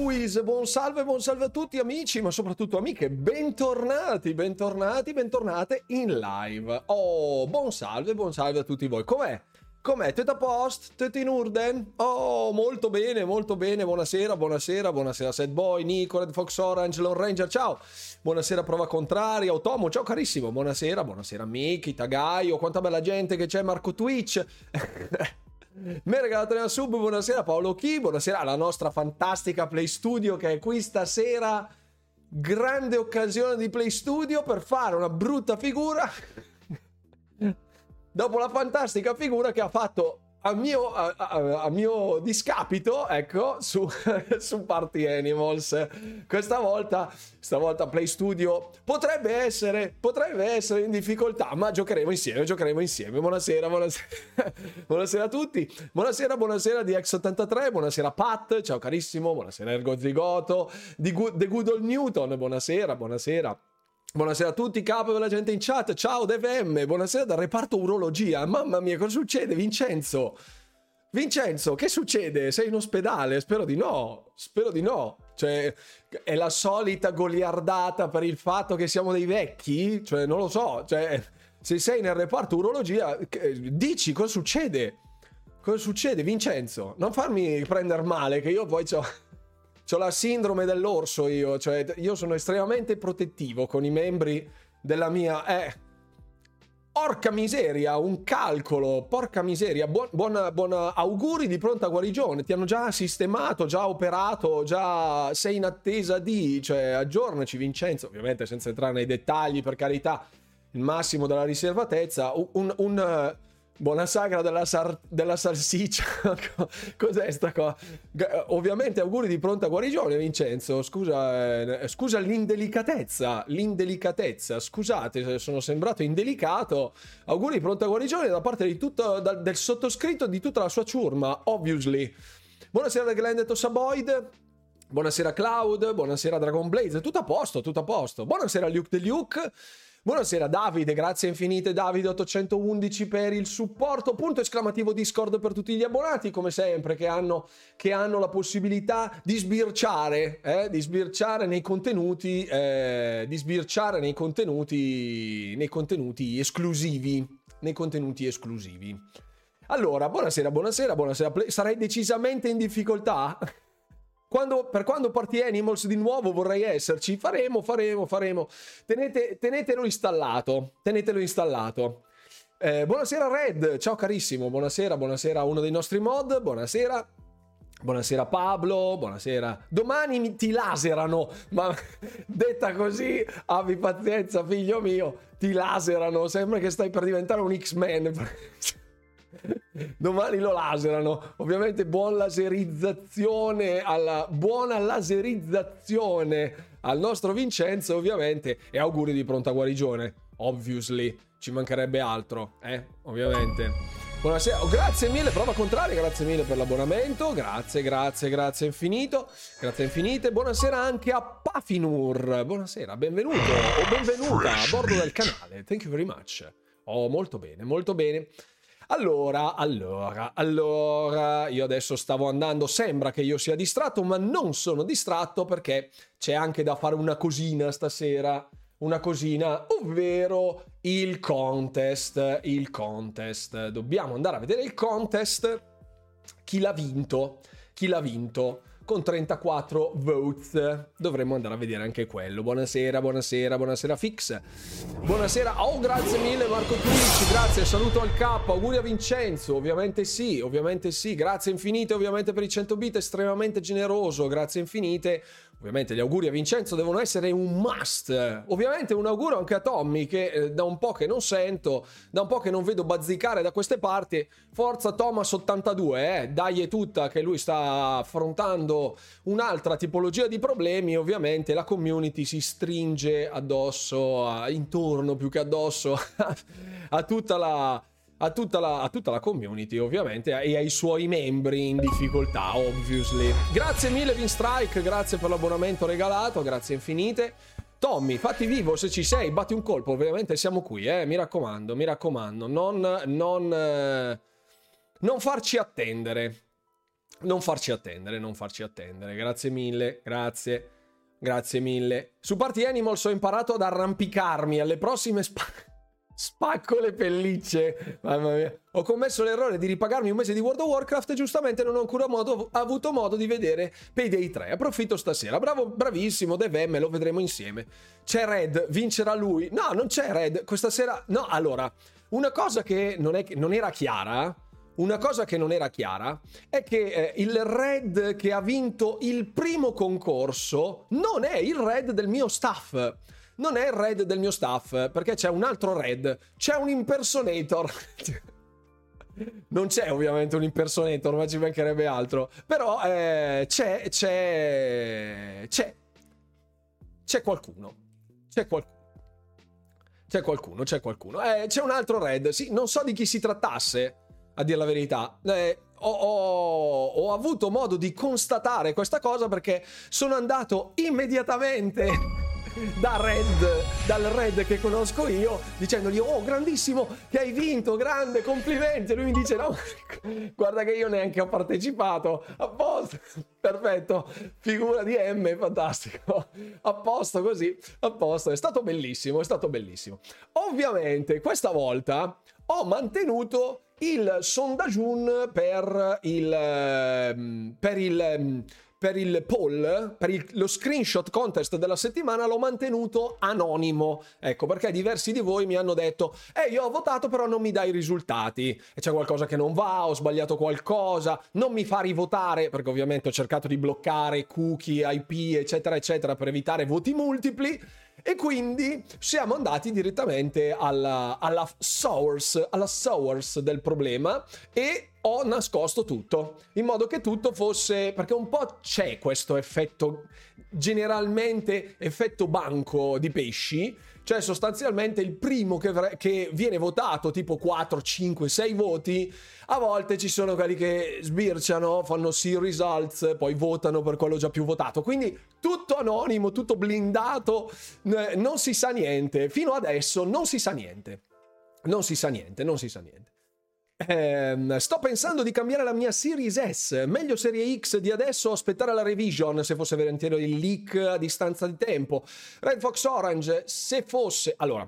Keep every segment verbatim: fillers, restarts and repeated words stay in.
Louis, buon salve, buon salve a tutti amici, ma soprattutto amiche, bentornati, bentornati, bentornate in live. Oh, buon salve, buon salve a tutti voi. Com'è? Com'è? Tutto a posto? Tutto in orden? Oh, molto bene, molto bene. Buonasera, buonasera, buonasera Sad Boy, Nico, Red Fox Orange, Lone Ranger, ciao. Buonasera Prova Contraria, Otomo, ciao carissimo. Buonasera, buonasera Miki, Tagaio, quanta bella gente che c'è, Marco Twitch. Mi ha regalato una sub, buonasera Paolo Chi, buonasera alla nostra fantastica Play Studio che è qui stasera. Grande occasione di Play Studio per fare una brutta figura dopo la fantastica figura che ha fatto a mio, a, a, a mio discapito, ecco, su, su Party Animals. Questa volta, stavolta Play Studio potrebbe essere, potrebbe essere in difficoltà, ma giocheremo insieme, giocheremo insieme. Buonasera, buonasera, buonasera a tutti. Buonasera, buonasera di X ottantatré, buonasera Pat, ciao carissimo, buonasera Ergo Zigoto, di Good, The Good Old Newton, buonasera, buonasera. Buonasera a tutti, capo della gente in chat, ciao DevM, buonasera dal reparto urologia, mamma mia cosa succede Vincenzo? Vincenzo, che succede? Sei in ospedale? Spero di no, spero di no, cioè è la solita goliardata per il fatto che siamo dei vecchi? Cioè non lo so, cioè se sei nel reparto urologia dici cosa succede? Cosa succede Vincenzo? Non farmi prendere male che io poi c'ho... C'ho la sindrome dell'orso io, cioè io sono estremamente protettivo con i membri della mia... Eh, porca miseria, un calcolo, porca miseria, buon, buona, buona auguri di pronta guarigione, ti hanno già sistemato, già operato, già sei in attesa di... Cioè, aggiornaci Vincenzo, ovviamente senza entrare nei dettagli, per carità, il massimo della riservatezza, un... un, un buona sagra della, sar- della salsiccia. Cos'è sta cosa? Ovviamente auguri di pronta guarigione Vincenzo. Scusa, eh, scusa l'indelicatezza, l'indelicatezza. Scusate se sono sembrato indelicato. Auguri di pronta guarigione da parte di tutto, da, del sottoscritto e di tutta la sua ciurma, obviously. Buonasera da Glenn Tossaboid. Buonasera Cloud. Buonasera Dragon Blaze. Tutto a posto, tutto a posto. Buonasera Luke the Luke. Buonasera Davide, grazie infinite Davide ottocentoundici per il supporto, punto esclamativo Discord per tutti gli abbonati come sempre che hanno, che hanno la possibilità di sbirciare, eh, di sbirciare nei contenuti, eh, di sbirciare nei contenuti, nei contenuti esclusivi, nei contenuti esclusivi. Allora, buonasera, buonasera, buonasera, sarei decisamente in difficoltà? Quando, per quando Party Animals di nuovo vorrei esserci, faremo, faremo, faremo. Tenete, tenetelo installato, tenetelo installato. Eh, buonasera Red, ciao carissimo, buonasera, buonasera a uno dei nostri mod, buonasera. Buonasera Pablo, buonasera. Domani ti laserano, ma detta così, abbi pazienza figlio mio, ti laserano, sembra che stai per diventare un X-Men. Domani lo laserano, ovviamente buona laserizzazione alla buona laserizzazione al nostro Vincenzo ovviamente e auguri di pronta guarigione, obviously, ci mancherebbe altro, eh, ovviamente. Buonasera, oh, grazie mille, Prova Contraria, grazie mille per l'abbonamento, grazie, grazie, grazie infinito, grazie infinite, buonasera anche a Pafinur, buonasera, benvenuto o benvenuta a bordo del canale, thank you very much. Oh, molto bene, molto bene. Allora, allora, allora, io adesso stavo andando, sembra che io sia distratto, ma non sono distratto perché c'è anche da fare una cosina stasera, una cosina, ovvero il contest, il contest. Dobbiamo andare a vedere il contest, chi l'ha vinto, chi l'ha vinto. Con trentaquattro votes dovremmo andare a vedere anche quello. Buonasera, buonasera, buonasera Fix. Buonasera, oh grazie mille Marco Twitch, grazie, saluto al K, auguri a Vincenzo, ovviamente sì, ovviamente sì, grazie infinite ovviamente per i cento bit, estremamente generoso, grazie infinite. Ovviamente gli auguri a Vincenzo devono essere un must. Ovviamente un augurio anche a Tommy che eh, da un po' che non sento, da un po' che non vedo bazzicare da queste parti. Forza Thomas ottantadue, eh, dai è tutta che lui sta affrontando un'altra tipologia di problemi. Ovviamente la community si stringe addosso, a, intorno più che addosso a tutta la... A tutta, la, a tutta la community ovviamente e ai suoi membri in difficoltà obviously. Grazie mille Vinstrike, grazie per l'abbonamento regalato, grazie infinite. Tommy, fatti vivo se ci sei, batti un colpo, ovviamente siamo qui, eh, mi raccomando, mi raccomando, non, non, eh, non farci attendere. non farci attendere, non farci attendere. Grazie mille, grazie, grazie mille. Su Party Animals ho imparato ad arrampicarmi alle prossime spa- spacco le pellicce. Mamma mia. Ho commesso l'errore di ripagarmi un mese di World of Warcraft e giustamente non ho ancora modo, avuto modo di vedere Payday tre. Approfitto stasera. Bravo, bravissimo, Deve M, lo vedremo insieme. C'è Red, vincerà lui. No, non c'è Red, questa sera... No, allora, una cosa che non, è, non era chiara... Una cosa che non era chiara è che eh, il Red che ha vinto il primo concorso non è il Red del mio staff. Non è il Red del mio staff, perché c'è un altro Red. C'è un impersonator. Non c'è ovviamente un impersonator, ma ci mancherebbe altro. Però eh, c'è, c'è, c'è, c'è qualcuno. C'è qualcuno. C'è qualcuno, c'è qualcuno. Eh, c'è un altro Red. Sì, non so di chi si trattasse. A dire la verità, eh, ho, ho, ho avuto modo di constatare questa cosa perché sono andato immediatamente da Red, dal Red che conosco io, dicendogli: oh, grandissimo, che hai vinto, grande, complimenti. E lui mi dice: no, guarda che io neanche ho partecipato. A posto, perfetto, figura di M, fantastico, a posto così, a posto. È stato bellissimo, è stato bellissimo. Ovviamente questa volta ho mantenuto il sondaggio per il per il per il poll, per il, lo screenshot contest della settimana l'ho mantenuto anonimo, ecco, perché diversi di voi mi hanno detto: eh, io ho votato però non mi dai i risultati, e c'è qualcosa che non va, ho sbagliato qualcosa, non mi fa rivotare, perché ovviamente ho cercato di bloccare cookie, I P, eccetera eccetera, per evitare voti multipli. E quindi siamo andati direttamente alla, alla source, alla source del problema e ho nascosto tutto, in modo che tutto fosse, perché un po' c'è questo effetto, generalmente effetto banco di pesci, cioè sostanzialmente il primo che, che viene votato, tipo quattro, cinque, sei voti, a volte ci sono quelli che sbirciano, fanno see results, poi votano per quello già più votato, quindi tutto anonimo, tutto blindato, non si sa niente, fino adesso non si sa niente, non si sa niente, non si sa niente. Eh, sto pensando di cambiare la mia Series S, meglio Serie X di adesso o aspettare la revision se fosse veramente il leak a distanza di tempo. Red Fox Orange, se fosse... Allora,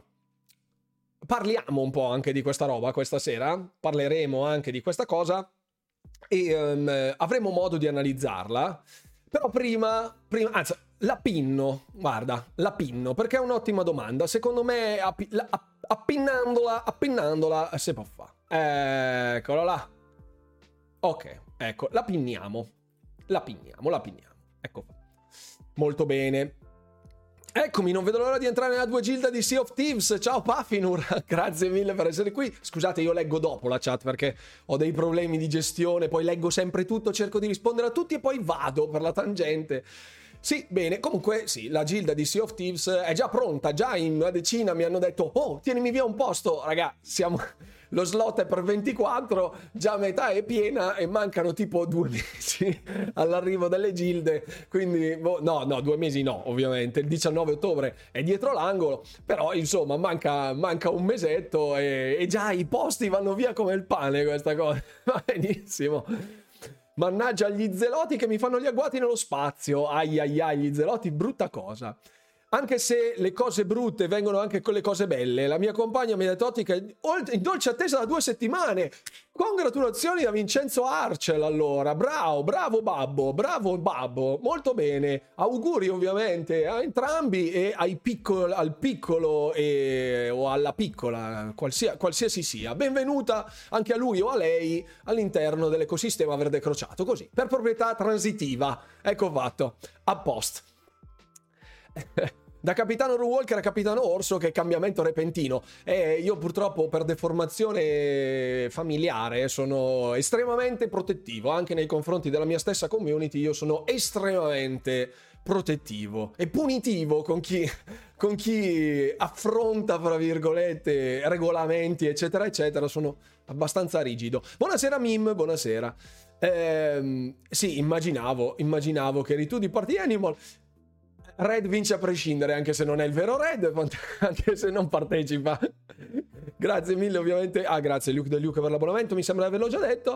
parliamo un po' anche di questa roba questa sera, parleremo anche di questa cosa e um, avremo modo di analizzarla, però prima, prima anzi, la pinno, guarda, la pinno, perché è un'ottima domanda, secondo me appi, la, appinnandola, appinnandola si può fare. Eccolo là. Ok, ecco, la pinniamo. La pinniamo, la pinniamo. Ecco. Molto bene. Eccomi, non vedo l'ora di entrare nella due gilda di Sea of Thieves. Ciao Paffinur, grazie mille per essere qui. Scusate, io leggo dopo la chat perché ho dei problemi di gestione, poi leggo sempre tutto, cerco di rispondere a tutti e poi vado per la tangente. Sì, bene, comunque sì, la gilda di Sea of Thieves è già pronta, già in una decina mi hanno detto: oh, tienimi via un posto, raga, siamo... Lo slot è per ventiquattro, già metà è piena e mancano tipo due mesi all'arrivo delle gilde, quindi boh, no, no, due mesi no, ovviamente, il diciannove ottobre è dietro l'angolo, però insomma manca, manca un mesetto e, e già i posti vanno via come il pane, questa cosa, va benissimo. Mannaggia gli zeloti che mi fanno gli agguati nello spazio, ai ai ai, gli zeloti, brutta cosa. Anche se le cose brutte vengono anche con le cose belle. La mia compagna mi ha detto che in dolce attesa da due settimane. Congratulazioni a Vincenzo Arcel, allora. Bravo, bravo babbo, bravo babbo. Molto bene. Auguri ovviamente a entrambi e ai piccolo, al piccolo e, o alla piccola, qualsiasi, qualsiasi sia. Benvenuta anche a lui o a lei all'interno dell'ecosistema verde crociato. Così, per proprietà transitiva. Ecco fatto. A posto. Da capitano Walker a capitano Orso, che cambiamento repentino. E io purtroppo per deformazione familiare sono estremamente protettivo, anche nei confronti della mia stessa community io sono estremamente protettivo e punitivo con chi, con chi affronta, fra virgolette, regolamenti eccetera eccetera, sono abbastanza rigido. Buonasera Mim, buonasera. Ehm, sì, immaginavo, immaginavo che eri tu di Party Animal. Red vince a prescindere, anche se non è il vero Red, anche se non partecipa. Grazie mille ovviamente. Ah, grazie Luke De Luke per l'abbonamento, mi sembra di averlo già detto.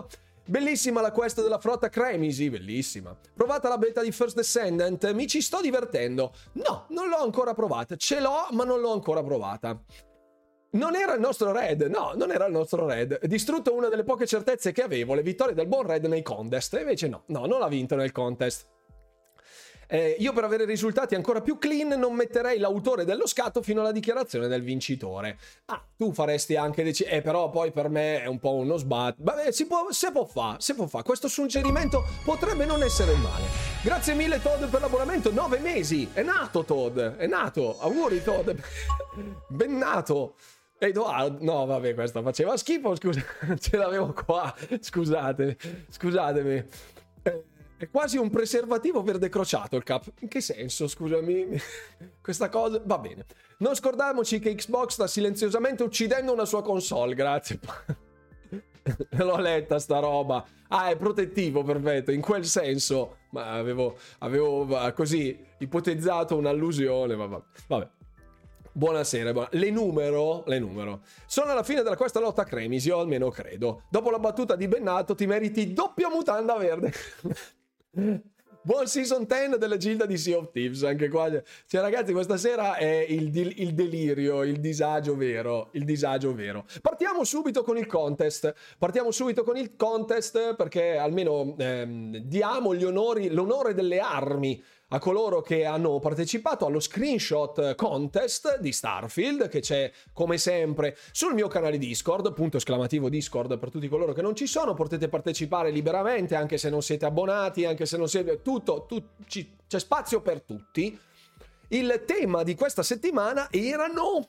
Bellissima la quest della flotta Cremisi, bellissima. Provata la beta di First Descendant, mi ci sto divertendo. No, non l'ho ancora provata. Ce l'ho, ma non l'ho ancora provata. Non era il nostro Red, no, non era il nostro Red. Distrutto una delle poche certezze che avevo, le vittorie del buon Red nei contest. E invece no, no, non l'ha vinto nel contest. Eh, io per avere risultati ancora più clean non metterei l'autore dello scatto fino alla dichiarazione del vincitore. Ah, tu faresti anche dec- eh però poi per me è un po' uno sbat. Vabbè, si può, se può fa, se può fa. Questo suggerimento potrebbe non essere male. Grazie mille Todd per l'abbonamento, nove mesi. È nato Todd, è nato. Auguri Todd. Ben nato. Edoardo, no vabbè, questa faceva schifo, scusa, ce l'avevo qua, scusate, scusatemi. Eh, È quasi un preservativo verde crociato il cap. In che senso, scusami? Questa cosa... Va bene. Non scordiamoci che Xbox sta silenziosamente uccidendo una sua console, grazie. L'ho letta sta roba. Ah, è protettivo, perfetto, in quel senso. Ma avevo, avevo così ipotizzato un'allusione, ma vabbè. vabbè. Buonasera, buona... le numero, le numero. Sono alla fine della questa lotta Cremisi, o almeno credo. Dopo la battuta di Bennato ti meriti doppia mutanda verde. Buon season dieci della gilda di Sea of Thieves, anche qua. Cioè ragazzi, questa sera è il, di- il delirio, il disagio vero, il disagio vero. Partiamo subito con il contest, partiamo subito con il contest perché almeno ehm, diamo gli onori, l'onore delle armi a coloro che hanno partecipato allo screenshot contest di Starfield, che c'è come sempre sul mio canale Discord, punto esclamativo Discord per tutti coloro che non ci sono. Potete partecipare liberamente anche se non siete abbonati, anche se non siete tutto, tu, ci, c'è spazio per tutti. Il tema di questa settimana erano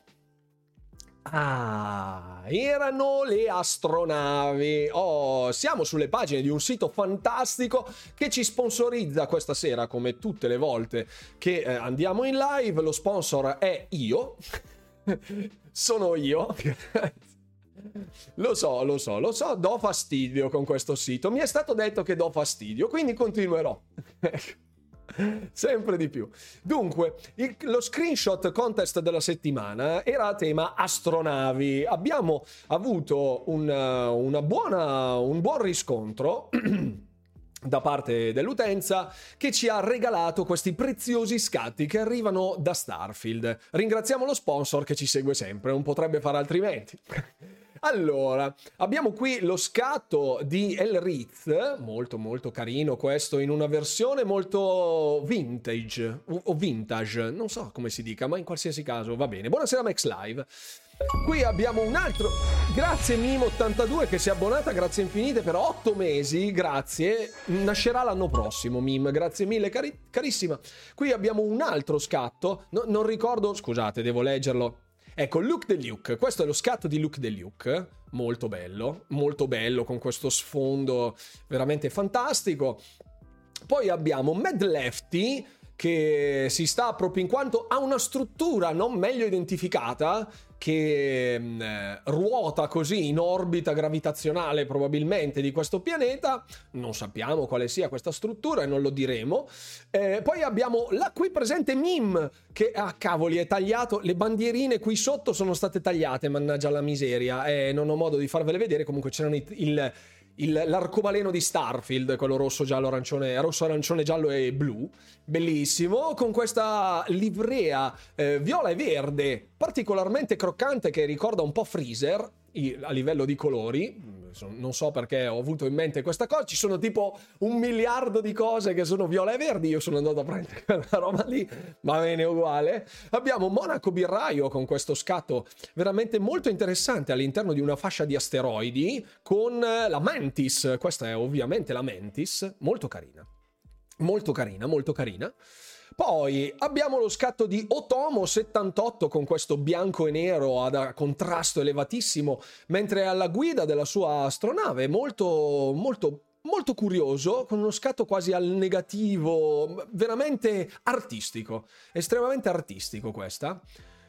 Ah, erano le astronavi. Oh, siamo sulle pagine di un sito fantastico che ci sponsorizza questa sera, come tutte le volte che eh, andiamo in live. Lo sponsor è io. Sono io. Lo so, lo so, lo so, do fastidio con questo sito. Mi è stato detto che do fastidio, quindi continuerò. Sempre di più. Dunque, il, lo screenshot contest della settimana era a tema astronavi. Abbiamo avuto una, una buona, un buon riscontro da parte dell'utenza che ci ha regalato questi preziosi scatti che arrivano da Starfield. Ringraziamo lo sponsor che ci segue sempre, non potrebbe fare altrimenti. Allora, abbiamo qui lo scatto di Elritz, molto molto carino questo, in una versione molto vintage, o vintage, non so come si dica, ma in qualsiasi caso va bene. Buonasera Max Live. Qui abbiamo un altro, grazie Mimo ottantadue che si è abbonata, grazie infinite per otto mesi, grazie, nascerà l'anno prossimo Mim, grazie mille cari- carissima. Qui abbiamo un altro scatto, no, non ricordo, scusate devo leggerlo. Ecco, Luke the Luke, questo è lo scatto di Luke the Luke, molto bello, molto bello, con questo sfondo veramente fantastico. Poi abbiamo Mad Lefty, che si sta proprio in quanto ha una struttura non meglio identificata, che eh, ruota così in orbita gravitazionale probabilmente di questo pianeta. Non sappiamo quale sia questa struttura e non lo diremo. Eh, poi abbiamo la qui presente Mim che, ah cavoli, è tagliato, le bandierine qui sotto sono state tagliate, mannaggia la miseria, e eh, non ho modo di farvele vedere. Comunque c'erano il, il Il, l'arcobaleno di Starfield, quello rosso, giallo, arancione, rosso, arancione, giallo e blu, bellissimo, con questa livrea eh, viola e verde particolarmente croccante che ricorda un po' Freezer a livello di colori. Non so perché ho avuto in mente questa cosa, ci sono tipo un miliardo di cose che sono viola e verdi, io sono andato a prendere quella roba lì, va bene uguale. Abbiamo Monaco Birraio con questo scatto veramente molto interessante all'interno di una fascia di asteroidi con la Mantis, questa è ovviamente la Mantis, molto carina, molto carina, molto carina. Poi abbiamo lo scatto di Otomo settantotto con questo bianco e nero ad contrasto elevatissimo mentre è alla guida della sua astronave, molto molto molto curioso, con uno scatto quasi al negativo, veramente artistico, estremamente artistico questa.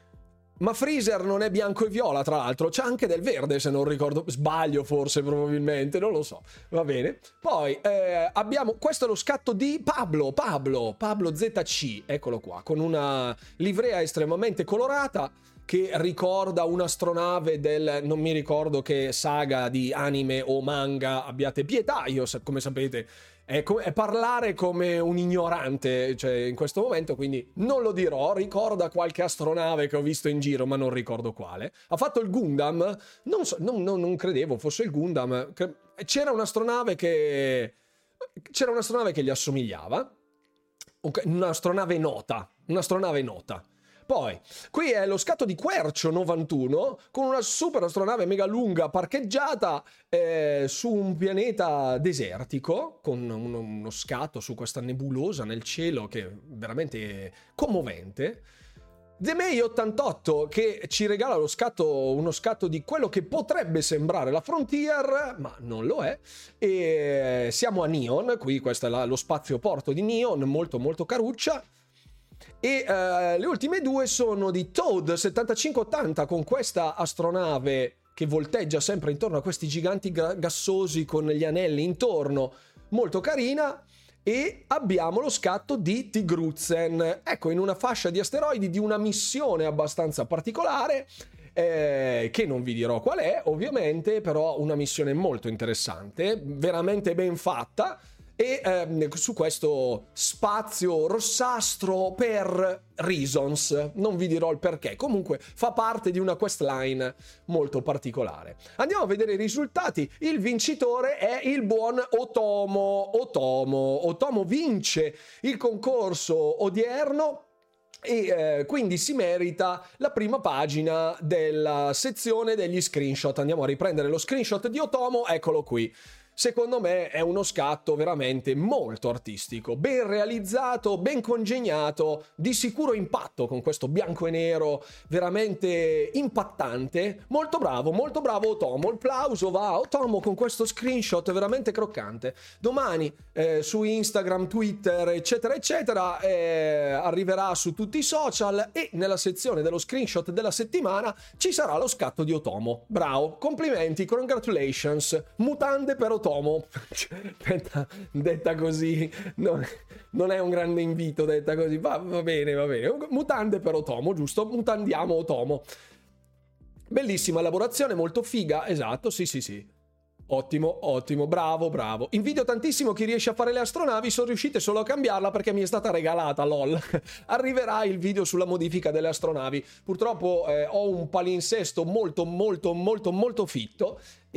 Ma Freezer non è bianco e viola, tra l'altro, c'è anche del verde se non ricordo, sbaglio forse, probabilmente, non lo so, va bene. Poi eh, abbiamo, questo è lo scatto di Pablo, Pablo, Pablo Z C, eccolo qua, con una livrea estremamente colorata che ricorda un'astronave del non mi ricordo che saga di anime o manga, abbiate pietà, io come sapete è, co- è parlare come un ignorante, cioè in questo momento, quindi non lo dirò. Ricorda qualche astronave che ho visto in giro ma non ricordo quale. Ha fatto il Gundam, non, so, non, non, non credevo fosse il Gundam, c'era un'astronave che c'era un'astronave che gli assomigliava, un'astronave nota, un'astronave nota. Poi, qui è lo scatto di Quercio novantuno con una super astronave mega lunga parcheggiata eh, su un pianeta desertico, con uno, uno scatto su questa nebulosa nel cielo che è veramente commovente. Zemei ottantotto che ci regala lo scatto, uno scatto di quello che potrebbe sembrare la Frontier, ma non lo è. E siamo a Neon, qui questo è la, lo spazio porto di Neon, molto molto caruccia. E uh, le ultime due sono di Toad settantacinque ottanta con questa astronave che volteggia sempre intorno a questi giganti gassosi con gli anelli intorno, molto carina. E abbiamo lo scatto di Tigruzen, ecco, in una fascia di asteroidi di una missione abbastanza particolare, eh, che non vi dirò qual è ovviamente, però una missione molto interessante, veramente ben fatta. E ehm, su questo spazio rossastro per reasons, non vi dirò il perché, comunque fa parte di una questline molto particolare. Andiamo a vedere i risultati. Il vincitore è il buon Otomo. Otomo, Otomo vince il concorso odierno e eh, quindi si merita la prima pagina della sezione degli screenshot. Andiamo a riprendere lo screenshot di Otomo, eccolo qui. Secondo me è uno scatto veramente molto artistico, ben realizzato, ben congegnato, di sicuro impatto con questo bianco e nero veramente impattante. Molto bravo, molto bravo Otomo, il plauso va a Otomo con questo screenshot veramente croccante. Domani eh, su Instagram, Twitter, eccetera, eccetera, eh, arriverà su tutti i social e nella sezione dello screenshot della settimana ci sarà lo scatto di Otomo. Bravo, complimenti, congratulations, mutande per Otomo. detta, detta così non, non è un grande invito, detta così va, va bene, va bene, mutande per Otomo, giusto? Mutandiamo Otomo. Bellissima elaborazione, molto figa, esatto, sì sì sì. Ottimo, ottimo, bravo, bravo. Invidio tantissimo chi riesce a fare le astronavi, sono riuscite solo a cambiarla perché mi è stata regalata, lol. Arriverà il video sulla modifica delle astronavi. Purtroppo eh, ho un palinsesto molto, molto, molto, molto fitto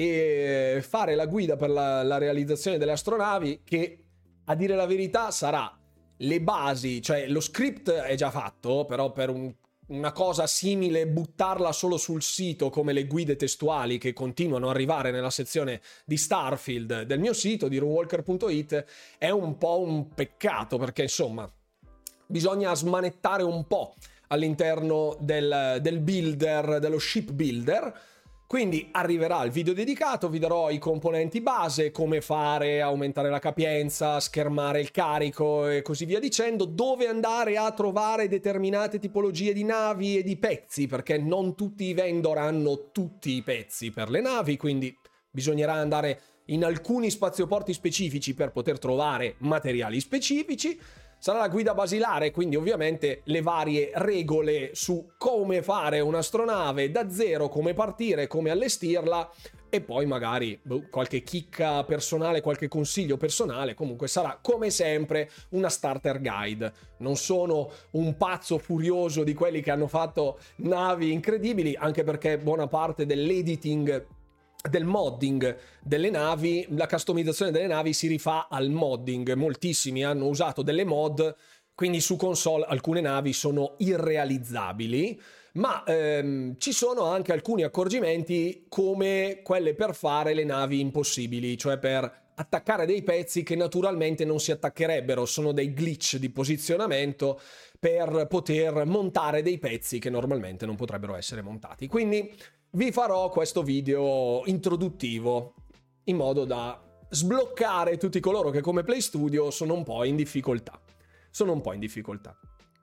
e fare la guida per la, la realizzazione delle astronavi, che a dire la verità sarà le basi, cioè lo script è già fatto, però per un una cosa simile, buttarla solo sul sito come le guide testuali che continuano ad arrivare nella sezione di Starfield del mio sito di runewalker punto it è un po' un peccato, perché insomma bisogna smanettare un po' all'interno del, del builder, dello ship builder. Quindi arriverà il video dedicato, vi darò i componenti base, come fare, aumentare la capienza, schermare il carico e così via dicendo, dove andare a trovare determinate tipologie di navi e di pezzi, perché non tutti i vendor hanno tutti i pezzi per le navi, quindi bisognerà andare in alcuni spazioporti specifici per poter trovare materiali specifici. Sarà la guida basilare, quindi ovviamente le varie regole su come fare un'astronave da zero, come partire, come allestirla e poi magari boh, qualche chicca personale, qualche consiglio personale. Comunque sarà come sempre una starter guide. Non sono un pazzo furioso di quelli che hanno fatto navi incredibili, anche perché buona parte dell'editing, del modding delle navi, la customizzazione delle navi si rifà al modding. Moltissimi hanno usato delle mod, quindi su console alcune navi sono irrealizzabili, ma ehm, ci sono anche alcuni accorgimenti come quelle per fare le navi impossibili, cioè per attaccare dei pezzi che naturalmente non si attaccherebbero, sono dei glitch di posizionamento per poter montare dei pezzi che normalmente non potrebbero essere montati. Quindi vi farò questo video introduttivo in modo da sbloccare tutti coloro che come Play Studio sono un po' in difficoltà. Sono un po' in difficoltà.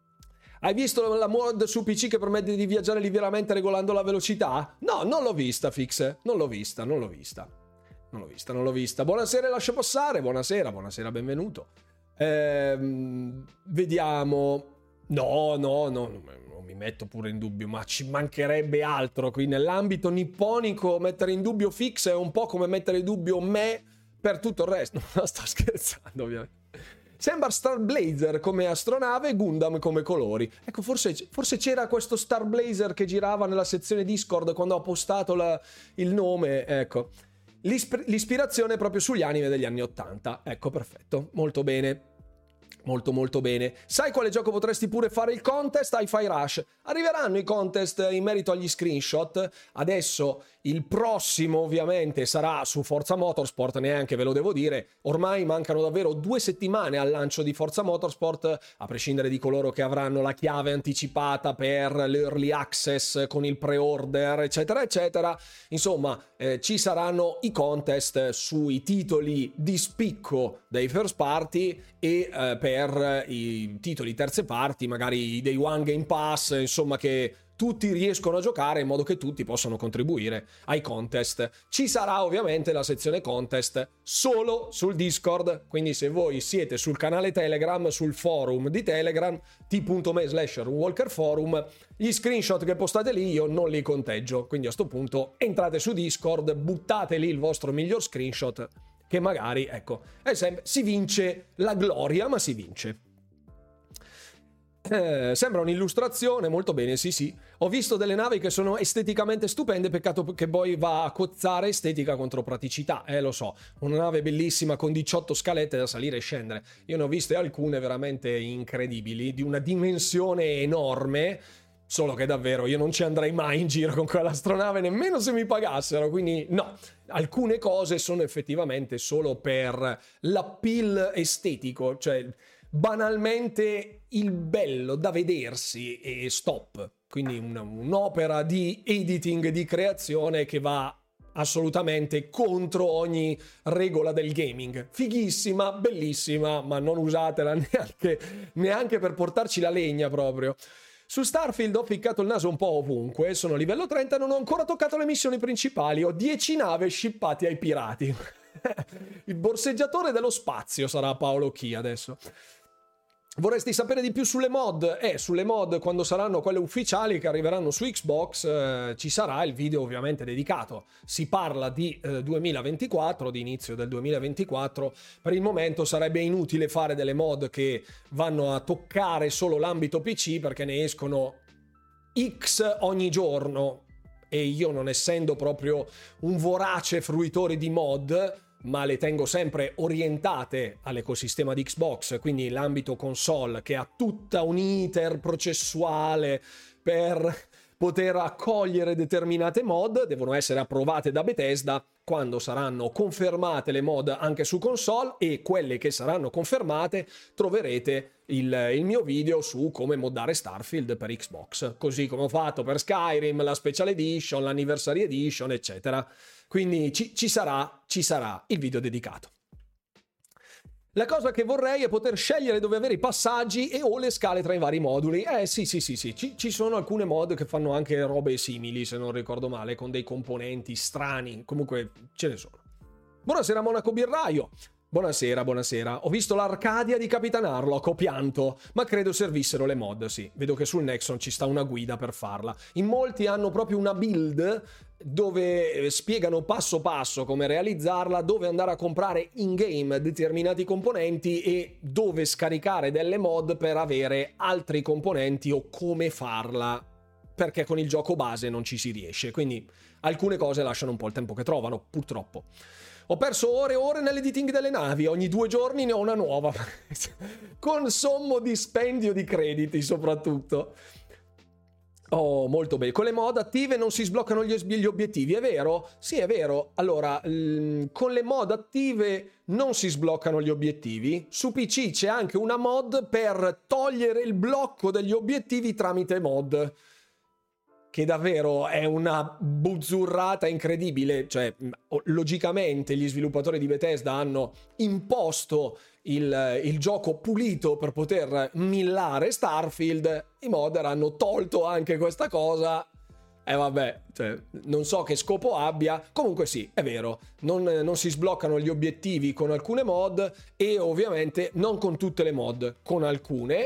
Hai visto la mod su P C che permette di viaggiare liberamente regolando la velocità? No, non l'ho vista, Fix. Non l'ho vista, non l'ho vista. Non l'ho vista, non l'ho vista. Buonasera, lascio passare. Buonasera, buonasera, benvenuto. Ehm, vediamo... No, no, no, non mi metto pure in dubbio, ma ci mancherebbe altro. Qui nell'ambito nipponico mettere in dubbio Fix è un po' come mettere in dubbio me per tutto il resto. No, sto scherzando, ovviamente. Sembra Star Blazer come astronave e Gundam come colori. Ecco, forse, forse c'era questo Star Blazer che girava nella sezione Discord quando ho postato la, il nome, ecco. L'isp- l'ispirazione è proprio sugli anime degli anni ottanta. Ecco, perfetto, molto bene. Molto molto bene. Sai quale gioco potresti pure fare il contest? Hi-Fi Rush. Arriveranno i contest in merito agli screenshot. Adesso il prossimo ovviamente sarà su Forza Motorsport, neanche ve lo devo dire. Ormai mancano davvero due settimane al lancio di Forza Motorsport, a prescindere di coloro che avranno la chiave anticipata per l'early access con il pre-order, eccetera, eccetera. Insomma, eh, ci saranno i contest sui titoli di spicco dei first party e eh, per i titoli terze parti, magari i Day One Game Pass, insomma, che tutti riescono a giocare in modo che tutti possano contribuire ai contest. Ci sarà ovviamente la sezione contest solo sul Discord, quindi se voi siete sul canale Telegram, sul forum di Telegram, t.me slash Walker Forum, gli screenshot che postate lì io non li conteggio, quindi a sto punto entrate su Discord, buttate lì il vostro miglior screenshot, che magari, ecco, è sempre, si vince la gloria, ma si vince. Eh, sembra un'illustrazione, molto bene, sì sì. Ho visto delle navi che sono esteticamente stupende, peccato che poi va a cozzare estetica contro praticità, eh lo so. Una nave bellissima con diciotto scalette da salire e scendere. Io ne ho viste alcune veramente incredibili, di una dimensione enorme, solo che davvero io non ci andrei mai in giro con quell'astronave, nemmeno se mi pagassero, quindi no. Alcune cose sono effettivamente solo per l'appeal estetico, cioè banalmente il bello da vedersi e stop. Quindi un, un'opera di editing, di creazione che va assolutamente contro ogni regola del gaming. Fighissima, bellissima, ma non usatela neanche, neanche per portarci la legna proprio. Su Starfield ho ficcato il naso un po' ovunque, sono livello trenta e non ho ancora toccato le missioni principali, ho dieci nave shippate ai pirati. Il borseggiatore dello spazio sarà Paolo Chi adesso. Vorresti sapere di più sulle mod? Eh, sulle mod, quando saranno quelle ufficiali che arriveranno su Xbox, eh, ci sarà il video ovviamente dedicato. Si parla di eh, duemilaventiquattro, di inizio del duemilaventiquattro. Per il momento sarebbe inutile fare delle mod che vanno a toccare solo l'ambito P C, perché ne escono X ogni giorno. E io, non essendo proprio un vorace fruitore di mod, ma le tengo sempre orientate all'ecosistema di Xbox, quindi l'ambito console che ha tutta un iter processuale per poter accogliere determinate mod, devono essere approvate da Bethesda. Quando saranno confermate le mod anche su console, e quelle che saranno confermate, troverete il, il mio video su come moddare Starfield per Xbox, così come ho fatto per Skyrim, la Special Edition, l'Anniversary Edition, eccetera. Quindi ci, ci sarà, ci sarà il video dedicato. La cosa che vorrei è poter scegliere dove avere i passaggi e o le scale tra i vari moduli. Eh sì sì sì sì, ci, ci sono alcune mod che fanno anche robe simili, se non ricordo male, con dei componenti strani, comunque ce ne sono. Buonasera Monaco Birraio. Buonasera, buonasera. Ho visto l'Arcadia di Capitan Harlock, ho pianto, ma credo servissero le mod, sì. Vedo che sul Nexon ci sta una guida per farla. In molti hanno proprio una build dove spiegano passo passo come realizzarla, dove andare a comprare in game determinati componenti e dove scaricare delle mod per avere altri componenti o come farla, perché con il gioco base non ci si riesce. Quindi alcune cose lasciano un po' il tempo che trovano, purtroppo. Ho perso ore e ore nell'editing delle navi, ogni due giorni ne ho una nuova, con sommo dispendio di crediti soprattutto. Oh, molto bene. Con le mod attive non si sbloccano gli, gli obiettivi, è vero? Sì, è vero. Allora, l- con le mod attive non si sbloccano gli obiettivi. Su P C c'è anche una mod per togliere il blocco degli obiettivi tramite mod, che davvero è una buzzurrata incredibile. Cioè, logicamente gli sviluppatori di Bethesda hanno imposto il, il gioco pulito per poter millare Starfield. I modder hanno tolto anche questa cosa. E eh vabbè, cioè, non so che scopo abbia. Comunque sì, è vero, non, non si sbloccano gli obiettivi con alcune mod, e ovviamente non con tutte le mod, con alcune.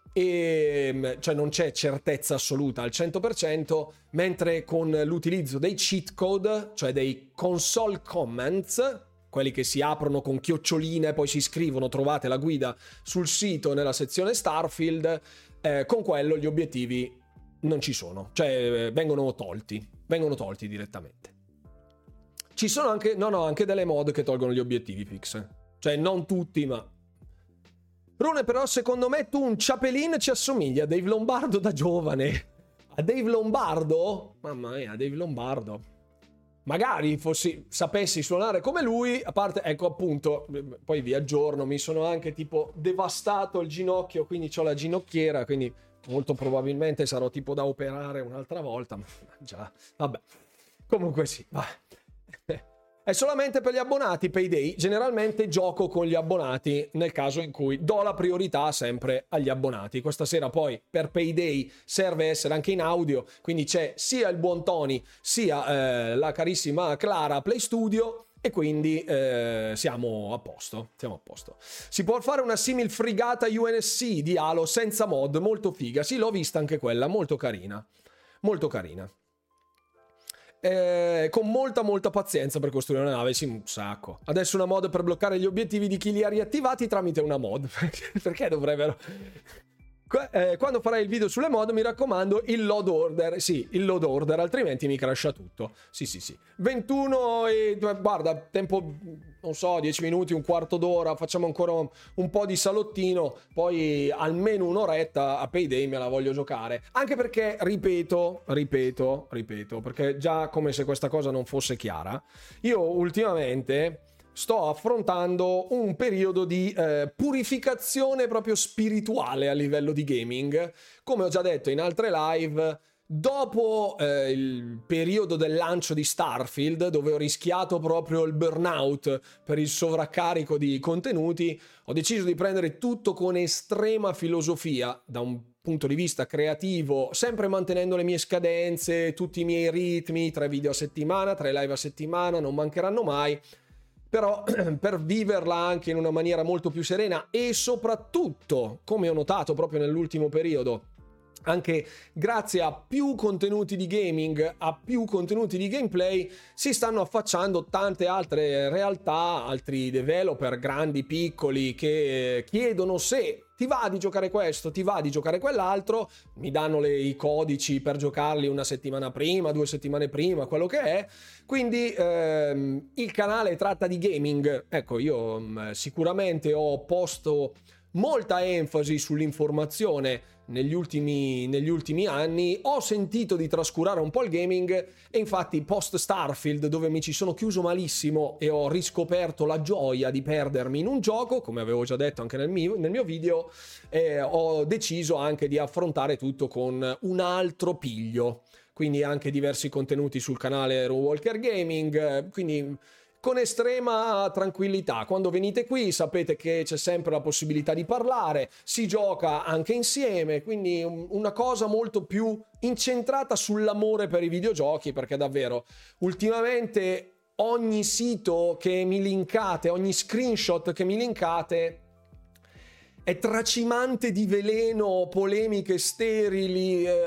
e cioè non c'è certezza assoluta al cento per cento, mentre con l'utilizzo dei cheat code, cioè dei console comments, quelli che si aprono con chioccioline e poi si scrivono, trovate la guida sul sito nella sezione Starfield, eh, con quello gli obiettivi non ci sono, cioè eh, vengono tolti, vengono tolti direttamente. Ci sono anche, no no, anche delle mod che tolgono gli obiettivi fix, cioè non tutti, ma... Rune, però secondo me tu un Chapelin ci assomiglia a Dave Lombardo da giovane. A Dave Lombardo? Mamma mia, a Dave Lombardo. Magari fossi, sapessi suonare come lui, a parte, ecco appunto, poi vi aggiorno, mi sono anche tipo devastato il ginocchio, quindi ho la ginocchiera, quindi molto probabilmente sarò tipo da operare un'altra volta, ma già, vabbè. Comunque sì, va. È solamente per gli abbonati Payday, generalmente gioco con gli abbonati nel caso in cui do la priorità sempre agli abbonati. Questa sera poi per Payday serve essere anche in audio, quindi c'è sia il buon Tony sia eh, la carissima Clara Play Studio e quindi eh, siamo a posto, siamo a posto. Si può fare una simil frigata U N S C di Halo senza mod, molto figa. Sì, l'ho vista anche quella, molto carina, molto carina. Eh, con molta molta pazienza per costruire una nave, sì, un sacco. Adesso una mod per bloccare gli obiettivi di chi li ha riattivati tramite una mod. Perché dovrebbero... Eh, quando farai il video sulle mod mi raccomando il load order, sì, il load order, altrimenti mi crasha tutto. Sì sì sì, ventuno e guarda, tempo non so, dieci minuti, un quarto d'ora, facciamo ancora un, un po' di salottino, poi almeno un'oretta a Payday me la voglio giocare, anche perché ripeto, ripeto, ripeto, perché già come se questa cosa non fosse chiara, io ultimamente sto affrontando un periodo di eh, purificazione proprio spirituale a livello di gaming. Come ho già detto in altre live, dopo eh, il periodo del lancio di Starfield, dove ho rischiato proprio il burnout per il sovraccarico di contenuti, ho deciso di prendere tutto con estrema filosofia, da un punto di vista creativo, sempre mantenendo le mie scadenze, tutti i miei ritmi, tre video a settimana, tre live a settimana, non mancheranno mai, però per viverla anche in una maniera molto più serena e soprattutto, come ho notato proprio nell'ultimo periodo, anche grazie a più contenuti di gaming, a più contenuti di gameplay, si stanno affacciando tante altre realtà, altri developer, grandi, piccoli, che chiedono se ti va di giocare questo, ti va di giocare quell'altro, mi danno le, i codici per giocarli una settimana prima, due settimane prima, quello che è. Quindi ehm, il canale tratta di gaming. Ecco, io mh, sicuramente ho posto molta enfasi sull'informazione negli ultimi, negli ultimi anni, ho sentito di trascurare un po' il gaming e infatti post Starfield, dove mi ci sono chiuso malissimo e ho riscoperto la gioia di perdermi in un gioco, come avevo già detto anche nel mio, nel mio video, eh, ho deciso anche di affrontare tutto con un altro piglio, quindi anche diversi contenuti sul canale Runewalker Gaming, quindi con estrema tranquillità. Quando venite qui sapete che c'è sempre la possibilità di parlare, si gioca anche insieme, quindi una cosa molto più incentrata sull'amore per i videogiochi, perché davvero ultimamente ogni sito che mi linkate, ogni screenshot che mi linkate è tracimante di veleno, polemiche sterili, eh,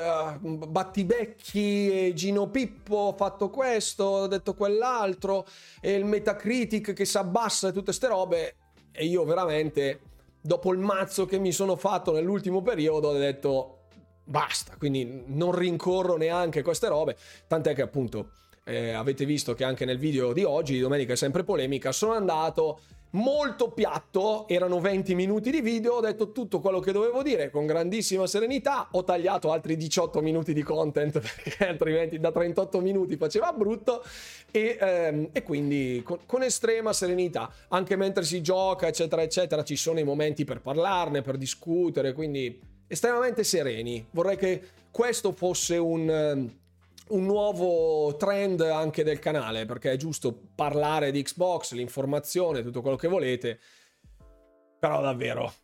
battibecchi, Gino Pippo ha fatto questo, ha detto quell'altro, e il Metacritic che si abbassa e tutte ste robe. E io veramente, dopo il mazzo che mi sono fatto nell'ultimo periodo, ho detto basta, quindi non rincorro neanche queste robe, tant'è che appunto eh, avete visto che anche nel video di oggi, di domenica è sempre polemica, sono andato molto piatto, erano venti minuti di video, ho detto tutto quello che dovevo dire con grandissima serenità, ho tagliato altri diciotto minuti di content perché altrimenti da trentotto minuti faceva brutto e, ehm, e quindi con, con estrema serenità, anche mentre si gioca eccetera eccetera, ci sono i momenti per parlarne, per discutere, quindi estremamente sereni. Vorrei che questo fosse un... un nuovo trend anche del canale, perché è giusto parlare di Xbox, l'informazione, tutto quello che volete, però davvero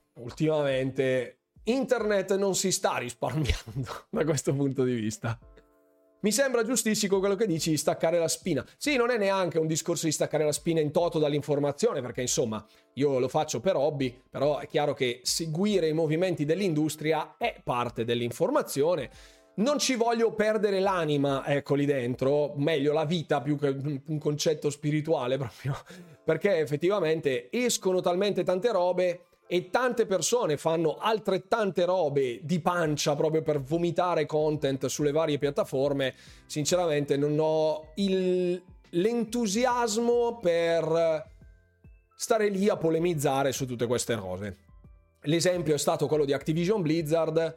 ultimamente internet non si sta risparmiando da questo punto di vista. Mi sembra giustissimo quello che dici di staccare la spina. Sì, non è neanche un discorso di staccare la spina in toto dall'informazione, perché insomma io lo faccio per hobby, però è chiaro che seguire i movimenti dell'industria è parte dell'informazione. Non ci voglio perdere l'anima, ecco, lì dentro, meglio la vita più che un concetto spirituale proprio, perché effettivamente escono talmente tante robe e tante persone fanno altrettante robe di pancia proprio per vomitare content sulle varie piattaforme. Sinceramente non ho il, l'entusiasmo per stare lì a polemizzare su tutte queste cose. L'esempio è stato quello di Activision Blizzard,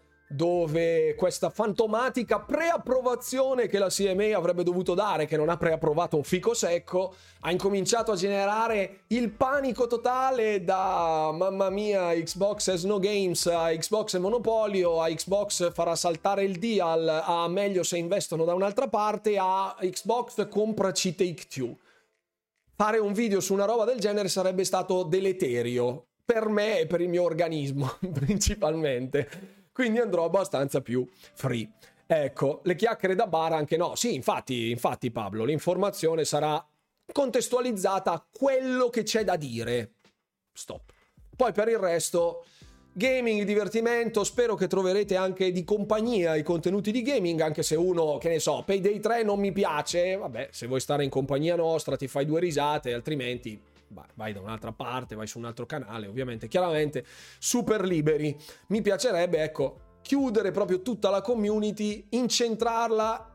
dove questa fantomatica preapprovazione che la C M A avrebbe dovuto dare, che non ha preapprovato un fico secco, ha incominciato a generare il panico totale da mamma mia Xbox has no games a Xbox è monopolio, a Xbox farà saltare il dial, a meglio se investono da un'altra parte, a Xbox compraci Take-Two. Fare un video su una roba del genere sarebbe stato deleterio per me e per il mio organismo principalmente. Quindi andrò abbastanza più free. Ecco, le chiacchiere da bar anche no. Sì, infatti, infatti Pablo, l'informazione sarà contestualizzata a quello che c'è da dire. Stop. Poi per il resto, gaming, divertimento, spero che troverete anche di compagnia i contenuti di gaming, anche se uno, che ne so, Payday tre non mi piace, vabbè, se vuoi stare in compagnia nostra ti fai due risate, altrimenti vai da un'altra parte, vai su un altro canale, ovviamente, chiaramente super liberi. Mi piacerebbe, ecco, chiudere proprio tutta la community, incentrarla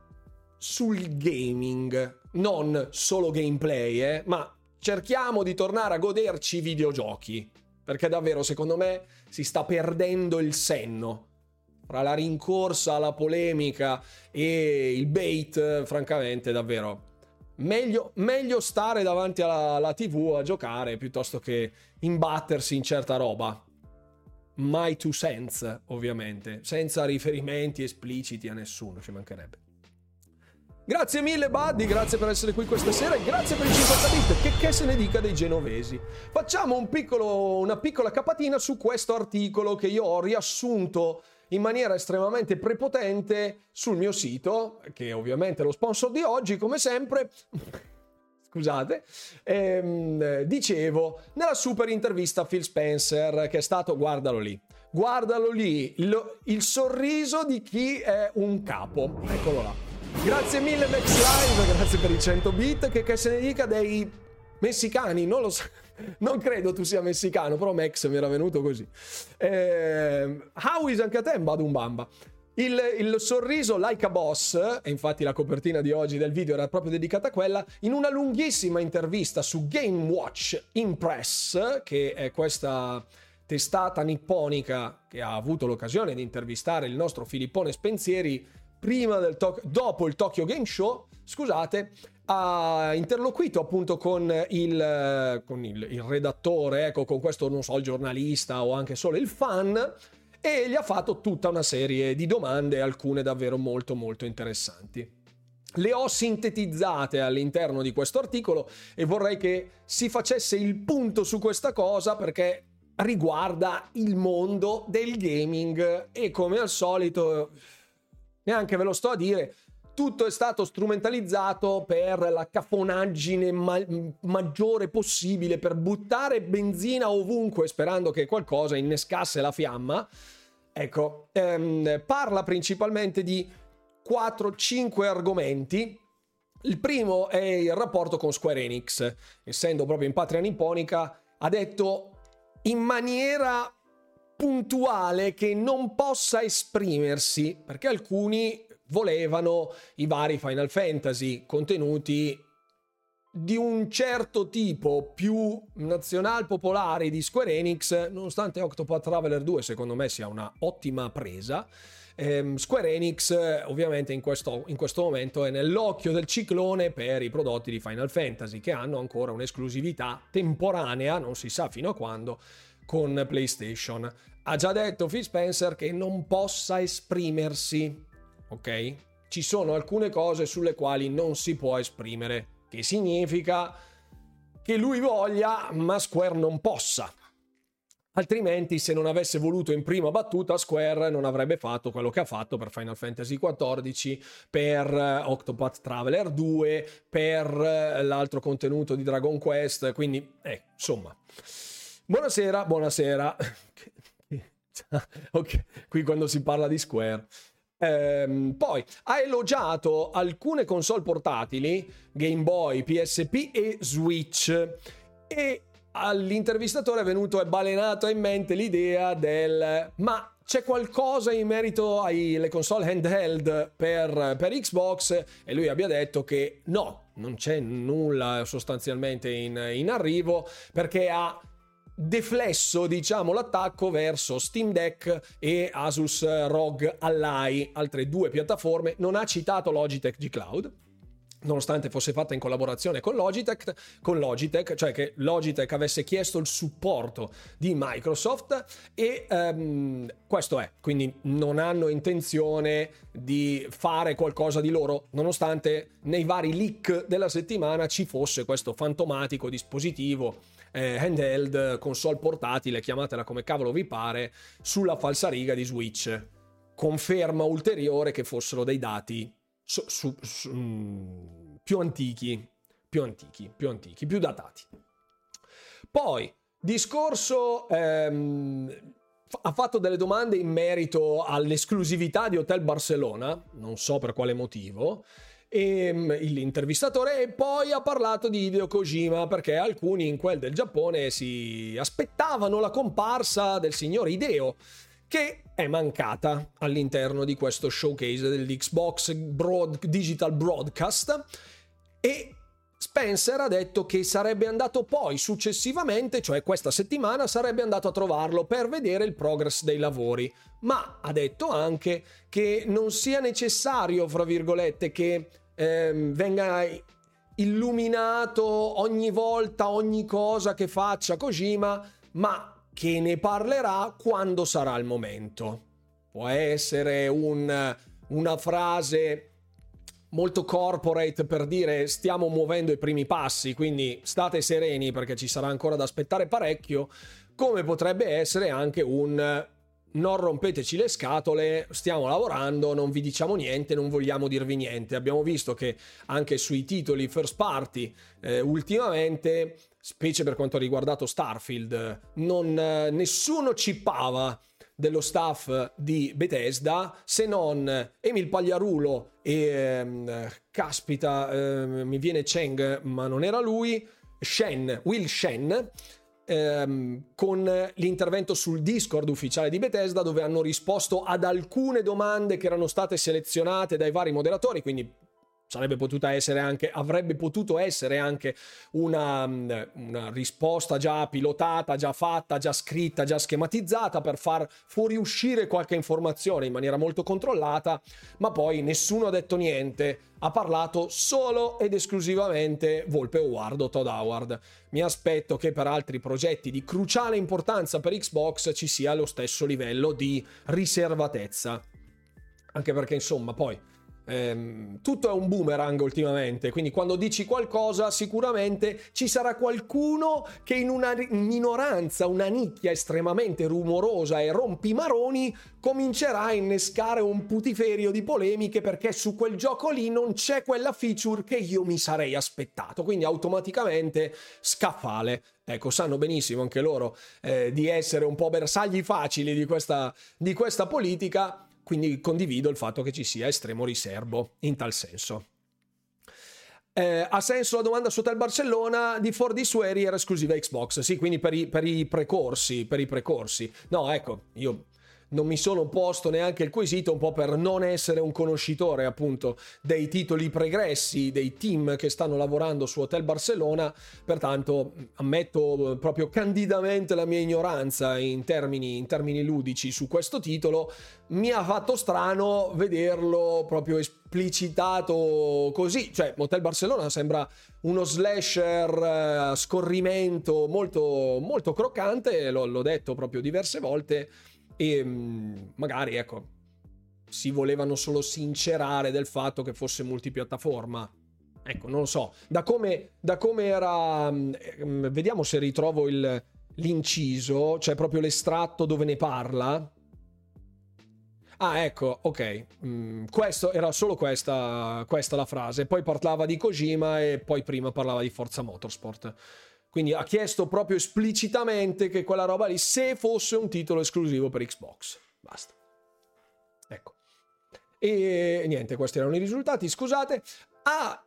sul gaming, non solo gameplay, eh, ma cerchiamo di tornare a goderci i videogiochi, perché davvero, secondo me, si sta perdendo il senno. Fra la rincorsa, la polemica e il bait, francamente, davvero Meglio, meglio stare davanti alla, alla tivù a giocare piuttosto che imbattersi in certa roba. My two cents, ovviamente, senza riferimenti espliciti a nessuno, ci mancherebbe. Grazie mille Buddy, grazie per essere qui questa sera e grazie per i cinquanta bit, che, che se ne dica dei genovesi. Facciamo un piccolo, una piccola capatina su questo articolo che io ho riassunto in maniera estremamente prepotente sul mio sito, che ovviamente è lo sponsor di oggi, come sempre. Scusate. Ehm, dicevo, nella super intervista a Phil Spencer, che è stato, guardalo lì, guardalo lì, il, il sorriso di chi è un capo. Eccolo là. Grazie mille Max Live, grazie per i cento bit, che, che se ne dica dei messicani, non lo so. Non credo tu sia messicano, però Max mi era venuto così. Eh, Howie, anche a te, Badumbamba. Il, il sorriso like a boss, e infatti la copertina di oggi del video era proprio dedicata a quella, in una lunghissima intervista su Game Watch Impress, che è questa testata nipponica che ha avuto l'occasione di intervistare il nostro Filippone Spensieri prima del to- dopo il Tokyo Game Show, scusate, ha interloquito appunto con il, con il, il redattore, ecco, con questo, non so, il giornalista o anche solo il fan, e gli ha fatto tutta una serie di domande, alcune davvero molto molto interessanti. Le ho sintetizzate all'interno di questo articolo e vorrei che si facesse il punto su questa cosa, perché riguarda il mondo del gaming e, come al solito, neanche ve lo sto a dire, tutto è stato strumentalizzato per la cafonaggine ma- maggiore possibile, per buttare benzina ovunque sperando che qualcosa innescasse la fiamma. Ecco, ehm, parla principalmente di quattro cinque argomenti. Il primo è il rapporto con Square Enix. Essendo proprio in patria nipponica, ha detto in maniera puntuale che non possa esprimersi, perché alcuni volevano i vari Final Fantasy contenuti di un certo tipo più nazional popolari di Square Enix, nonostante Octopath Traveler due secondo me sia una ottima presa. ehm, Square Enix ovviamente in questo, in questo momento è nell'occhio del ciclone per i prodotti di Final Fantasy, che hanno ancora un'esclusività temporanea, non si sa fino a quando, con PlayStation. Ha già detto Phil Spencer che non possa esprimersi, ok? Ci sono alcune cose sulle quali non si può esprimere, che significa che lui voglia ma Square non possa. Altrimenti, se non avesse voluto in prima battuta, Square non avrebbe fatto quello che ha fatto per Final Fantasy quattordici, per Octopath Traveler due, per l'altro contenuto di Dragon Quest. Quindi, eh, insomma. Buonasera, buonasera. Ok, qui quando si parla di Square. Ehm, poi ha elogiato alcune console portatili, Game Boy, P S P e Switch, e all'intervistatore è venuto e balenato in mente l'idea del ma c'è qualcosa in merito alle console handheld per, per Xbox, e lui abbia detto che no, non c'è nulla sostanzialmente in, in arrivo, perché ha deflesso, diciamo, l'attacco verso Steam Deck e Asus R O G Ally, altre due piattaforme. Non ha citato Logitech G Cloud, nonostante fosse fatta in collaborazione con Logitech, con Logitech, cioè che Logitech avesse chiesto il supporto di Microsoft, e um, questo è, quindi non hanno intenzione di fare qualcosa di loro, nonostante nei vari leak della settimana ci fosse questo fantomatico dispositivo eh, handheld, console portatile, chiamatela come cavolo vi pare, sulla falsariga di Switch. Conferma ulteriore che fossero dei dati Su, su, su, mm, più antichi, più antichi, più antichi, più datati. Poi, discorso, ehm, ha fatto delle domande in merito all'esclusività di Hotel Barcelona, non so per quale motivo, e, l'intervistatore, e poi ha parlato di Hideo Kojima, perché alcuni in quel del Giappone si aspettavano la comparsa del signor Hideo, che è mancata all'interno di questo showcase dell'Xbox Broad, Digital Broadcast, e Spencer ha detto che sarebbe andato poi successivamente, cioè questa settimana, sarebbe andato a trovarlo per vedere il progress dei lavori, ma ha detto anche che non sia necessario, fra virgolette, che ehm, venga illuminato ogni volta ogni cosa che faccia Kojima, ma che ne parlerà quando sarà il momento. Può essere un, una frase molto corporate per dire stiamo muovendo i primi passi, quindi state sereni perché ci sarà ancora da aspettare parecchio, come potrebbe essere anche un non rompeteci le scatole, stiamo lavorando, non vi diciamo niente, non vogliamo dirvi niente. Abbiamo visto che anche sui titoli first party eh, ultimamente, specie per quanto ha riguardato Starfield, non, eh, nessuno cippava dello staff di Bethesda, se non Emil Pagliarulo e ehm, caspita, eh, mi viene Cheng, ma non era lui, Shen, Will Shen, ehm, con l'intervento sul Discord ufficiale di Bethesda, dove hanno risposto ad alcune domande che erano state selezionate dai vari moderatori, quindi sarebbe potuta essere anche, avrebbe potuto essere anche una, una risposta già pilotata, già fatta, già scritta, già schematizzata per far fuoriuscire qualche informazione in maniera molto controllata, ma poi nessuno ha detto niente, ha parlato solo ed esclusivamente Volpe Howard o Todd Howard. Mi aspetto che per altri progetti di cruciale importanza per Xbox ci sia lo stesso livello di riservatezza, anche perché insomma poi Ehm, tutto è un boomerang ultimamente, quindi quando dici qualcosa sicuramente ci sarà qualcuno che in una minoranza, una nicchia estremamente rumorosa e rompimaroni, comincerà a innescare un putiferio di polemiche perché su quel gioco lì non c'è quella feature che io mi sarei aspettato, quindi automaticamente scaffale. Ecco, sanno benissimo anche loro eh, di essere un po' bersagli facili di questa, di questa politica. Quindi condivido il fatto che ci sia estremo riservo in tal senso. Eh, ha senso la domanda su Hotel Barcellona? Di For This Way era esclusiva Xbox, sì, quindi per i, per i precorsi, per i precorsi. No, ecco, io non mi sono posto neanche il quesito, un po' per non essere un conoscitore appunto dei titoli pregressi, dei team che stanno lavorando su Hotel Barcellona, pertanto ammetto proprio candidamente la mia ignoranza in termini, in termini ludici su questo titolo. Mi ha fatto strano vederlo proprio esplicitato così, cioè Hotel Barcellona sembra uno slasher a scorrimento molto, molto croccante, l'ho, l'ho detto proprio diverse volte, e magari ecco si volevano solo sincerare del fatto che fosse multipiattaforma, ecco, non lo so, da come, da come era, vediamo se ritrovo il, l'inciso, cioè proprio l'estratto dove ne parla. Ah, ecco, ok. Mm, questo era solo questa, questa la frase. Poi parlava di Kojima e poi prima parlava di Forza Motorsport. Quindi ha chiesto proprio esplicitamente che quella roba lì, se fosse un titolo esclusivo per Xbox. Basta. Ecco. E niente, questi erano i risultati. Scusate. Ha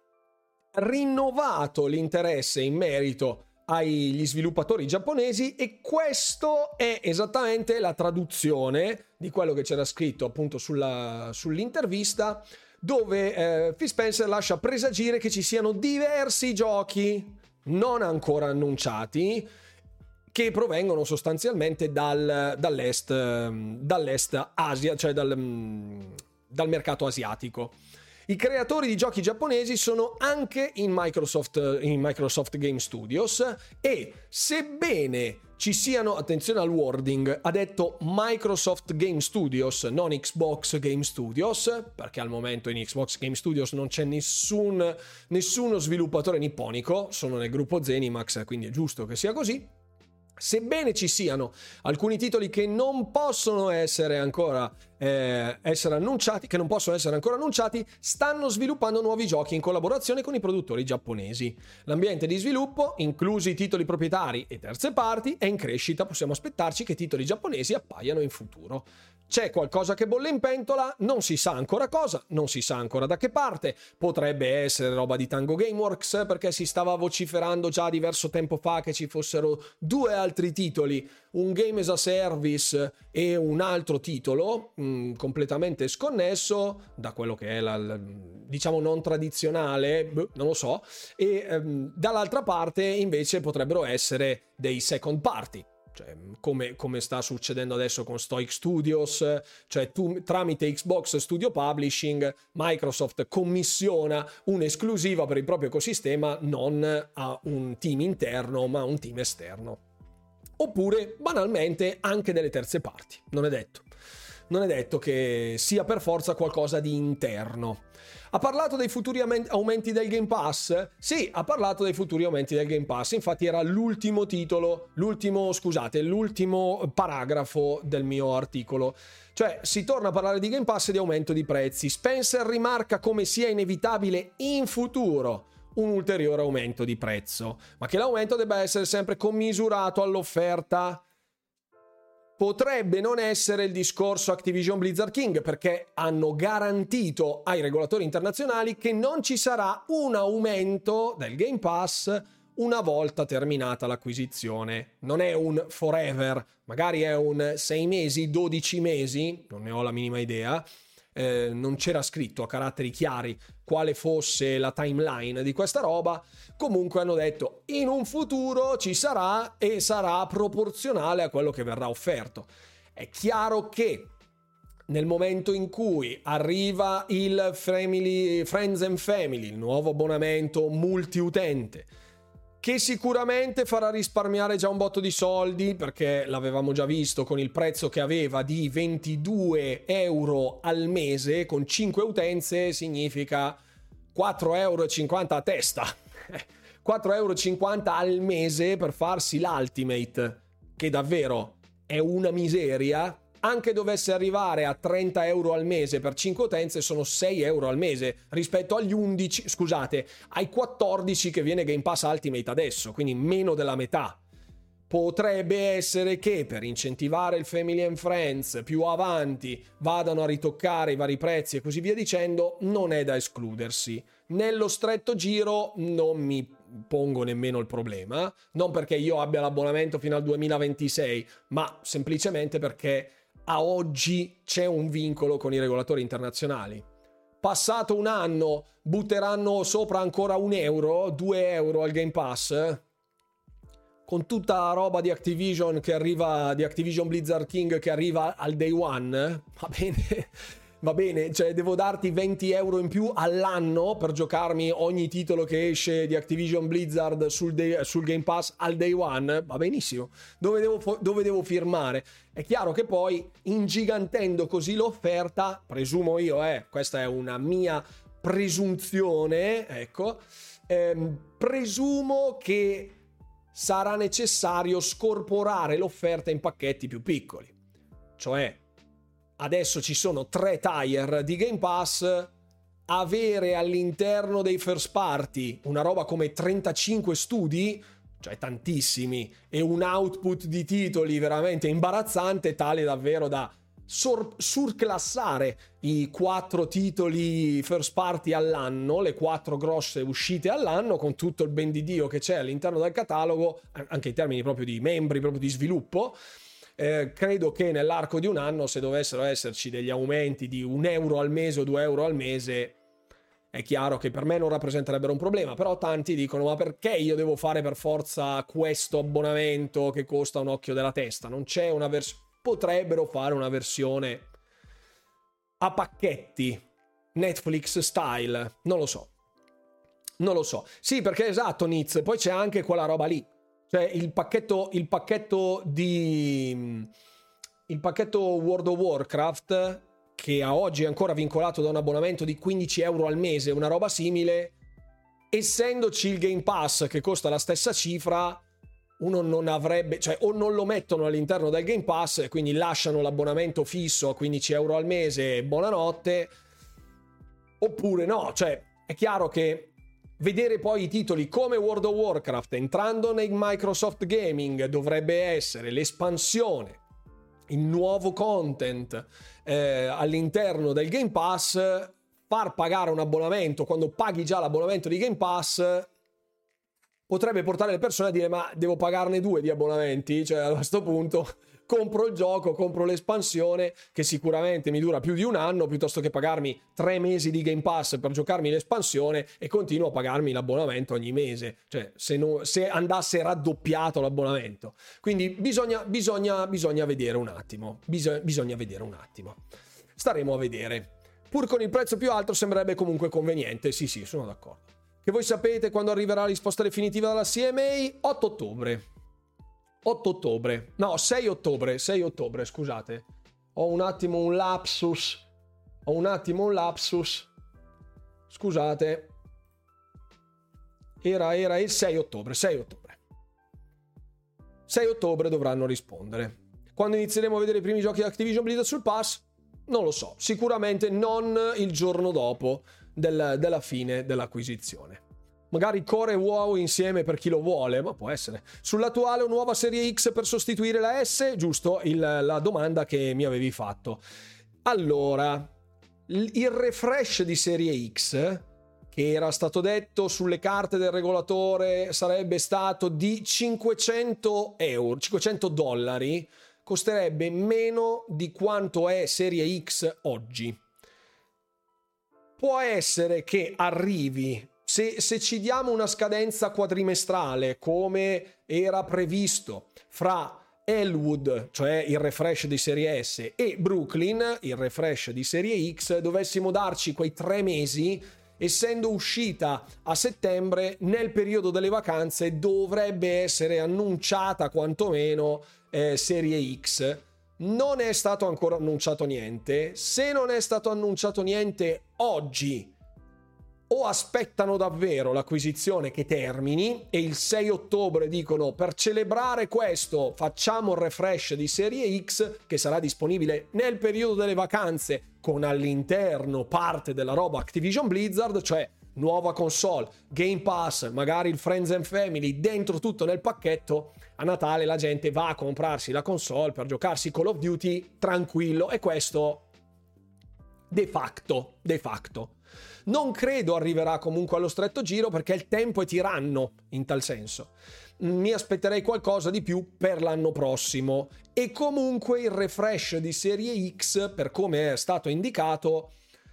rinnovato l'interesse in merito agli sviluppatori giapponesi, e questo è esattamente la traduzione di quello che c'era scritto appunto sulla, sull'intervista, dove eh, Phil Spencer lascia presagire che ci siano diversi giochi non ancora annunciati che provengono sostanzialmente dal, dall'est, dall'est Asia, cioè dal, dal mercato asiatico. I creatori di giochi giapponesi sono anche in Microsoft, in Microsoft Game Studios, e sebbene ci siano, attenzione al wording, ha detto Microsoft Game Studios, non Xbox Game Studios, perché al momento in Xbox Game Studios non c'è nessun, nessuno sviluppatore nipponico, sono nel gruppo Zenimax, quindi è giusto che sia così. Sebbene ci siano alcuni titoli che non possono essere ancora eh, essere annunciati, che non possono essere ancora annunciati, stanno sviluppando nuovi giochi in collaborazione con i produttori giapponesi. L'ambiente di sviluppo, inclusi i titoli proprietari e terze parti, è in crescita. Possiamo aspettarci che titoli giapponesi appaiano in futuro. C'è qualcosa che bolle in pentola, non si sa ancora cosa, non si sa ancora da che parte. Potrebbe essere roba di Tango Gameworks, perché si stava vociferando già diverso tempo fa che ci fossero due altri titoli, un game as a service e un altro titolo mh, completamente sconnesso da quello che è la, la diciamo non tradizionale, beh, non lo so, e ehm, dall'altra parte invece potrebbero essere dei second party. Cioè, come, come sta succedendo adesso con Stoic Studios, cioè tu tramite Xbox Studio Publishing Microsoft commissiona un'esclusiva per il proprio ecosistema non a un team interno ma a un team esterno, oppure banalmente anche delle terze parti. Non è detto non è detto che sia per forza qualcosa di interno. Ha parlato dei futuri aumenti del Game Pass? Sì, ha parlato dei futuri aumenti del Game Pass. Infatti era l'ultimo titolo, l'ultimo, scusate, l'ultimo paragrafo del mio articolo. Cioè, si torna a parlare di Game Pass e di aumento di prezzi. Spencer rimarca come sia inevitabile in futuro un ulteriore aumento di prezzo, ma che l'aumento debba essere sempre commisurato all'offerta. Potrebbe non essere il discorso Activision Blizzard King, perché hanno garantito ai regolatori internazionali che non ci sarà un aumento del Game Pass una volta terminata l'acquisizione. Non è un forever, magari è un sei mesi, dodici mesi, non ne ho la minima idea. Eh, non c'era scritto a caratteri chiari quale fosse la timeline di questa roba. Comunque hanno detto in un futuro ci sarà e sarà proporzionale a quello che verrà offerto. È chiaro che nel momento in cui arriva il Family, Friends and Family, il nuovo abbonamento multiutente, che sicuramente farà risparmiare già un botto di soldi, perché l'avevamo già visto con il prezzo che aveva di ventidue euro al mese, con cinque utenze significa quattro euro e cinquanta a testa. quattro euro e cinquanta al mese per farsi l'Ultimate, che davvero è una miseria. Anche dovesse arrivare a trenta euro al mese per cinque utenze, sono sei euro al mese rispetto agli undici, scusate, ai quattordici che viene Game Pass Ultimate adesso, quindi meno della metà. Potrebbe essere che per incentivare il Family and Friends più avanti vadano a ritoccare i vari prezzi e così via dicendo, non è da escludersi. Nello stretto giro non mi pongo nemmeno il problema, non perché io abbia l'abbonamento fino al duemilaventisei, ma semplicemente perché a oggi c'è un vincolo con i regolatori internazionali. Passato un anno butteranno sopra ancora un euro, due euro al Game Pass, con tutta la roba di Activision che arriva, di Activision Blizzard King che arriva al day one. Va bene, va bene, cioè devo darti venti euro in più all'anno per giocarmi ogni titolo che esce di Activision Blizzard sul, day, sul Game Pass al day one, va benissimo. Dove devo, dove devo firmare? È chiaro che poi, ingigantendo così l'offerta, presumo io, eh, questa è una mia presunzione, ecco, ehm, presumo che sarà necessario scorporare l'offerta in pacchetti più piccoli. Cioè, adesso ci sono tre tier di Game Pass, avere all'interno dei first party una roba come trentacinque studi, cioè tantissimi, e un output di titoli veramente imbarazzante, tale davvero da Sur- surclassare i quattro titoli first party all'anno, le quattro grosse uscite all'anno, con tutto il ben di Dio che c'è all'interno del catalogo, anche in termini proprio di membri, proprio di sviluppo. Eh, credo che nell'arco di un anno, se dovessero esserci degli aumenti di un euro al mese o due euro al mese, è chiaro che per me non rappresenterebbero un problema, però tanti dicono: ma perché io devo fare per forza questo abbonamento che costa un occhio della testa? Non c'è una versione. Potrebbero fare una versione a pacchetti Netflix style, non lo so, non lo so. Sì, perché esatto, Niz, poi c'è anche quella roba lì, cioè il pacchetto, il pacchetto di il pacchetto World of Warcraft, che a oggi è ancora vincolato da un abbonamento di quindici euro al mese, una roba simile, essendoci il Game Pass che costa la stessa cifra, uno non avrebbe, cioè o non lo mettono all'interno del Game Pass e quindi lasciano l'abbonamento fisso a quindici euro al mese e buonanotte, oppure no. Cioè è chiaro che vedere poi i titoli come World of Warcraft entrando nei Microsoft Gaming dovrebbe essere l'espansione, il nuovo content eh, all'interno del Game Pass. Far pagare un abbonamento quando paghi già l'abbonamento di Game Pass potrebbe portare le persone a dire: ma devo pagarne due di abbonamenti? Cioè a questo punto compro il gioco, compro l'espansione che sicuramente mi dura più di un anno, piuttosto che pagarmi tre mesi di Game Pass per giocarmi l'espansione e continuo a pagarmi l'abbonamento ogni mese. Cioè se, no, se andasse raddoppiato l'abbonamento. Quindi bisogna, bisogna, bisogna vedere un attimo, bisogna, bisogna vedere un attimo. Staremo a vedere. Pur con il prezzo più alto sembrerebbe comunque conveniente. Sì, sì, sono d'accordo. Che voi sapete quando arriverà la risposta definitiva dalla C M A? otto ottobre. otto ottobre. No, sei ottobre. sei ottobre, scusate. Ho un attimo un lapsus. Ho un attimo un lapsus. Scusate. Era, era il sei ottobre. sei ottobre. sei ottobre dovranno rispondere. Quando inizieremo a vedere i primi giochi di Activision Blizzard sul pass? Non lo so. Sicuramente non il giorno dopo Del, della fine dell'acquisizione. Magari Core e WoW insieme per chi lo vuole, ma può essere. Sull'attuale o nuova serie X per sostituire la S? Giusto, il, la domanda che mi avevi fatto. Allora, il refresh di serie X, che era stato detto sulle carte del regolatore sarebbe stato di cinquecento euro, cinquecento dollari, costerebbe meno di quanto è serie X oggi. Può essere che arrivi, se, se ci diamo una scadenza quadrimestrale come era previsto fra Elwood, cioè il refresh di serie S, e Brooklyn, il refresh di serie X, dovessimo darci quei tre mesi, essendo uscita a settembre, nel periodo delle vacanze dovrebbe essere annunciata quantomeno eh, serie X. Non è stato ancora annunciato niente. Se non è stato annunciato niente oggi, o aspettano davvero l'acquisizione che termini e il sei ottobre dicono: per celebrare questo facciamo il refresh di serie X, che sarà disponibile nel periodo delle vacanze con all'interno parte della roba Activision Blizzard, cioè nuova console, Game Pass, magari il Friends and Family, dentro tutto nel pacchetto. A Natale la gente va a comprarsi la console per giocarsi Call of Duty tranquillo, e questo de facto, de facto. Non credo arriverà comunque allo stretto giro, perché il tempo è tiranno in tal senso. Mi aspetterei qualcosa di più per l'anno prossimo, e comunque il refresh di serie X, per come è stato indicato,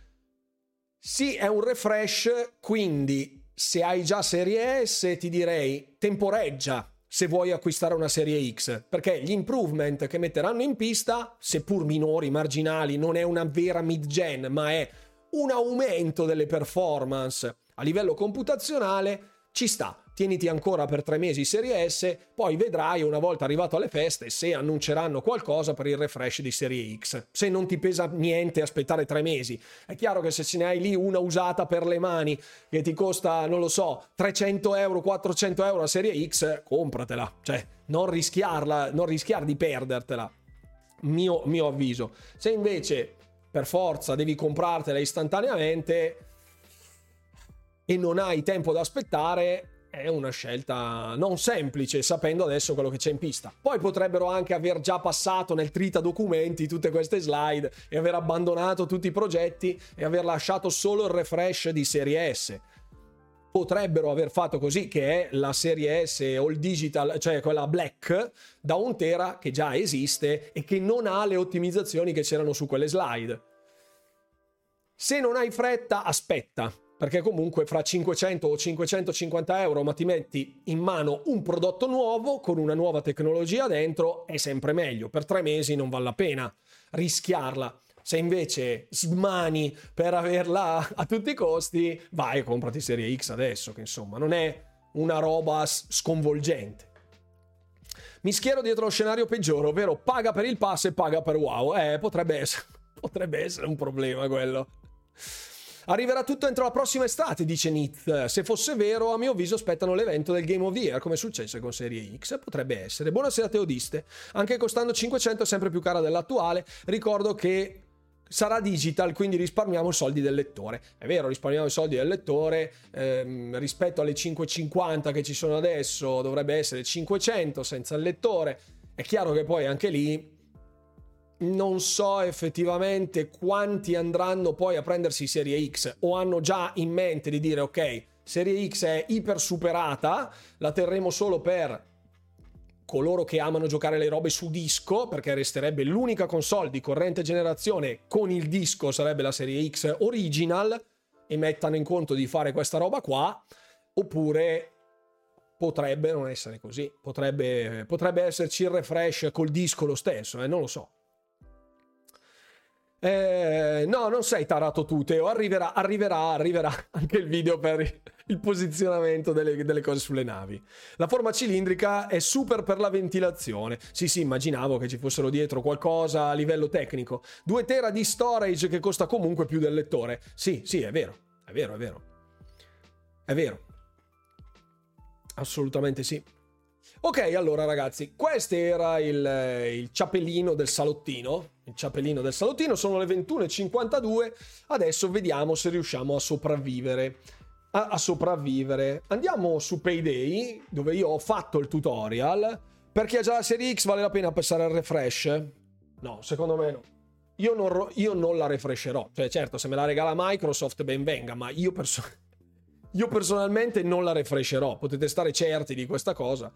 sì, è un refresh, quindi se hai già serie S ti direi temporeggia se vuoi acquistare una serie X, perché gli improvement che metteranno in pista, seppur minori, marginali, non è una vera mid-gen, ma è un aumento delle performance a livello computazionale, ci sta. tieniti ancora per tre mesi Serie S, poi vedrai una volta arrivato alle feste se annunceranno qualcosa per il refresh di Serie X. Se non ti pesa niente aspettare tre mesi. È chiaro che se ce ne hai lì una usata per le mani che ti costa, non lo so, trecento euro, quattrocento euro a Serie X, compratela. Cioè, non rischiarla, non rischiare di perdertela. Mio, mio avviso. Se invece per forza devi comprartela istantaneamente e non hai tempo da aspettare, è una scelta non semplice, sapendo adesso quello che c'è in pista. Poi potrebbero anche aver già passato nel trita documenti tutte queste slide e aver abbandonato tutti i progetti e aver lasciato solo il refresh di Serie S. Potrebbero aver fatto così, che è la Serie S All Digital, cioè quella Black da un tera che già esiste e che non ha le ottimizzazioni che c'erano su quelle slide. Se non hai fretta, aspetta, perché comunque fra cinquecento o cinquecentocinquanta euro, ma ti metti in mano un prodotto nuovo con una nuova tecnologia dentro, è sempre meglio. Per tre mesi non vale la pena rischiarla. Se invece smani per averla a tutti i costi, vai e comprati Serie X adesso, che insomma non è una roba sconvolgente. Mi schiero dietro lo scenario peggiore, ovvero paga per il pass e paga per WoW. Eh, potrebbe essere, potrebbe essere un problema quello. Arriverà tutto entro la prossima estate, dice Nith. Se fosse vero, a mio avviso aspettano l'evento del Game of the Year, come è successo con Serie X. Potrebbe essere. Buonasera teodiste. Anche costando cinquecento è sempre più cara dell'attuale. Ricordo che sarà digital, quindi risparmiamo i soldi del lettore. È vero, risparmiamo i soldi del lettore. Ehm, rispetto alle cinquecentocinquanta che ci sono adesso, dovrebbe essere cinquecento senza il lettore. È chiaro che poi anche lì non so effettivamente quanti andranno poi a prendersi Serie X o hanno già in mente di dire ok, Serie X è iper superata, la terremo solo per coloro che amano giocare le robe su disco, perché resterebbe l'unica console di corrente generazione con il disco, sarebbe la Serie X original, e mettano in conto di fare questa roba qua. Oppure potrebbe non essere così, potrebbe, potrebbe esserci il refresh col disco lo stesso, eh, non lo so. Eh, no, non sei tarato tu, Teo. Arriverà, arriverà, arriverà anche il video per il posizionamento delle, delle cose sulle navi. La forma cilindrica è super per la ventilazione. Sì, sì, immaginavo che ci fossero dietro qualcosa a livello tecnico. due tera di storage che costa comunque più del lettore. Sì, sì, è vero, è vero, è vero. È vero. Assolutamente sì. Ok, allora ragazzi, questo era il, il ciapellino del salottino. Il ciapellino del salottino, sono le ventuno e cinquantadue. Adesso vediamo se riusciamo a sopravvivere. A, a sopravvivere. Andiamo su Payday, dove io ho fatto il tutorial. Per chi ha già la Serie X vale la pena passare al refresh? No, secondo me no. Io non, io non la refresherò. Cioè, certo, se me la regala Microsoft ben venga, ma io, perso- io personalmente non la refresherò. Potete stare certi di questa cosa.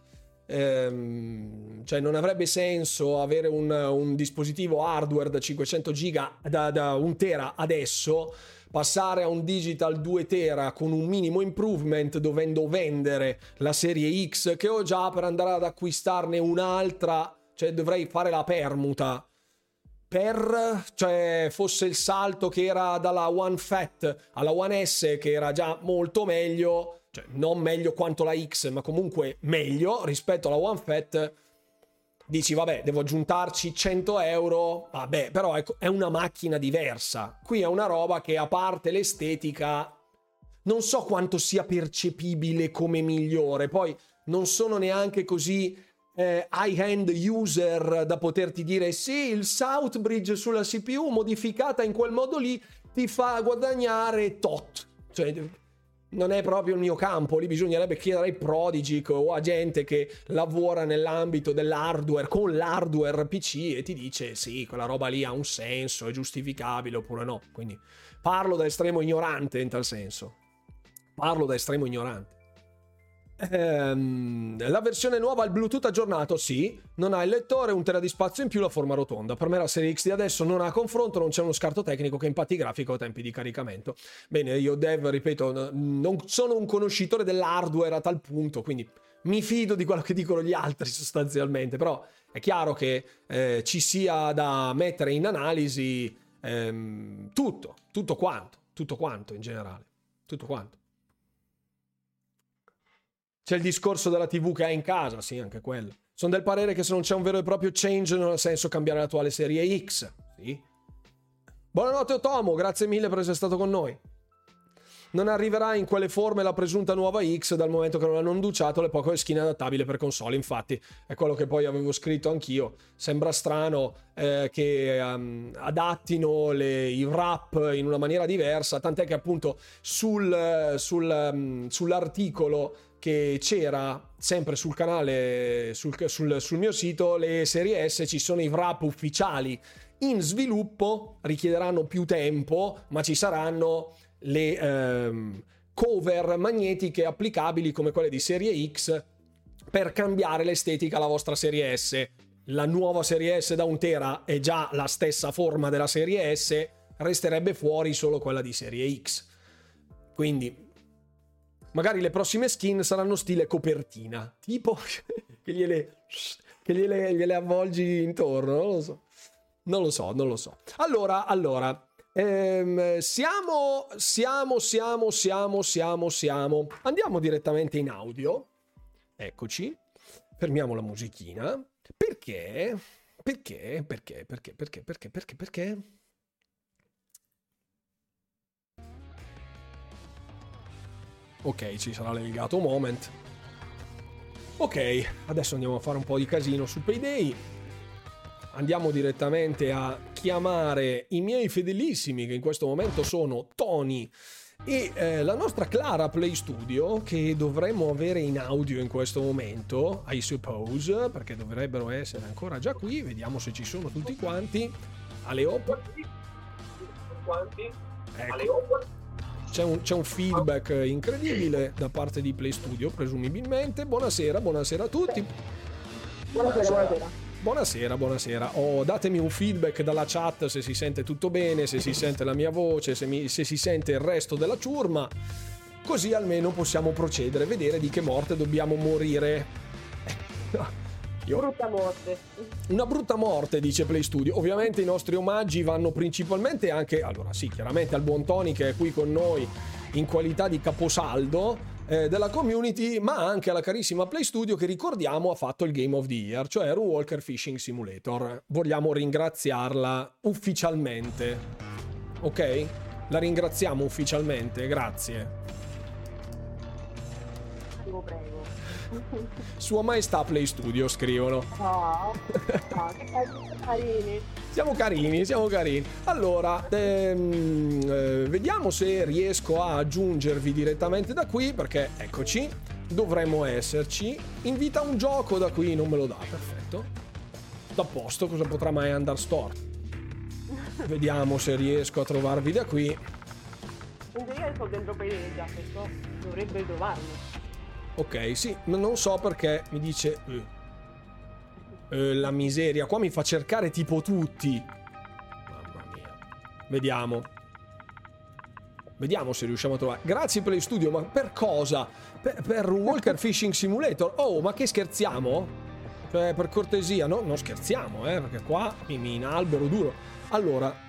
Ehm, cioè non avrebbe senso avere un, un dispositivo hardware da cinquecento giga da, da un tera adesso, passare a un digital due tera con un minimo improvement, dovendo vendere la serie X che ho già per andare ad acquistarne un'altra. Cioè dovrei fare la permuta per, cioè fosse il salto che era dalla One Fat alla One S, che era già molto meglio. Cioè, non meglio quanto la X, ma comunque meglio rispetto alla One Fat. Dici, vabbè, devo aggiuntarci cento euro. Vabbè, però ecco, è una macchina diversa. Qui è una roba che, a parte l'estetica, non so quanto sia percepibile come migliore. Poi non sono neanche così eh, high-end user da poterti dire sì, il Southbridge sulla C P U modificata in quel modo lì ti fa guadagnare tot. Cioè, non è proprio il mio campo. Lì bisognerebbe chiedere ai Prodigy o a gente che lavora nell'ambito dell'hardware con l'hardware P C e ti dice sì, quella roba lì ha un senso, è giustificabile oppure no. Quindi parlo da estremo ignorante in tal senso. Parlo da estremo ignorante. Ehm, la versione nuova al Bluetooth aggiornato, sì, non ha il lettore, un tera di spazio in più, la forma rotonda. Per me la serie X di adesso non ha confronto, non c'è uno scarto tecnico che impatti grafico o tempi di caricamento. Bene, io dev, ripeto, non sono un conoscitore dell'hardware a tal punto, quindi mi fido di quello che dicono gli altri sostanzialmente, però è chiaro che eh, ci sia da mettere in analisi ehm, tutto, tutto quanto, tutto quanto in generale, tutto quanto. C'è il discorso della tivù che hai in casa, sì, anche quello. Sono del parere che se non c'è un vero e proprio change non ha senso cambiare l'attuale serie X. Sì. Buonanotte Otomo, grazie mille per essere stato con noi. Non arriverà in quelle forme la presunta nuova X dal momento che non hanno annunciato le poche skin adattabili per console. Infatti è quello che poi avevo scritto anch'io. Sembra strano eh, che um, adattino le, i wrap in una maniera diversa, tant'è che appunto sul, sul, um, sull'articolo che c'era sempre sul canale, sul, sul, sul mio sito, le serie S, ci sono i wrap ufficiali in sviluppo, richiederanno più tempo, ma ci saranno le ehm, cover magnetiche applicabili come quelle di serie X per cambiare l'estetica alla vostra serie S. La nuova serie S da un tera è già la stessa forma della serie S, resterebbe fuori solo quella di serie X. Quindi magari le prossime skin saranno stile copertina, tipo che gliele, che gliele, gliele avvolgi intorno, non lo so. Non lo so, non lo so. Allora, allora, ehm, siamo, siamo, siamo, siamo, siamo, siamo. Andiamo direttamente in audio. Eccoci. Fermiamo la musichina. Perché? Perché? Perché? Perché? Perché? Perché? Perché? Perché? Ok, ci sarà l'Elgato Moment. Ok, adesso andiamo a fare un po' di casino su Payday. Andiamo direttamente a chiamare i miei fedelissimi, che in questo momento sono Tony e eh, la nostra Clara Play Studio, che dovremmo avere in audio in questo momento, I suppose, perché dovrebbero essere ancora già qui. Vediamo se ci sono tutti quanti. Aleop. Ecco. C'è un, c'è un feedback incredibile da parte di Play Studio, presumibilmente. Buonasera, buonasera a tutti. Buonasera, buonasera. Buonasera, buonasera. Oh, datemi un feedback dalla chat se si sente tutto bene, se si sente la mia voce, se, mi, se si sente il resto della ciurma. Così almeno possiamo procedere, vedere di che morte dobbiamo morire. Io... Brutta morte. Una brutta morte, dice Play Studio. Ovviamente i nostri omaggi vanno principalmente anche, allora sì, chiaramente al buon Tony che è qui con noi in qualità di caposaldo eh, della community, ma anche alla carissima Play Studio che, ricordiamo, ha fatto il Game of the Year, cioè RuneWalker Fishing Simulator. Vogliamo ringraziarla ufficialmente. Ok? La ringraziamo ufficialmente, grazie. Prego, prego. Sua Maestà Play Studio, scrivono. Oh, oh, che carini. Siamo carini, siamo carini. Allora, ehm, eh, vediamo se riesco a aggiungervi direttamente da qui, perché eccoci, dovremmo esserci. Invita un gioco da qui, non me lo dà, perfetto. Da posto, cosa potrà mai andare storto? Vediamo se riesco a trovarvi da qui. In teoria sto dentro Payday già, questo dovrebbe trovarlo. Ok, sì, ma non so perché mi dice eh, eh, la miseria. Qua mi fa cercare tipo tutti. Mamma mia. Vediamo. Vediamo se riusciamo a trovare. Grazie Play Studio, ma per cosa? Per, per Walker Fishing Simulator? Oh, ma che scherziamo? Cioè, per cortesia, no? Non scherziamo, eh, perché qua mi, mi inalbero duro. Allora...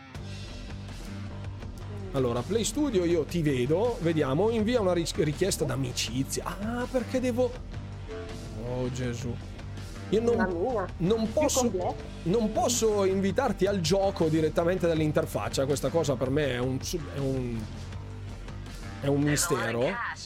Allora, Play Studio, io ti vedo, vediamo, invia una richiesta d'amicizia. Ah, perché devo... Oh Gesù. Io non, non, posso, non posso invitarti al gioco direttamente dall'interfaccia, questa cosa per me è un... È un, è un mistero.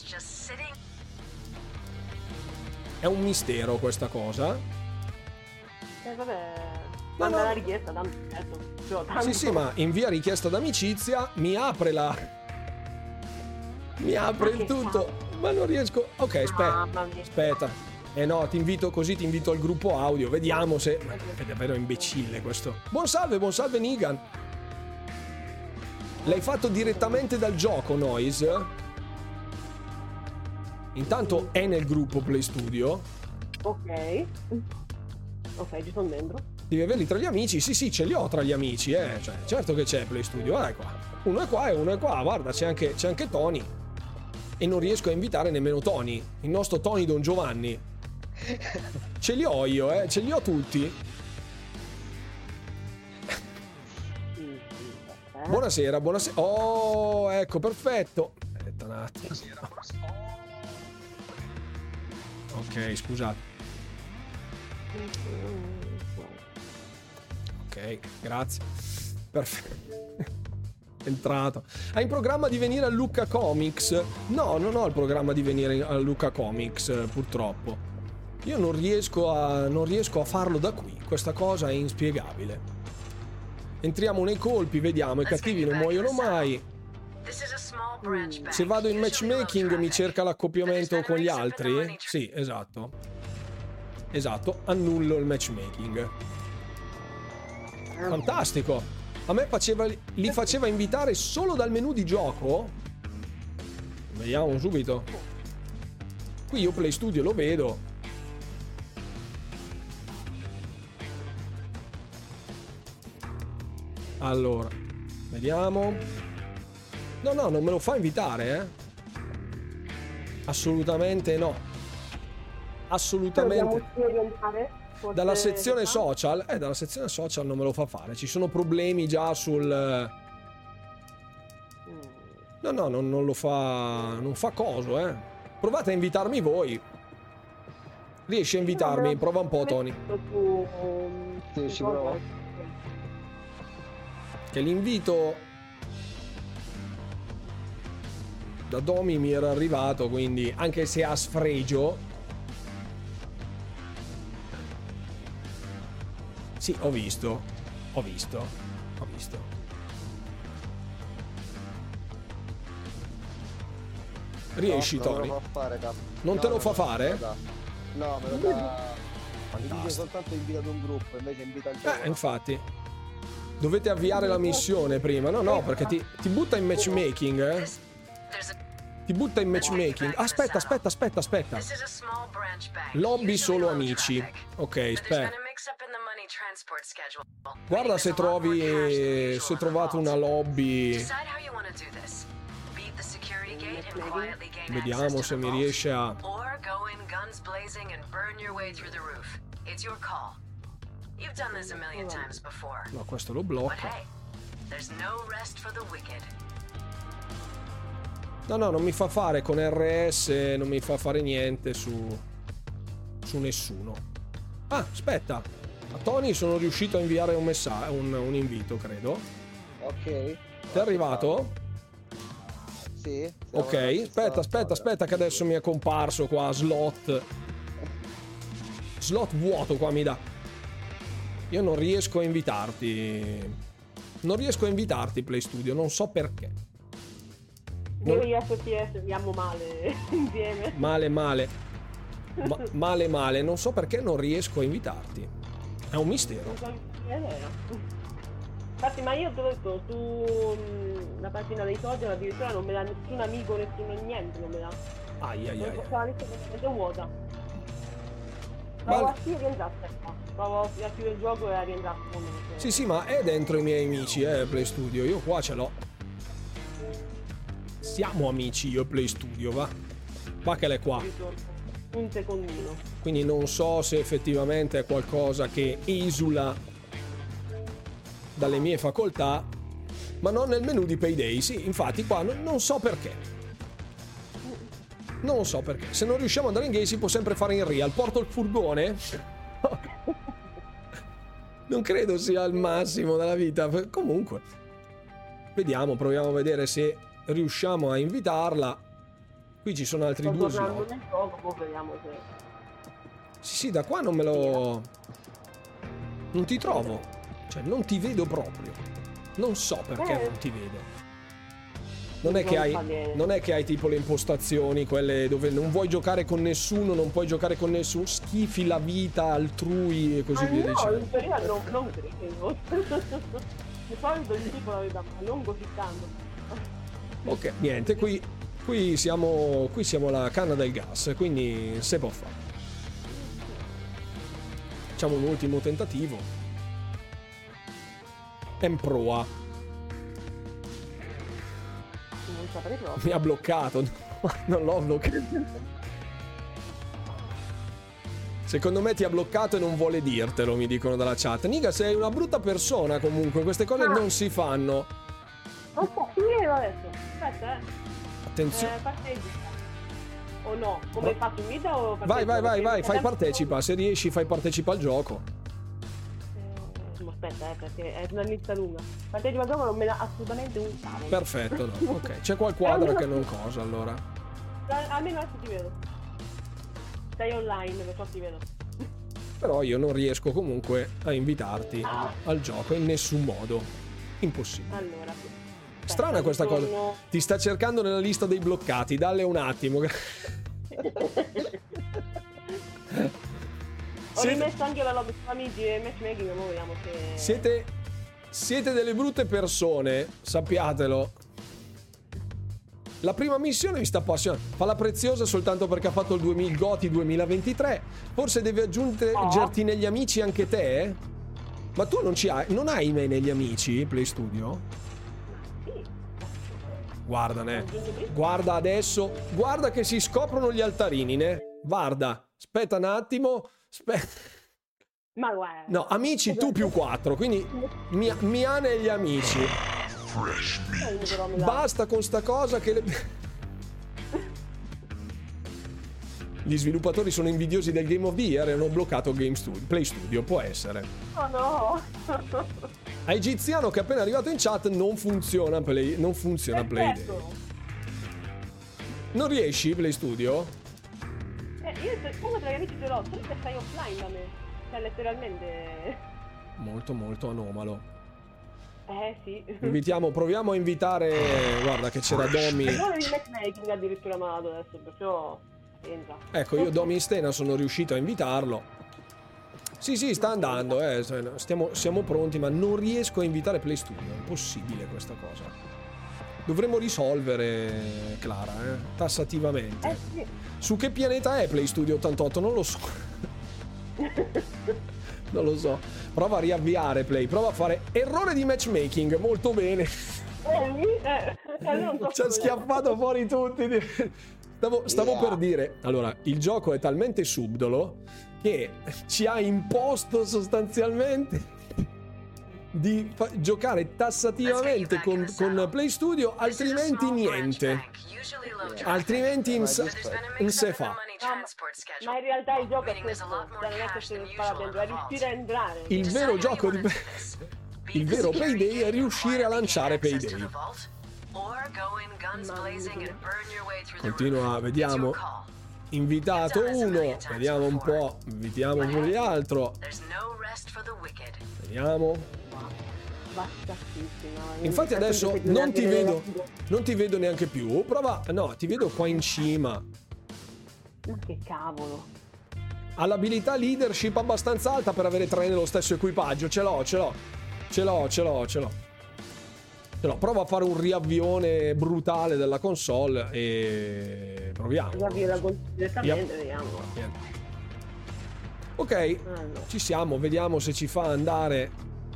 È un mistero questa cosa. Eh, vabbè... No, Manda no. la richiesta, tanto... Tanto. Sì, sì, ma invia richiesta d'amicizia, mi apre la... Mi apre il tutto, ma non riesco... Ok, aspetta, aspetta. Eh no, ti invito così, ti invito al gruppo audio, vediamo se... Ma è davvero imbecille questo. Buon salve, buon salve Nigan. L'hai fatto direttamente dal gioco, Noise? Intanto è nel gruppo Play Studio. Ok. Ok, ci sono dentro. Devi averli tra gli amici? Sì, sì, ce li ho tra gli amici, eh. Cioè, certo che c'è Play Studio, guarda qua. Uno è qua e uno è qua, guarda, c'è anche, c'è anche Tony. E non riesco a invitare nemmeno Tony, il nostro Tony Don Giovanni. Ce li ho io, eh, ce li ho tutti. Buonasera, buonasera. Oh, ecco, perfetto. Aspetta un attimo. Ok, scusate. Ok, grazie. Perfetto. Entrato. Hai in programma di venire a Lucca Comics? No, non ho il programma di venire a Lucca Comics, purtroppo. Io non riesco a non riesco a farlo da qui. Questa cosa è inspiegabile. Entriamo nei colpi, vediamo, i cattivi non muoiono mai. Se vado in matchmaking mi cerca l'accoppiamento con gli altri? Sì, esatto. Esatto, annullo il matchmaking. Fantastico. A me faceva, li faceva invitare solo dal menu di gioco? Vediamo subito. Qui io Play Studio lo vedo. Allora, vediamo. No, no, non me lo fa invitare, eh? Assolutamente no. Assolutamente. Dalla sezione social, eh, dalla sezione social non me lo fa fare. Ci sono problemi già sul. No, no, non, non lo fa. Non fa coso, eh. Provate a invitarmi voi. Riesci a invitarmi? Prova un po', Tony. Sì, ci provo. Che l'invito da Domi mi era arrivato, quindi anche se ha sfregio. Sì, ho visto, ho visto, ho visto. Riesci, no, Tony? Non, me lo fa fare, capo. Non no, te lo fa no, fare? Me lo no, me lo dà. Mi dice soltanto invita ad un gruppo, invece invita al gioco. Eh, infatti. Dovete avviare la missione prima. No, no, perché ti, ti butta in matchmaking, eh? Ti butta in matchmaking. Aspetta, aspetta, aspetta, aspetta. Lobby solo amici. Ok, aspetta. Guarda se trovi. Se trovate una lobby. Vediamo se mi riesce a. No, questo lo blocca. No, no, non mi fa fare con R S, non mi fa fare niente su su nessuno. Ah, aspetta. A Tony sono riuscito a inviare un messaggio, un, un invito, credo. Ok. Ti è arrivato? Sì. Ok, aspetta, aspetta, aspetta che adesso mi è comparso qua slot. Slot vuoto qua mi dà. Io non riesco a invitarti. Non riesco a invitarti Play Studio, non so perché. Io e F P S viviamo male insieme. Male, male. Ma, male, male. Non so perché non riesco a invitarti. È un mistero. È vero. Infatti, ma io te l'ho detto, sulla pagina dei social addirittura non me dà nessun amico, nessuno niente, non me dà. Ai ai ai. La lista completamente vuota. Provo Ma... a sì, rientrasse qua. Provo a attivare il gioco e a rientrare comunque. Sì, sì, ma è dentro i miei amici, eh, Play Studio. Io qua ce l'ho. Siamo amici io e Play Studio, va? Va che l'è qua. Un secondino. Quindi non so se effettivamente è qualcosa che esula dalle mie facoltà, ma non nel menu di Payday. Sì, infatti qua non, non so perché. Non so perché. Se non riusciamo ad andare in game si può sempre fare in real. Porto il furgone? Non credo sia il massimo della vita. Comunque, vediamo, proviamo a vedere se riusciamo a invitarla. Qui ci sono altri Sto due tornando slot. nel gioco, poi vediamo se... Sì, sì, da qua non me lo... Non ti trovo. Cioè, non ti vedo proprio. Non so perché Eh. non ti vedo. Non è che hai, non è che hai tipo le impostazioni, quelle dove non vuoi giocare con nessuno, non puoi giocare con nessuno, schifi la vita altrui e così Ah, via no, dicendo. in teoria no, non credevo. Di solito il tipo la verità, ma non così tanto. Ok, niente, qui, qui siamo qui siamo alla canna del gas, quindi se può fare. Facciamo un ultimo tentativo. Emproa. Non saprei proprio. Mi ha bloccato. Non l'ho bloccato. Secondo me ti ha bloccato e non vuole dirtelo, mi dicono dalla chat. Niga, sei una brutta persona comunque, queste cose Ah. non si fanno. Ok, finiremo adesso. Aspetta, eh. Attenzione. Eh, parteggi. o no? Come faccio in vita o Vai, vai, vai, vai, fai sempre- partecipa. Se riesci, fai partecipa al gioco. Eh, ma aspetta, eh, perché è una lista lunga. Partecipa al gioco non me la assolutamente un cavolo. Perfetto, no. Ok, c'è qual quadro che non cosa allora. Al- Almeno adesso ti vedo. Sei online, perciò ti vedo. Però io non riesco comunque a invitarti al gioco in nessun modo. Impossibile. Allora, sì. Strana Aspetta, questa cosa. ritorno- Ti sta cercando nella lista dei bloccati. Dalle un attimo. Ho Siete, rimesso anche la lobby amici e matchmaking, ora vediamo se... siete, siete delle brutte persone, sappiatelo. La prima missione mi sta appassionando. Fa la preziosa soltanto perché ha fatto il duemila il Goti duemilaventitré. Forse devi aggiungerti negli amici anche te? Ma tu non ci hai, non hai me negli amici, Play Studio? Sì. Guarda, ne. Guarda adesso. Guarda che si scoprono gli altarini, ne. Guarda. Aspetta un attimo. Aspetta. Ma guarda. No, amici tu più quattro. Quindi mi, mi ha negli amici. Eh, però mi dà- Basta con sta cosa che le... Gli sviluppatori sono invidiosi del Game of the Year e hanno bloccato Game Studio, Play Studio, può essere. Oh no. A Egiziano che è appena arrivato in chat non funziona Play, non funziona Play Day. Perfetto. Non riesci Play Studio? Eh, io se- uno tra gli amici ce l'ho, solo che stai offline da me. Cioè, letteralmente... Molto molto anomalo. Eh, sì. Invitiamo, proviamo a invitare, guarda che c'era Domi. Non di matchmaking addirittura malato adesso, perciò... Entra. Ecco, io Domi Stena sono riuscito a invitarlo. Sì, sì, sta andando, eh. Stiamo, siamo pronti, ma non riesco a invitare Play Studio. È impossibile questa cosa. Dovremmo risolvere, Clara, eh, tassativamente. Eh, sì. Su che pianeta è Play Studio ottantotto? Non lo so. Non lo so. Prova a riavviare Play, prova a fare errore di matchmaking. Molto bene. Eh, eh, eh, non so Ci ha come- schiaffato fuori tutti. Stavo, stavo Yeah. per dire, allora, il gioco è talmente subdolo che ci ha imposto sostanzialmente di fa- giocare tassativamente con, con Play Studio, altrimenti niente. Altrimenti in, sa- in se fa. Ma in realtà il gioco è questo, cioè non è che se ne spara dentro, è riuscire a entrare. Il vero gioco di il vero Payday è riuscire a lanciare Payday. Continua, vediamo. Invitato uno, vediamo un po', invitiamo pure l'altro. Vediamo. Bastassissima. Infatti adesso non ti vedo, non ti vedo neanche più. Prova, no, ti vedo qua in cima. Ma che cavolo. Ha l'abilità leadership abbastanza alta per avere tre nello stesso equipaggio. Ce l'ho, ce l'ho. Ce l'ho, ce l'ho, ce l'ho. Ce l'ho. Prova a fare un riavvione brutale della console e proviamo. Guardi la gol direttamente, Yep. vediamo. Niente. Ok, Allora. ci siamo, vediamo se ci fa andare.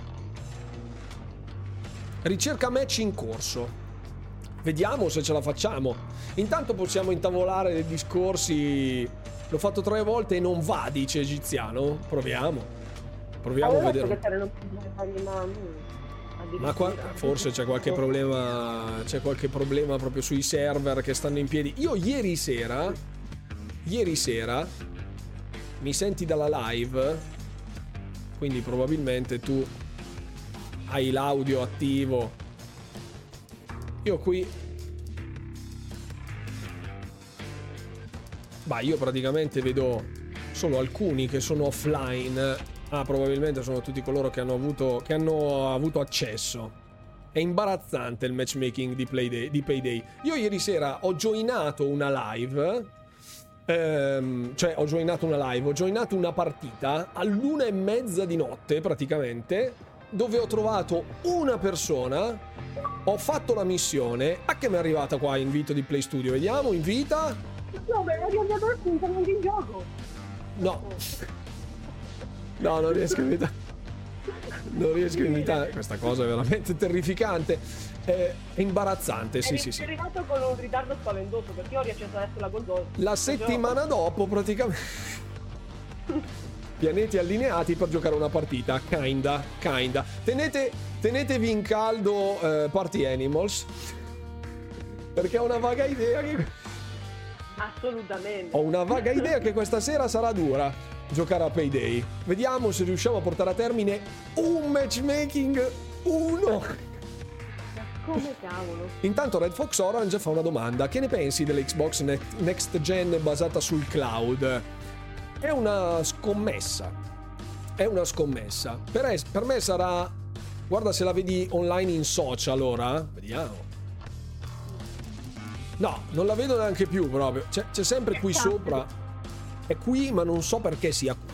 Ricerca match in corso. Vediamo se ce la facciamo. Intanto possiamo intavolare dei discorsi. L'ho fatto tre volte e non va, dice Egiziano. Proviamo. Proviamo a Avevo detto vedere. che c'erano più fargli, ma mm, Ma qua addirittura. forse c'è qualche problema. C'è qualche problema proprio sui server che stanno in piedi. Io ieri sera. Ieri sera. Mi senti dalla live? Quindi probabilmente tu hai l'audio attivo. Io qui. Bah, io praticamente vedo solo alcuni che sono offline. Ah, probabilmente sono tutti coloro che hanno avuto, che hanno avuto accesso. È imbarazzante il matchmaking di, Playday, di Payday. Io ieri sera ho joinato una live. Ehm, cioè, ho joinato una live, ho joinato una partita all'una e mezza di notte, praticamente, dove ho trovato una persona. Ho fatto la missione. A che mi è arrivata qua invito di Play Studio? Vediamo, invita. No, ma eri andato a interamente in gioco. No. No, non riesco a invitare. Non riesco a invitare. Questa cosa è veramente terrificante. È, è imbarazzante, sì, Eri sì, sì. arrivato con un ritardo spaventoso, perché io ho riacceso adesso la console. La settimana dopo, praticamente. Pianeti allineati per giocare una partita. Kinda, kinda. Tenete, tenetevi in caldo eh, Party Animals. Perché ho una vaga idea che. Assolutamente. Ho una vaga idea che questa sera sarà dura giocare a Payday. Vediamo se riusciamo a portare a termine un matchmaking uno. Come cavolo. Intanto Red Fox Orange fa una domanda: che ne pensi dell'Xbox Next Gen basata sul cloud? È una scommessa. È una scommessa. Per, es- per me sarà... Guarda se la vedi online in social ora. Vediamo. No, non la vedo neanche più proprio. C'è, c'è sempre qui sopra. È qui, ma non so perché sia qui.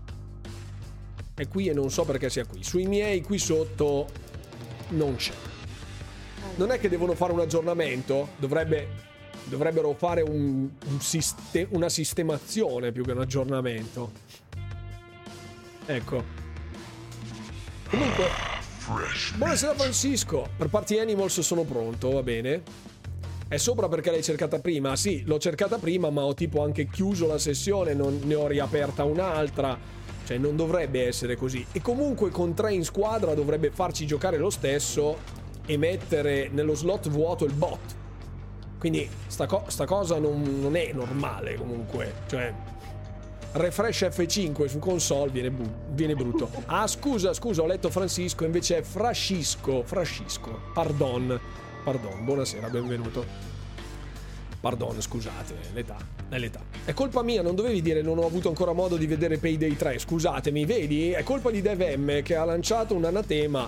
È qui e non so perché sia qui. Sui miei qui sotto non c'è. Non è che devono fare un aggiornamento? Dovrebbe, dovrebbero fare un, un siste, una sistemazione più che un aggiornamento. Ecco. Comunque, buonasera Francisco. Per Party Animals sono pronto, va bene. È sopra perché l'hai cercata prima? Sì, l'ho cercata prima, ma ho tipo anche chiuso la sessione, non ne ho riaperta un'altra. Cioè, non dovrebbe essere così. E comunque con tre in squadra dovrebbe farci giocare lo stesso e mettere nello slot vuoto il bot. Quindi sta, co- sta cosa non, non è normale comunque. Cioè, refresh F cinque su console viene, bu- viene brutto. Ah, scusa, scusa, ho letto Francisco, invece è Frascisco. Frascisco, pardon. Pardon, buonasera, benvenuto. Pardon, scusate, l'età, è l'età. È colpa mia, non dovevi dire non ho avuto ancora modo di vedere Payday tre, scusatemi, vedi? È colpa di DevM che ha lanciato un anatema.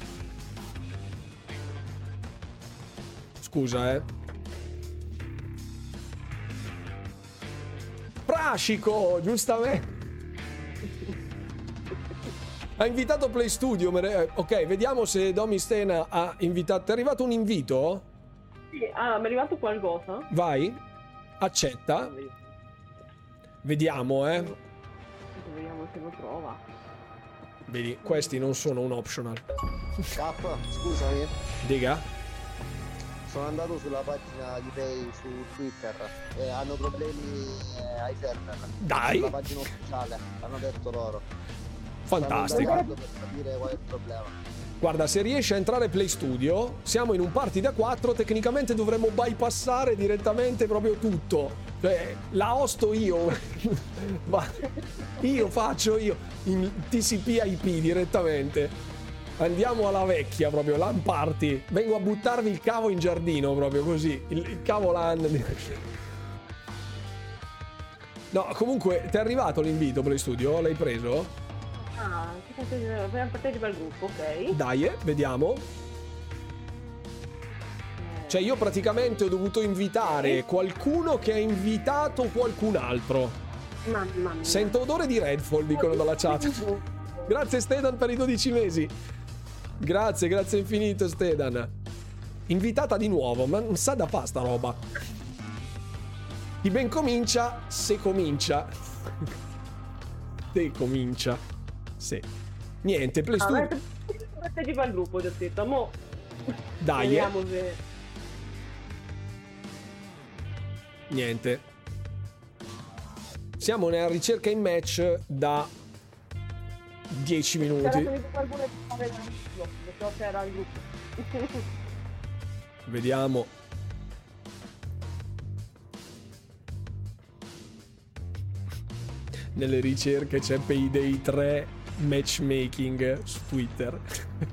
Scusa, eh. Prascico, giustamente. Ha invitato Play Studio. Ok, vediamo se Domi Stena ha invitato. Ti è arrivato un invito? Sì, ah, mi è arrivato qualcosa. Vai, accetta. Vediamo, eh. Vediamo se lo trova. Vedi, questi non sono un optional. K, scusami. Diga. Sono andato sulla pagina di Pay su Twitter e hanno problemi eh, ai server. Dai. Sulla pagina ufficiale, hanno detto loro. Fantastico. Stanno indagando per capire qual è il problema. Guarda, se riesce a entrare Play Studio, siamo in un party da quattro, tecnicamente dovremmo bypassare direttamente proprio tutto. Cioè, la hosto io. Ma io faccio io in T C P I P direttamente. Andiamo alla vecchia proprio, LAN party. Vengo a buttarvi il cavo in giardino proprio così. Il, il cavo LAN. No, comunque, ti è arrivato l'invito Play Studio? L'hai preso? Ah, partecipa al gruppo, ok. Dai, eh, vediamo. Cioè io praticamente ho dovuto invitare qualcuno che ha invitato qualcun altro. Mamma mia. Sento odore di Redfall, dicono dalla chat. Grazie Stedan per i dodici mesi. Grazie, grazie infinito Stedan. Invitata di nuovo, ma non sa da fa sta roba. Chi ben comincia, se comincia. Se comincia. Sì. Niente, Play Studio. Ah, partecipa al gruppo, ti ho detto. Mo. Dai, vediamo eh. se... Niente. Siamo nella ricerca in match da dieci minuti. Vediamo. Nelle ricerche c'è Payday tre matchmaking su Twitter.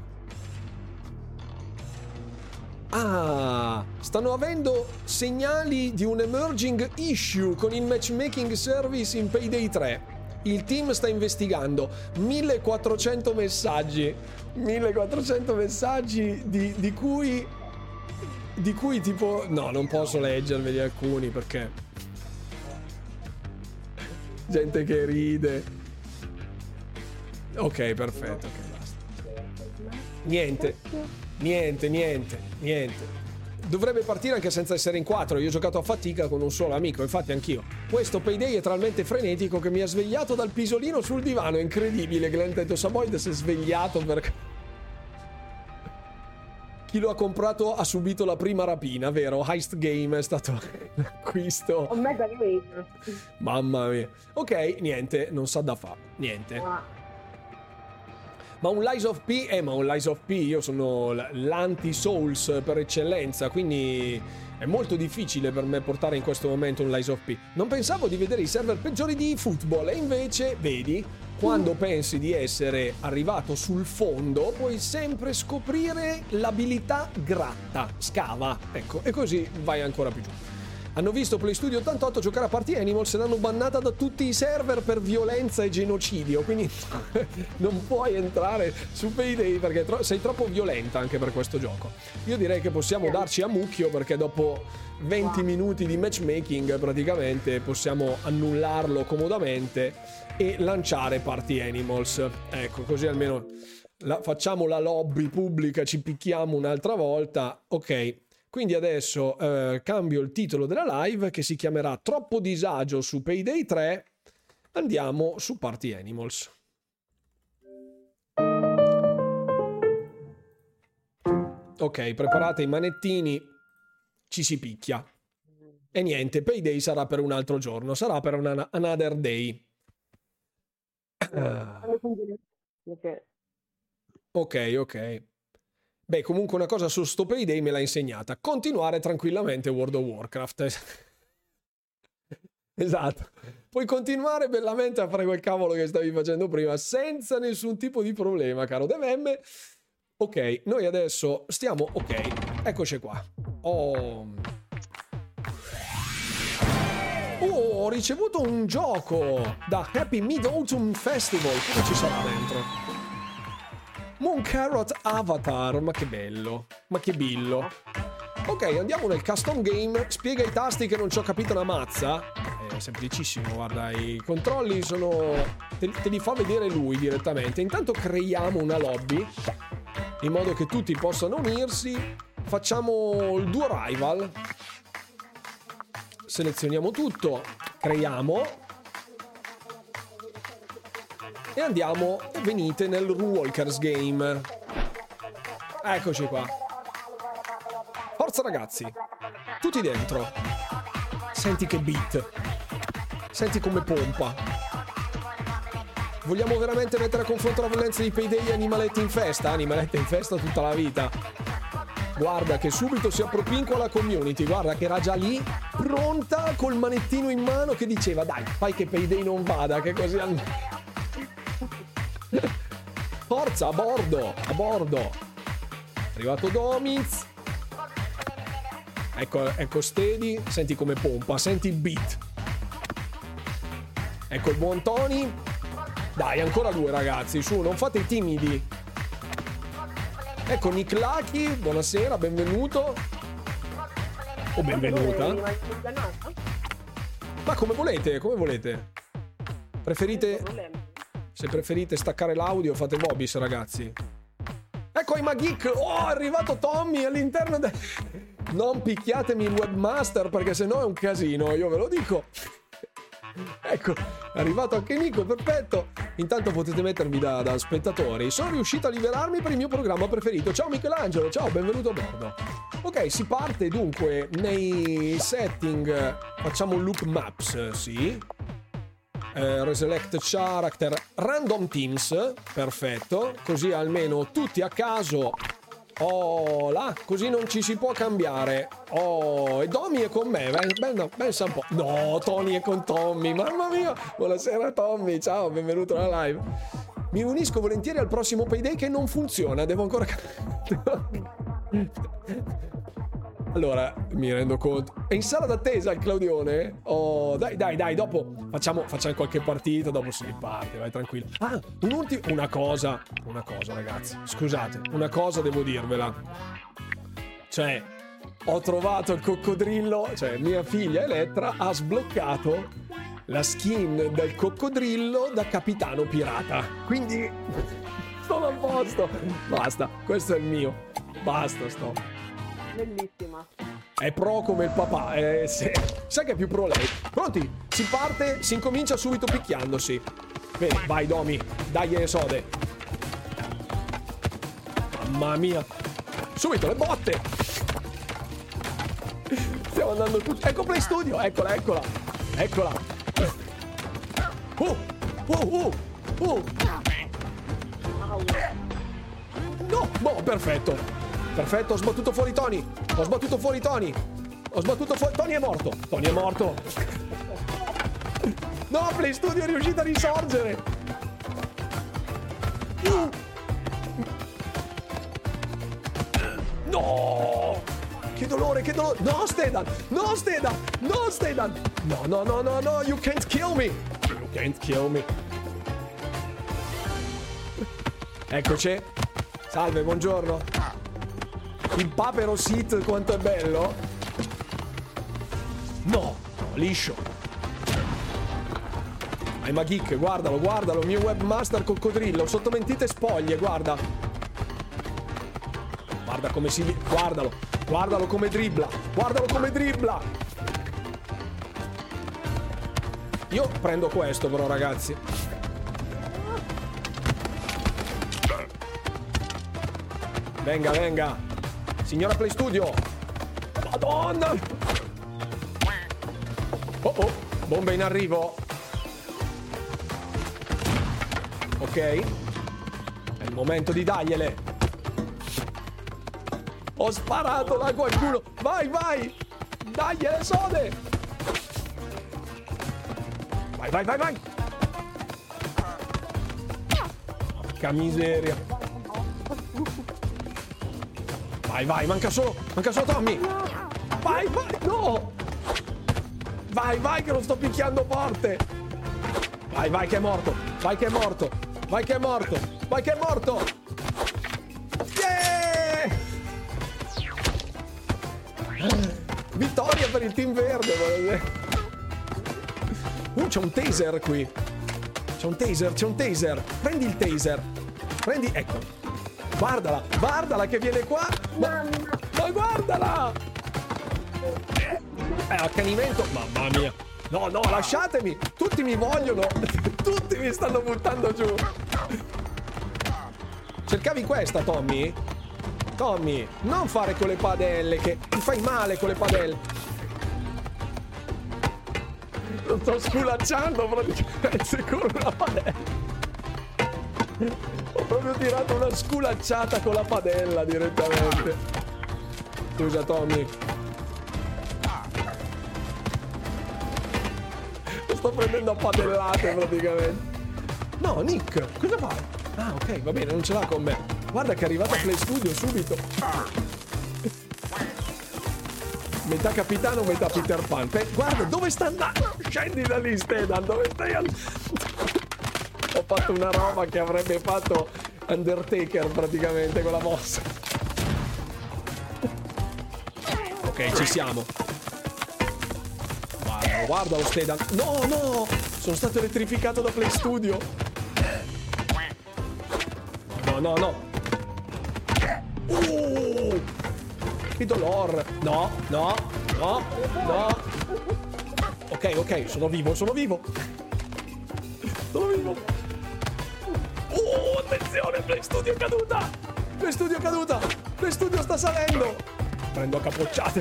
Ah, stanno avendo segnali di un emerging issue con il matchmaking service in Payday tre. Il team sta investigando. millequattrocento messaggi. millequattrocento messaggi di, di cui di cui tipo no, non posso leggerveli alcuni perché gente che ride. Ok, perfetto, ok, basta. Niente. Niente, niente, niente. Dovrebbe partire anche senza essere in quattro. Io ho giocato a fatica con un solo amico, infatti anch'io. Questo Payday è talmente frenetico che mi ha svegliato dal pisolino sul divano. È incredibile. Glenn Teto Samoid si è svegliato perché chi lo ha comprato ha subito la prima rapina, vero? Heist Game è stato l'acquisto. Omega Game. Mamma mia. Ok, niente, non sa da fa. Niente. Ah. Ma un Lies of P, eh ma un Lies of P, io sono l'anti-Souls per eccellenza, quindi è molto difficile per me portare in questo momento un Lies of P. Non pensavo di vedere i server peggiori di football, e invece, vedi, quando pensi di essere arrivato sul fondo, puoi sempre scoprire l'abilità gratta, scava, ecco, e così vai ancora più giù. Hanno visto Play Studio ottantotto giocare a Party Animals e l'hanno bannata da tutti i server per violenza e genocidio, quindi non puoi entrare su Payday perché tro- sei troppo violenta anche per questo gioco. Io direi che possiamo darci a mucchio, perché dopo venti minuti di matchmaking praticamente possiamo annullarlo comodamente e lanciare Party Animals. Ecco, così almeno la- facciamo la lobby pubblica, ci picchiamo un'altra volta. Ok. Quindi adesso eh, cambio il titolo della live, che si chiamerà Troppo disagio su Payday tre. Andiamo su Party Animals. Ok, preparate i manettini, ci si picchia. E niente, Payday sarà per un altro giorno, sarà per un another day. Ok. Ok, ok. Beh, comunque una cosa su sto Payday me l'ha insegnata: continuare tranquillamente World of Warcraft. Esatto. Puoi continuare bellamente a fare quel cavolo che stavi facendo prima senza nessun tipo di problema, caro Devemme. Ok, noi adesso stiamo... Ok, eccoci qua. Oh... Oh, ho ricevuto un gioco da Happy Mid-Autumn Festival. Cosa ci sarà dentro? Moon Carrot Avatar, ma che bello, ma che billo. Ok, andiamo nel custom game. Spiega i tasti che non ci ho capito una mazza. È semplicissimo, guarda, i controlli sono... Te, te li fa vedere lui direttamente. Intanto creiamo una lobby in modo che tutti possano unirsi. Facciamo il duo rival. Selezioniamo tutto, creiamo e andiamo, e venite nel Walkers Game. Eccoci qua. Forza ragazzi, tutti dentro. Senti che beat, senti come pompa. Vogliamo veramente mettere a confronto la violenza di Payday e Animalette in festa? Animalette in festa tutta la vita. Guarda che subito si appropinqua la community. Guarda che era già lì pronta col manettino in mano che diceva: dai, fai che Payday non vada, che così and... Forza, a bordo, a bordo. È arrivato Domiz. Ecco, ecco Steady. Senti come pompa, senti il beat. Ecco il buon Tony. Dai, ancora due ragazzi, su, non fate i timidi. Ecco Nick Lucky, buonasera, benvenuto. O benvenuta. Ma come volete, come volete. Preferite... Se preferite staccare l'audio, fate Vobis, ragazzi. Ecco Ima Geek. Oh, è arrivato Tommy all'interno del... Non picchiatemi il webmaster, perché sennò è un casino, io ve lo dico. Ecco, è arrivato anche Nico, perfetto. Intanto potete mettervi da, da spettatori. Sono riuscito a liberarmi per il mio programma preferito. Ciao Michelangelo, ciao, benvenuto a bordo. Ok, si parte dunque nei setting. Facciamo un loop maps, sì. Eh, reselect character, random teams, perfetto. Così almeno tutti a caso. Oh, là, così non ci si può cambiare. Oh, e Tommy è con me. Ben, ben, pensa un po'. No, Tony è con Tommy. Mamma mia. Buonasera Tommy, ciao, benvenuto alla live. Mi unisco volentieri al prossimo Payday che non funziona. Devo ancora... Allora, mi rendo conto. È in sala d'attesa il Claudione? Oh, dai, dai, dai, dopo facciamo, facciamo qualche partita, dopo si riparte, vai tranquillo. Ah, un'ultima... Una cosa, una cosa, ragazzi. Scusate, una cosa devo dirvela. Cioè, ho trovato il coccodrillo, cioè mia figlia Elettra ha sbloccato la skin del coccodrillo da capitano pirata. Quindi, sono a posto. Basta, questo è il mio. Basta, sto. Bellissima. È pro come il papà, eh, se... sai che è più pro lei. Pronti? Si parte, si incomincia subito picchiandosi. Bene, vai Domi, dai Esode. Mamma mia. Subito le botte. Stiamo andando tutti. Ecco Play Studio, eccola, eccola. Eccola. Uh, uh, uh, uh. No, boh, perfetto. Perfetto, ho sbattuto fuori Tony. Ho sbattuto fuori Tony. Ho sbattuto fuori... Tony è morto. Tony è morto. No, Play Studio è riuscito a risorgere. No! Che dolore, che dolore. No, Stedan. No, Stedan. No, Stedan. No, no, no, no, no. You can't kill me. You can't kill me. Eccoci. Salve, buongiorno. Il papero Sith quanto è bello. No, no, liscio. I'm a geek, guardalo, guardalo, mio webmaster coccodrillo, sotto mentite spoglie, guarda. Guarda come si... guardalo, guardalo come dribbla, guardalo come dribbla. Io prendo questo però, ragazzi. Venga, venga. Signora Play Studio. Madonna. Oh oh, bomba in arrivo. Ok. È il momento di dargliele. Ho sparato da qualcuno. Vai, vai. Dagliele sode. Vai, vai, vai, vai. Porca miseria. Vai, vai, manca solo, manca solo Tommy. Vai, vai, no. Vai, vai, che lo sto picchiando forte. Vai, vai, che è morto. Vai, che è morto. Vai, che è morto. Vai, che è morto. Yeah! Vittoria per il team verde. Uh, c'è un taser qui. C'è un taser, c'è un taser. Prendi il taser. Prendi, ecco. Guardala, guardala che viene qua. Ma, ma guardala. È accanimento. Mamma mia. No, no, lasciatemi. Tutti mi vogliono. Tutti mi stanno buttando giù. Cercavi questa, Tommy? Tommy, non fare con le padelle, che ti fai male con le padelle. Lo sto sculacciando praticamente con una padella. Ho proprio tirato una sculacciata con la padella direttamente. Scusa, Tommy. Lo sto prendendo a padellate praticamente. No, Nick, cosa fai? Ah, ok, va bene, non ce l'ha con me. Guarda che è arrivata a Play Studio subito. Metà capitano, metà Peter Pan. Pe- guarda, dove sta andando? Scendi da lì, Stedan, dove stai andando? Ho fatto una roba che avrebbe fatto Undertaker praticamente con la mossa. Ok, ci siamo. Guardalo, guardalo, Stedan. No, no! Sono stato elettrificato da Play Studio. No, no, no. Uh! Che dolore. No, no, no, no. Ok, ok, sono vivo, sono vivo. Sono vivo. Oh, attenzione, Play Studio è caduta. Play Studio è caduta. Play Studio sta salendo. Prendo a capocciate.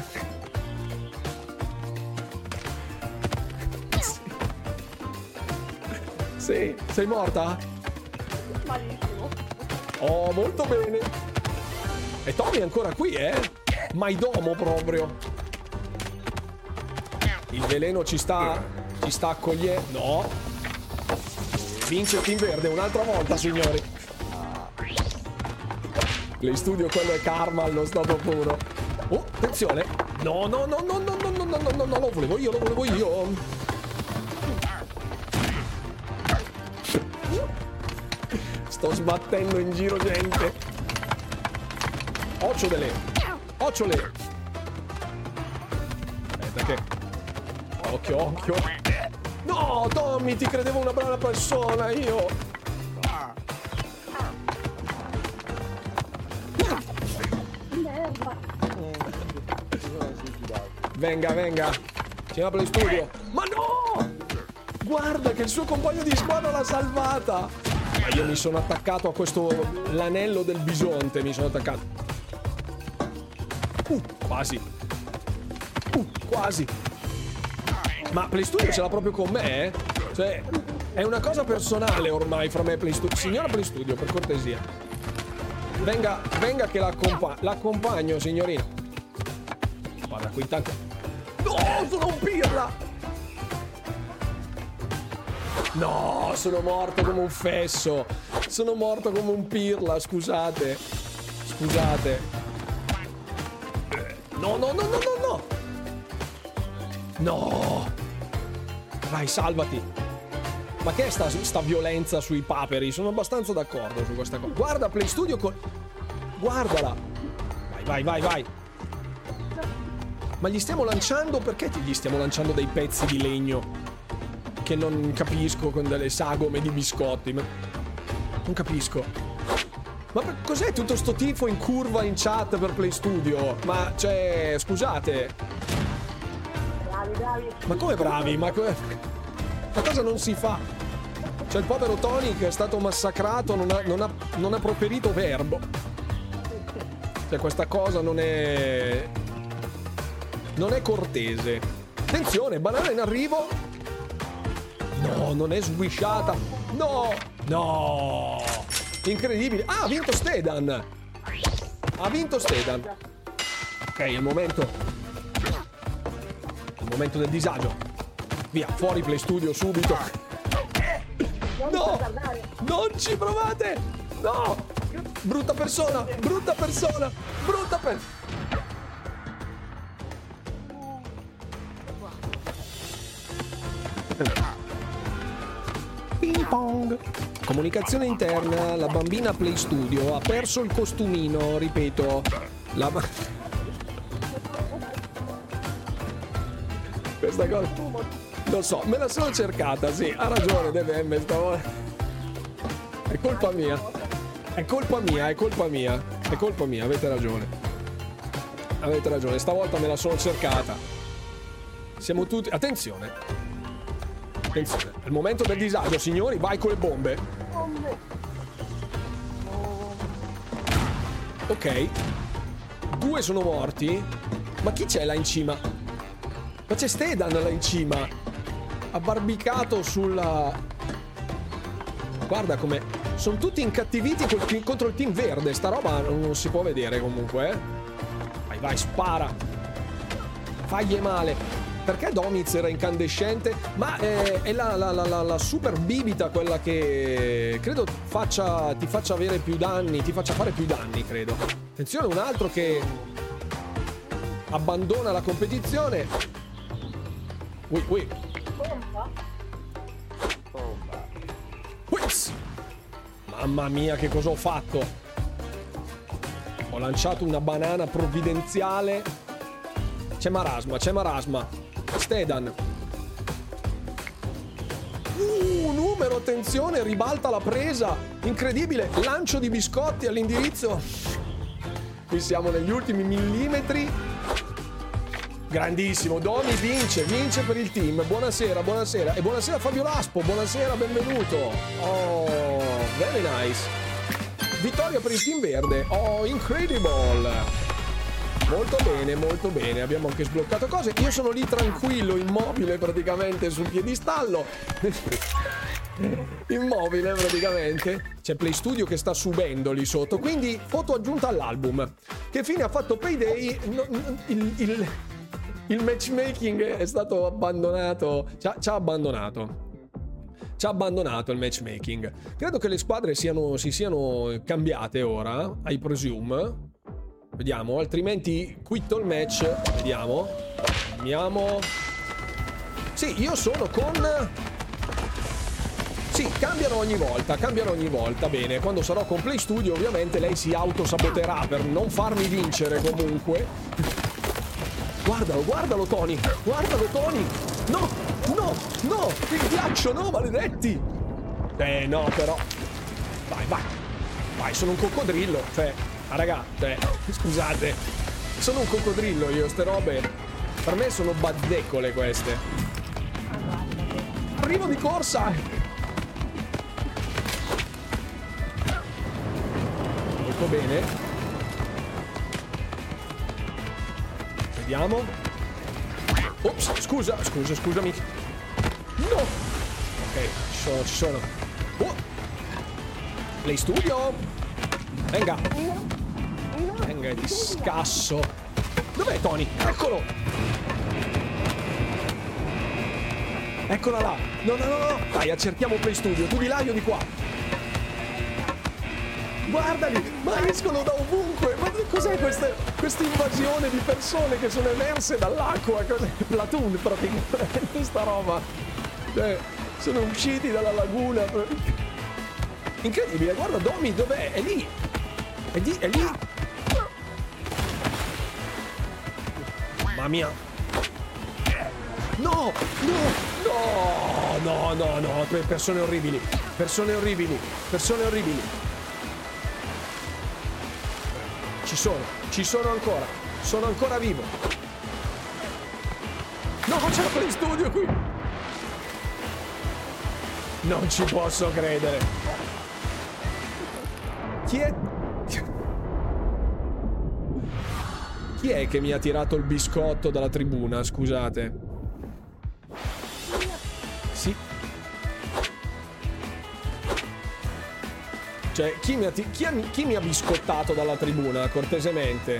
Sì. Sì, sei morta? Malissimo. Oh, molto bene. E Tommy è ancora qui, eh? Maidomo proprio. Il veleno ci sta ci sta accogliendo. No. Vince il team verde un'altra volta, signori. Play Studio, quello è karma allo stato puro. Oh, attenzione. No, no, no, no, no, no, no, no, no, no, no, lo volevo io, lo volevo io. Sto sbattendo in giro gente. Occiole. Occiole. Aspetta che... Occhio, occhio. No, Tommy, ti credevo una brava persona, io. Venga, venga. Ci va per il studio. Ma no! Guarda che il suo compagno di squadra l'ha salvata. Ma io mi sono attaccato a questo... l'anello del bisonte, mi sono attaccato. Uh, quasi. Uh, quasi. Ma Play Studio ce l'ha proprio con me, eh? Cioè, È una cosa personale ormai fra me e Play Studio. Signora Play Studio, per cortesia. Venga, venga che l'accompa- l'accompagno, signorina. Guarda, qui intanto... No, sono un pirla! No, sono morto come un fesso. Sono morto come un pirla, scusate. Scusate. No, no, no, no, no, no. No. Vai, salvati. Ma che è sta, sta violenza sui paperi? Sono abbastanza d'accordo su questa cosa. Guarda Play Studio con... Guardala. Vai, vai, vai, vai. Ma gli stiamo lanciando... Perché gli stiamo lanciando dei pezzi di legno? Che non capisco, con delle sagome di biscotti. Ma... Non capisco. Ma per... cos'è tutto sto tifo in curva in chat per Play Studio? Ma, cioè, scusate. Bravi, bravi. Ma come bravi? Ma, come... Ma cosa non si fa? Cioè, il povero Tony che è stato massacrato non ha, non ha, non ha proferito verbo. Cioè, questa cosa non è... Non è cortese. Attenzione, banana in arrivo. No, non è swisciata. No, no. Incredibile. Ah, ha vinto Stedan. Ha vinto Stedan. Ok, è il momento. Il momento del disagio. Via, fuori Play Studio subito. No, non ci provate. No. Brutta persona, brutta persona, brutta persona. Ping pong. Comunicazione interna. La bambina Play Studio ha perso il costumino. Ripeto, la ba- questa cosa lo so, me la sono cercata. Sì, ha ragione D V M stavolta. È colpa mia. È colpa mia, è colpa mia. È colpa mia, avete ragione. Avete ragione, stavolta me la sono cercata. Siamo tutti... Attenzione. Attenzione, è il momento del disagio, signori, vai con le bombe. Ok. Due sono morti. Ma chi c'è là in cima? Ma c'è Stedan là in cima. Abbarbicato sulla... Guarda come... Sono tutti incattiviti col team, contro il team verde. Sta roba non, non si può vedere comunque, eh. Vai, vai, spara. Fagli male. Perché Domiz era incandescente? Ma eh, è la, la, la, la super bibita quella che credo faccia, ti faccia avere più danni, ti faccia fare più danni, credo. Attenzione, un altro che abbandona la competizione. Ui, ui. Whips. Mamma mia, che cosa ho fatto? Ho lanciato una banana provvidenziale. C'è marasma, c'è marasma. Stedan. Uh, numero, attenzione, ribalta la presa. Incredibile, lancio di biscotti all'indirizzo. Qui siamo negli ultimi millimetri. Grandissimo, Domi vince, vince per il team. Buonasera, buonasera. E buonasera Fabio Laspo, buonasera, benvenuto. Oh, very nice. Vittoria per il team verde. Oh, incredible. Molto bene, molto bene. Abbiamo anche sbloccato cose. Io sono lì tranquillo, immobile praticamente sul piedistallo. Immobile praticamente. C'è Play Studio che sta subendo lì sotto. Quindi foto aggiunta all'album. Che fine ha fatto Payday? No, il, il, il matchmaking è stato abbandonato. Ci ha, ci ha abbandonato. Ci ha abbandonato il matchmaking. Credo che le squadre siano, si siano cambiate ora, I presume. Vediamo, altrimenti quitto il match. Vediamo. Vediamo. Sì, io sono con... Sì, cambiano ogni volta, cambiano ogni volta. Bene, quando sarò con Play Studio ovviamente lei si autosaboterà per non farmi vincere comunque. Guardalo, guardalo Tony. Guardalo Tony. No, no, no. Il ghiaccio, no, maledetti. Eh, no, però. Vai, vai. Vai, sono un coccodrillo, cioè... Ah raga, cioè, scusate, sono un coccodrillo io, ste robe per me sono bazzecole queste. Arrivo di corsa. Molto bene. Vediamo. Ops, scusa, scusa, scusami. No. Ok, sono, ci sono. Oh. Play Studio. Venga. Venga, ti scasso. Dov'è Tony? Eccolo. Eccola là. No, no, no, no. Dai, accerchiamo Play Studio. Tu di là, io di qua. Guardali, ma escono da ovunque. Ma cos'è questa, questa invasione di persone che sono emerse dall'acqua? Cos'è? Platoon praticamente sta roba. Cioè, sono usciti dalla laguna. Incredibile, guarda Domi, dov'è? È lì. È lì, è lì. Mamma mia. No, no, no, no, no, no, persone orribili. Persone orribili. Persone orribili. Ci sono, ci sono ancora. Sono ancora vivo. No, c'è la Play Studio qui. Non ci posso credere. Chi è? Chi è che mi ha tirato il biscotto dalla tribuna? Scusate. Sì. Cioè, chi mi ha, chi ha, chi mi ha biscottato dalla tribuna, cortesemente?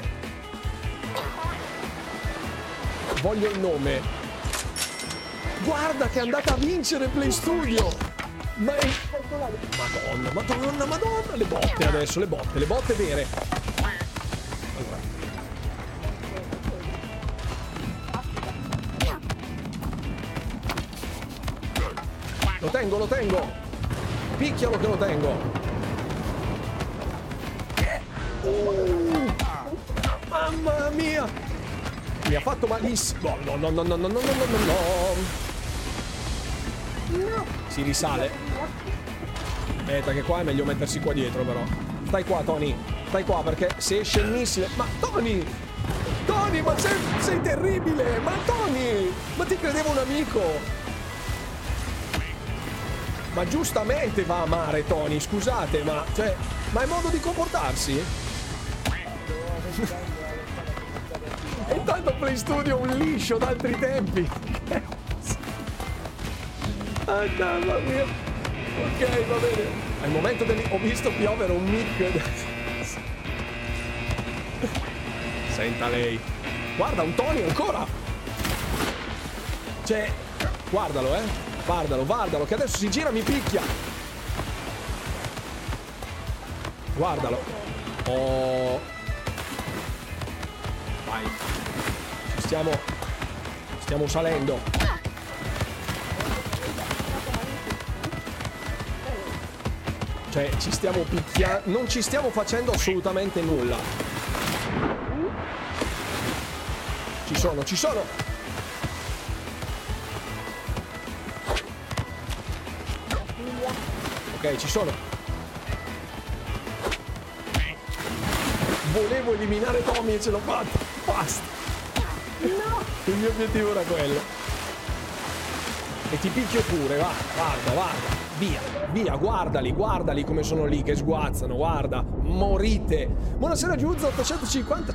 Voglio il nome. Guarda che è andata a vincere Play Studio. Ma è... Madonna, madonna, madonna. Le botte adesso, le botte, le botte vere. Allora. Lo tengo, lo tengo. Picchialo che lo tengo. Oh, mamma mia. Mi ha fatto malissimo. No, no, no, no, no, no, no, no, no. Si risale. Aspetta che qua è meglio mettersi qua dietro però. Stai qua Tony. Stai qua perché se esce il missile. Ma Tony! Tony, ma sei, sei terribile! Ma Tony! Ma ti credevo un amico! Ma giustamente va a mare Tony, scusate, ma cioè, ma è modo di comportarsi? E intanto Play Studio un liscio d'altri tempi. Ah, mamma mia. Ok, va bene. Al momento del... ho visto piovere un mic. Senta lei. Guarda, un Tony ancora. Cioè, guardalo, eh. Guardalo, guardalo, che adesso si gira e mi picchia. Guardalo. Oh. Vai. Ci stiamo... Stiamo salendo. Cioè, ci stiamo picchiando... Non ci stiamo facendo assolutamente nulla. Ci sono, ci sono! Ok, ci sono. Volevo eliminare Tommy e ce l'ho fatto. Basta. No. Il mio obiettivo era quello. E ti picchio pure, va, guarda, guarda. Via, via, guardali, guardali come sono lì, che sguazzano, guarda. Morite. Buonasera Giuzzo, ottocentocinquanta.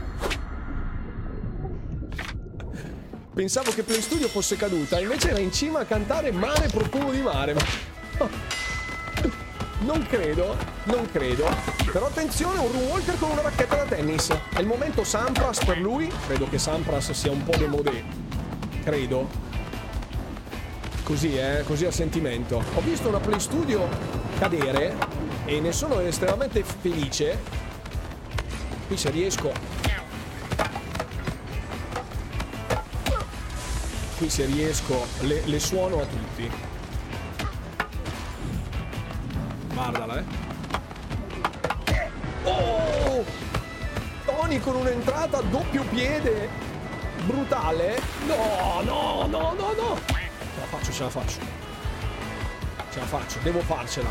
Pensavo che Play Studio fosse caduta, invece era in cima a cantare Mare profumo di mare. Ma... Non credo, non credo. Però attenzione, un Runewalker con una racchetta da tennis. È il momento Sampras per lui. Credo che Sampras sia un po' demodé. Credo. Così, eh, così a sentimento. Ho visto una Play Studio cadere e ne sono estremamente felice. Qui se riesco... Qui se riesco le, le suono a tutti. Guardala, eh. Oh! Tony con un'entrata a doppio piede. Brutale. No, no, no, no, no. Ce la faccio, ce la faccio. Ce la faccio, devo farcela.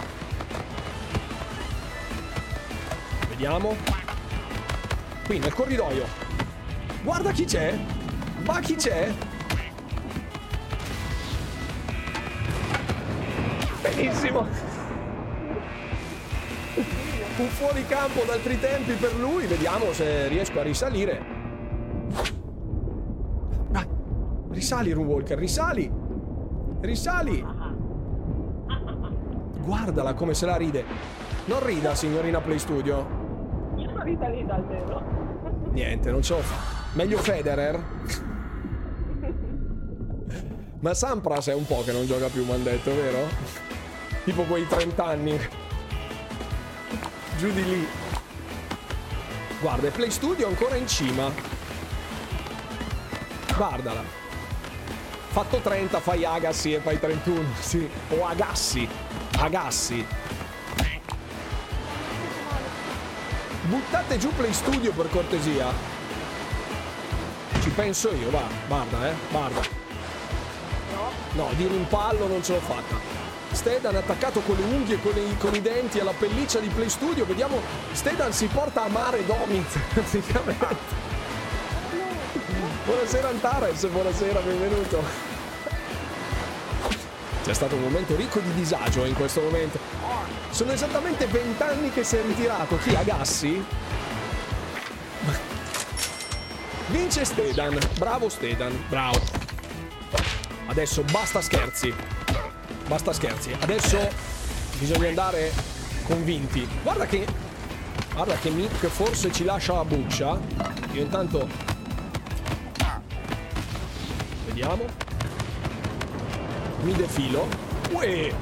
Vediamo. Qui nel corridoio. Guarda chi c'è. Ma chi c'è? Benissimo. Un fuoricampo d'altri tempi per lui. Vediamo se riesco a risalire. Ah, risali Runewalker, risali. Risali. Guardala come se la ride. Non rida, signorina Play Studio. Rida, rida almeno. Niente, non ce l'ho fatta. Meglio Federer? Ma Sampras è un po' che non gioca più, m'han detto, vero? Tipo quei trenta anni. Giù di lì. Guarda, il Play Studio ancora in cima. Guardala. Fatto trenta, fai Agassi e fai trentuno, sì. O Agassi. Agassi. Buttate giù Play Studio per cortesia. Ci penso io, va, guarda, eh, guarda. No, di rimpallo non ce l'ho fatta. Stedan attaccato con le unghie, con i, con i denti alla pelliccia di Play Studio. Vediamo, Stedan si porta a mare Domiz, praticamente. Buonasera Antares, buonasera, benvenuto. C'è stato un momento ricco di disagio in questo momento. Sono esattamente vent'anni che si è ritirato. Chi? Agassi? Vince Stedan. Bravo Stedan, bravo. Adesso basta scherzi. Basta scherzi. Adesso bisogna andare convinti. Guarda che... Guarda che Mick forse ci lascia la buccia. Io intanto... Vediamo. Mi defilo. Uè!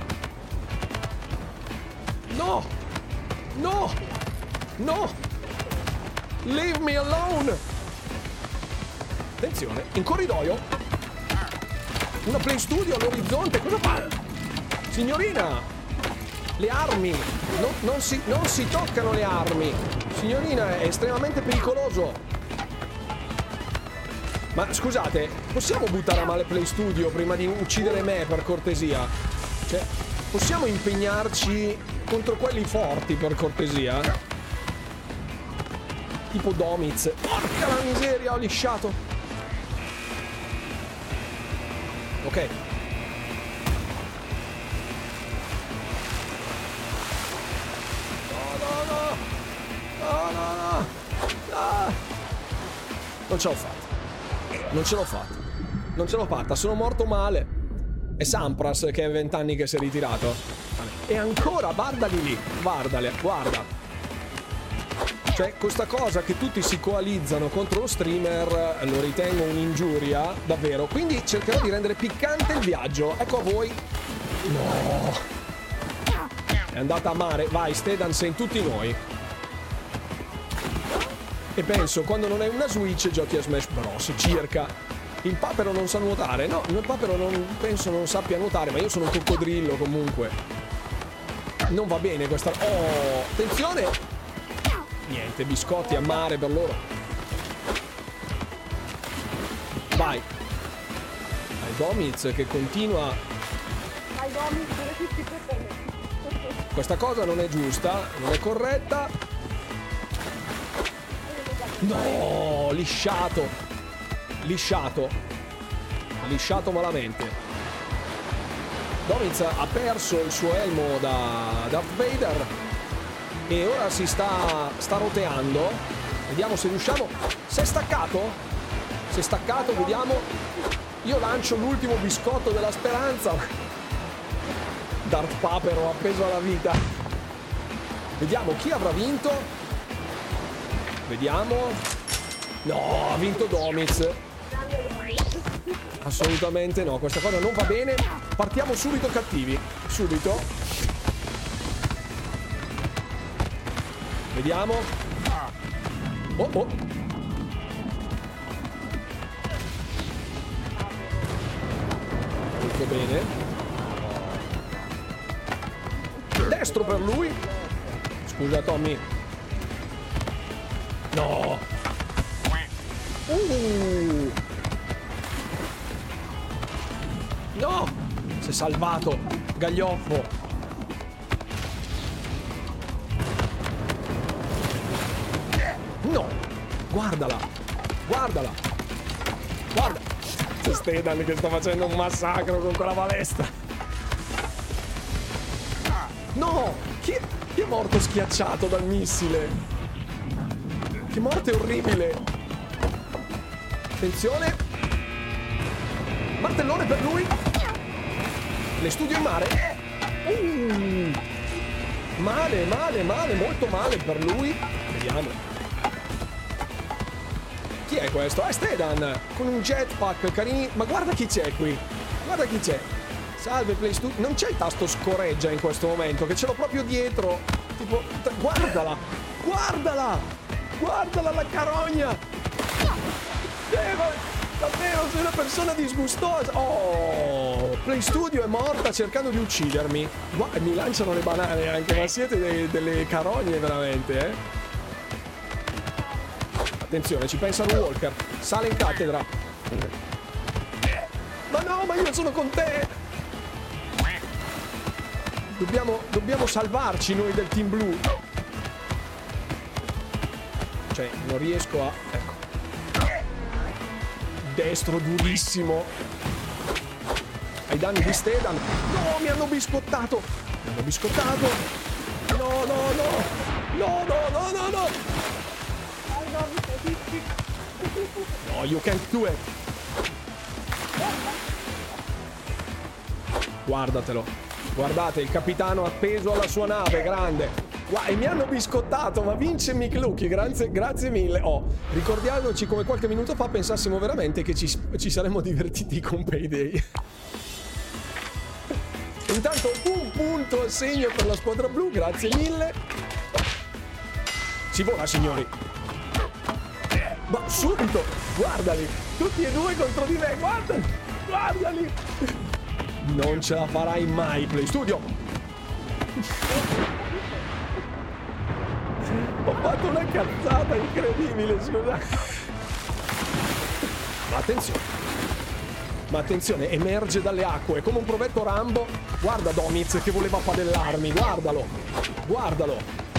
No! No! No! Leave me alone! Attenzione, in corridoio. Una Play Studio all'orizzonte. Cosa fa? Signorina! Le armi! No, non, si, non si toccano le armi! Signorina, è estremamente pericoloso! Ma scusate, possiamo buttare a male Play Studio prima di uccidere me, per cortesia? Cioè, possiamo impegnarci contro quelli forti, per cortesia? Tipo Domiz. Porca la miseria, ho lisciato. Ok. No, no, no. No, no, no. Ah. Non ce l'ho fatta. Non ce l'ho fatta. Non ce l'ho fatta. Sono morto male. È Sampras che è vent'anni che si è ritirato. E ancora, guardali lì. Guardali, guarda. Cioè, questa cosa che tutti si coalizzano contro lo streamer lo ritengo un'ingiuria, davvero. Quindi cercherò di rendere piccante il viaggio. Ecco a voi. No. È andata a mare. Vai, Stedan, sei in tutti noi. E penso, quando non hai una Switch, giochi a Smash Bros. Circa. Il papero non sa nuotare. No, il papero non, penso non sappia nuotare, ma io sono un coccodrillo comunque. Non va bene questa... Oh, attenzione! Niente, biscotti a mare per loro. Vai. Vai Domiz che continua. Vai Domiz, dove ti si prende? Questa cosa non è giusta, non è corretta. No, lisciato. Lisciato. Lisciato malamente. Domiz ha perso il suo elmo da Darth Vader e ora si sta, sta roteando. Vediamo se riusciamo. Si è staccato? Si è staccato, vediamo. Io lancio l'ultimo biscotto della speranza. Darth Papero appeso alla vita. Vediamo chi avrà vinto. Vediamo. No, ha vinto Domiz. Assolutamente no, questa cosa non va bene. Partiamo subito cattivi. Subito. Vediamo. Oh oh. Tutto bene. Destro per lui. Scusa Tommy. No. Uh. No. Si è salvato. Gaglioffo. No. Guardala. Guardala. Guarda. C'è Stedan che sta facendo un massacro con quella balestra. No. Chi, chi è morto schiacciato dal missile? Che morte orribile. Attenzione. Martellone per lui. Le studio in mare. Uh, male, male, male, molto male per lui. Vediamo. Chi è questo? È Stedan con un jetpack carini. Ma guarda chi c'è qui. Guarda chi c'è. Salve Play Studio. Non c'è il tasto scorreggia in questo momento, che ce l'ho proprio dietro. Tipo, guardala. Guardala. Guardala la carogna. Eh, ma... Davvero, sei una persona disgustosa. Oh, Play Studio è morta cercando di uccidermi. Guarda, mi lanciano le banane anche, ma siete dei, delle carogne veramente, eh? Attenzione, ci pensa un Walker. Sale in cattedra. Ma no, ma io sono con te. Dobbiamo, dobbiamo salvarci noi del team blu. Cioè, non riesco a... Ecco. Destro durissimo ai danni di Stedan. No, mi hanno biscottato. Mi hanno biscottato. No, no, no. No, no, no, no, no. No, you can't do it. Guardatelo. Guardate, il capitano appeso alla sua nave, grande. Wow, e mi hanno biscottato, ma vince Mick Lucky, grazie, grazie mille. Oh, ricordiamoci come qualche minuto fa pensassimo veramente che ci, ci saremmo divertiti con Payday. Intanto un punto assegno per la squadra blu, grazie mille. Si vola, signori. Ma subito, guardali, tutti e due contro di me, guardali, guardali. Non ce la farai mai, Play Studio. Ho fatto una cazzata incredibile, scusate. Ma attenzione. Ma attenzione, emerge dalle acque come un provetto Rambo. Guarda Domiz che voleva padellarmi, guardalo. Guardalo.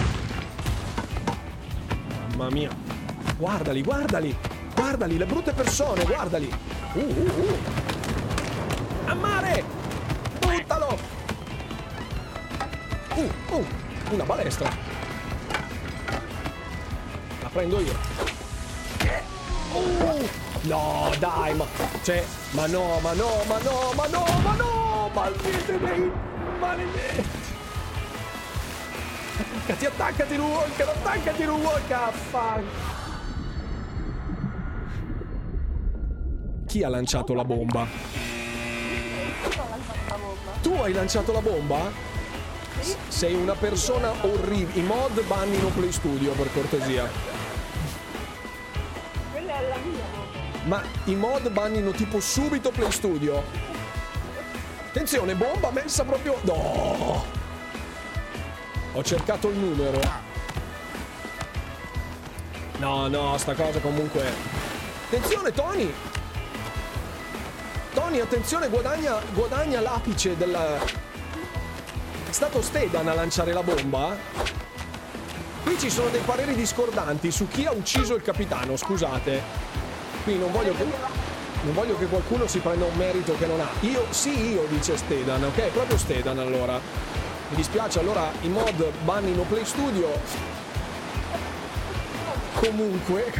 Mamma mia. Guardali, guardali. Guardali, le brutte persone, guardali. Uh, uh, uh. A mare! Buttalo! Uh, uh, una balestra. Prendo io. Oh, no, dai, ma cioè, ma no, ma no, ma no, ma no, ma no, maldite dei maledetti. Attaccati, attaccati, Walker, attaccati, Walker, fuck. Chi ha lanciato la bomba? Tu hai lanciato la bomba? Sei una persona orribile. I mod bannino Play Studio, per cortesia. Ma i mod bannino tipo subito Play Studio. Attenzione, bomba messa proprio... No! Ho cercato il numero. No, no, sta cosa comunque... Attenzione, Tony! Tony, attenzione, guadagna, guadagna l'apice della... È stato Stedan a lanciare la bomba? Qui ci sono dei pareri discordanti su chi ha ucciso il capitano, scusate. Qui non voglio che, non voglio che qualcuno si prenda un merito che non ha. Io, sì, io, dice Stedan, ok? Proprio Stedan, allora. Mi dispiace, allora i mod bannino Play Studio. Comunque.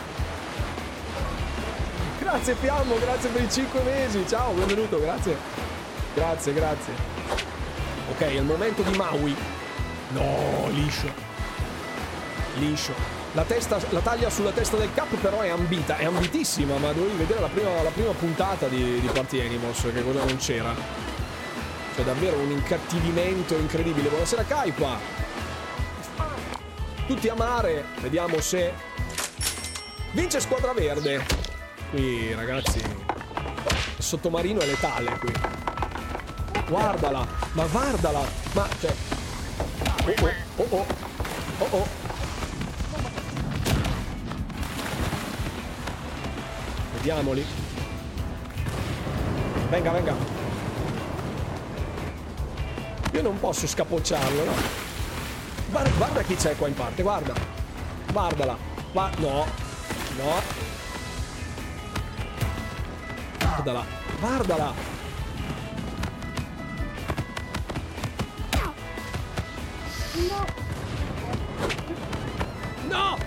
Grazie Fiammo, grazie per i cinque mesi. Ciao, benvenuto, grazie. Grazie, grazie. Ok, è il momento di Maui. No, liscio. Liscio. La, testa, la taglia sulla testa del cap però è ambita, è ambitissima, ma dovevi vedere la prima, la prima puntata di, di Party Animals, che cosa non c'era. C'è davvero un incattivimento incredibile. Buonasera Kaipa. Tutti a mare, vediamo se vince squadra verde. Qui ragazzi, il sottomarino è letale qui. Guardala, ma guardala, ma cioè... Oh oh, oh oh, oh oh. Vediamoli. Venga, venga. Io non posso scapocciarlo, no? Guarda, guarda chi c'è qua in parte, guarda. Guardala. Ma no. No. Guardala. Guardala. No.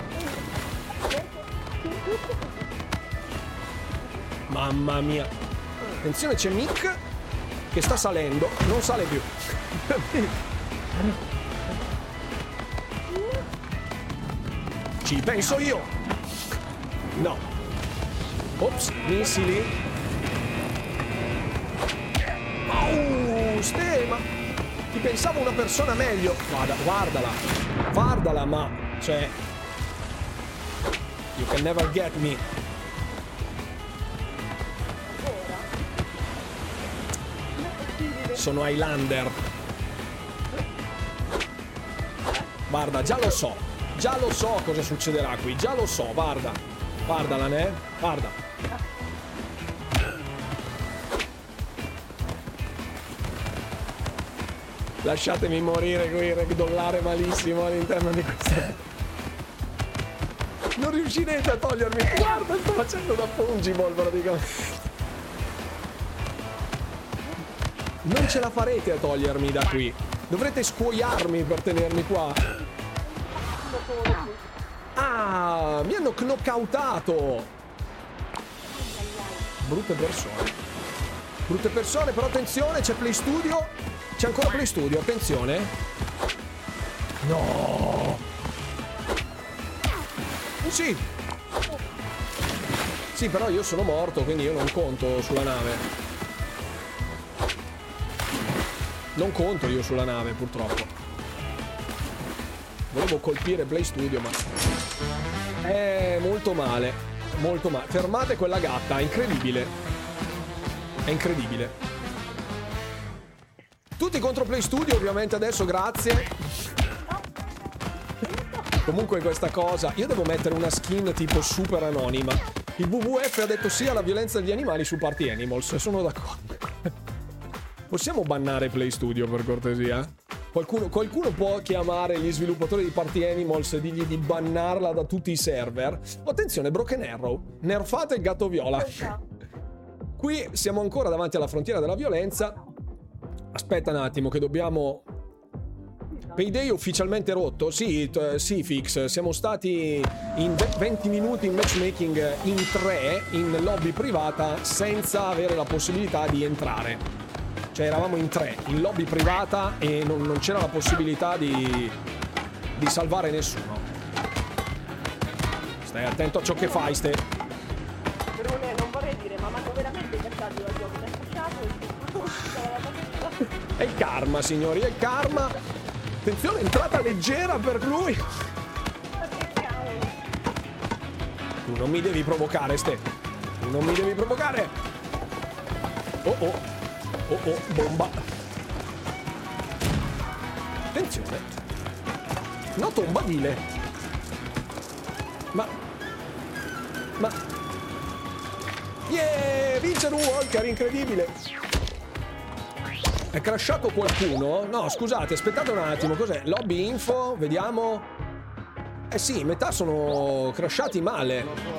Mamma mia. Attenzione, c'è Mick che sta salendo. Non sale più. Ci penso io. No. Ops, missili. Oh, ste, ma ti pensavo una persona meglio. Guarda, guardala. Guardala, ma cioè you can never get me. Sono Highlander. Guarda, già lo so. Già lo so cosa succederà qui. Già lo so, guarda. Guardala, ne? Guarda. Lasciatemi morire qui, ragdollare malissimo all'interno di questa. Non riuscirete a togliermi. Guarda, sto facendo da fungible praticamente. Non ce la farete a togliermi da qui. Dovrete scuoiarmi per tenermi qua. Ah, mi hanno knockoutato. Brutte persone. Brutte persone, però attenzione, c'è Play Studio. C'è ancora Play Studio, attenzione. No. Sì. Sì, però io sono morto, quindi io non conto sulla nave. Non conto io sulla nave, purtroppo. Volevo colpire Play Studio, ma è molto male. Molto male. Fermate quella gatta, è incredibile. È incredibile. Tutti contro Play Studio, ovviamente adesso, grazie. Comunque questa cosa, io devo mettere una skin tipo super anonima. Il W W F ha detto sì alla violenza degli animali su Party Animals, sono d'accordo. Possiamo bannare Play Studio per cortesia? Qualcuno, qualcuno può chiamare gli sviluppatori di Party Animals e dirgli di bannarla da tutti i server? Oh, attenzione, Broken Arrow, nerfate il gatto viola. Qui siamo ancora davanti alla frontiera della violenza. Aspetta un attimo che dobbiamo... Payday ufficialmente rotto? Sì, t- sì, Fix. Siamo stati in venti minuti in matchmaking in tre, in lobby privata, senza avere la possibilità di entrare. Cioè eravamo in tre, in lobby privata e non, non c'era la possibilità di, di salvare nessuno. Stai attento a ciò che fai, Ste. Non vorrei dire, ma mi hanno veramente cacciato da gioco, mi ha cacciato e È il karma, signori, è il karma. Attenzione, entrata leggera per lui. Tu non mi devi provocare, Ste. Tu non mi devi provocare. Oh oh. Oh oh, bomba. Attenzione. No, tombadile. Ma Ma Yeah, vince un Walker, incredibile. È crashato qualcuno? No, scusate, aspettate un attimo. Cos'è? Lobby info, vediamo. Eh sì, metà sono crashati male.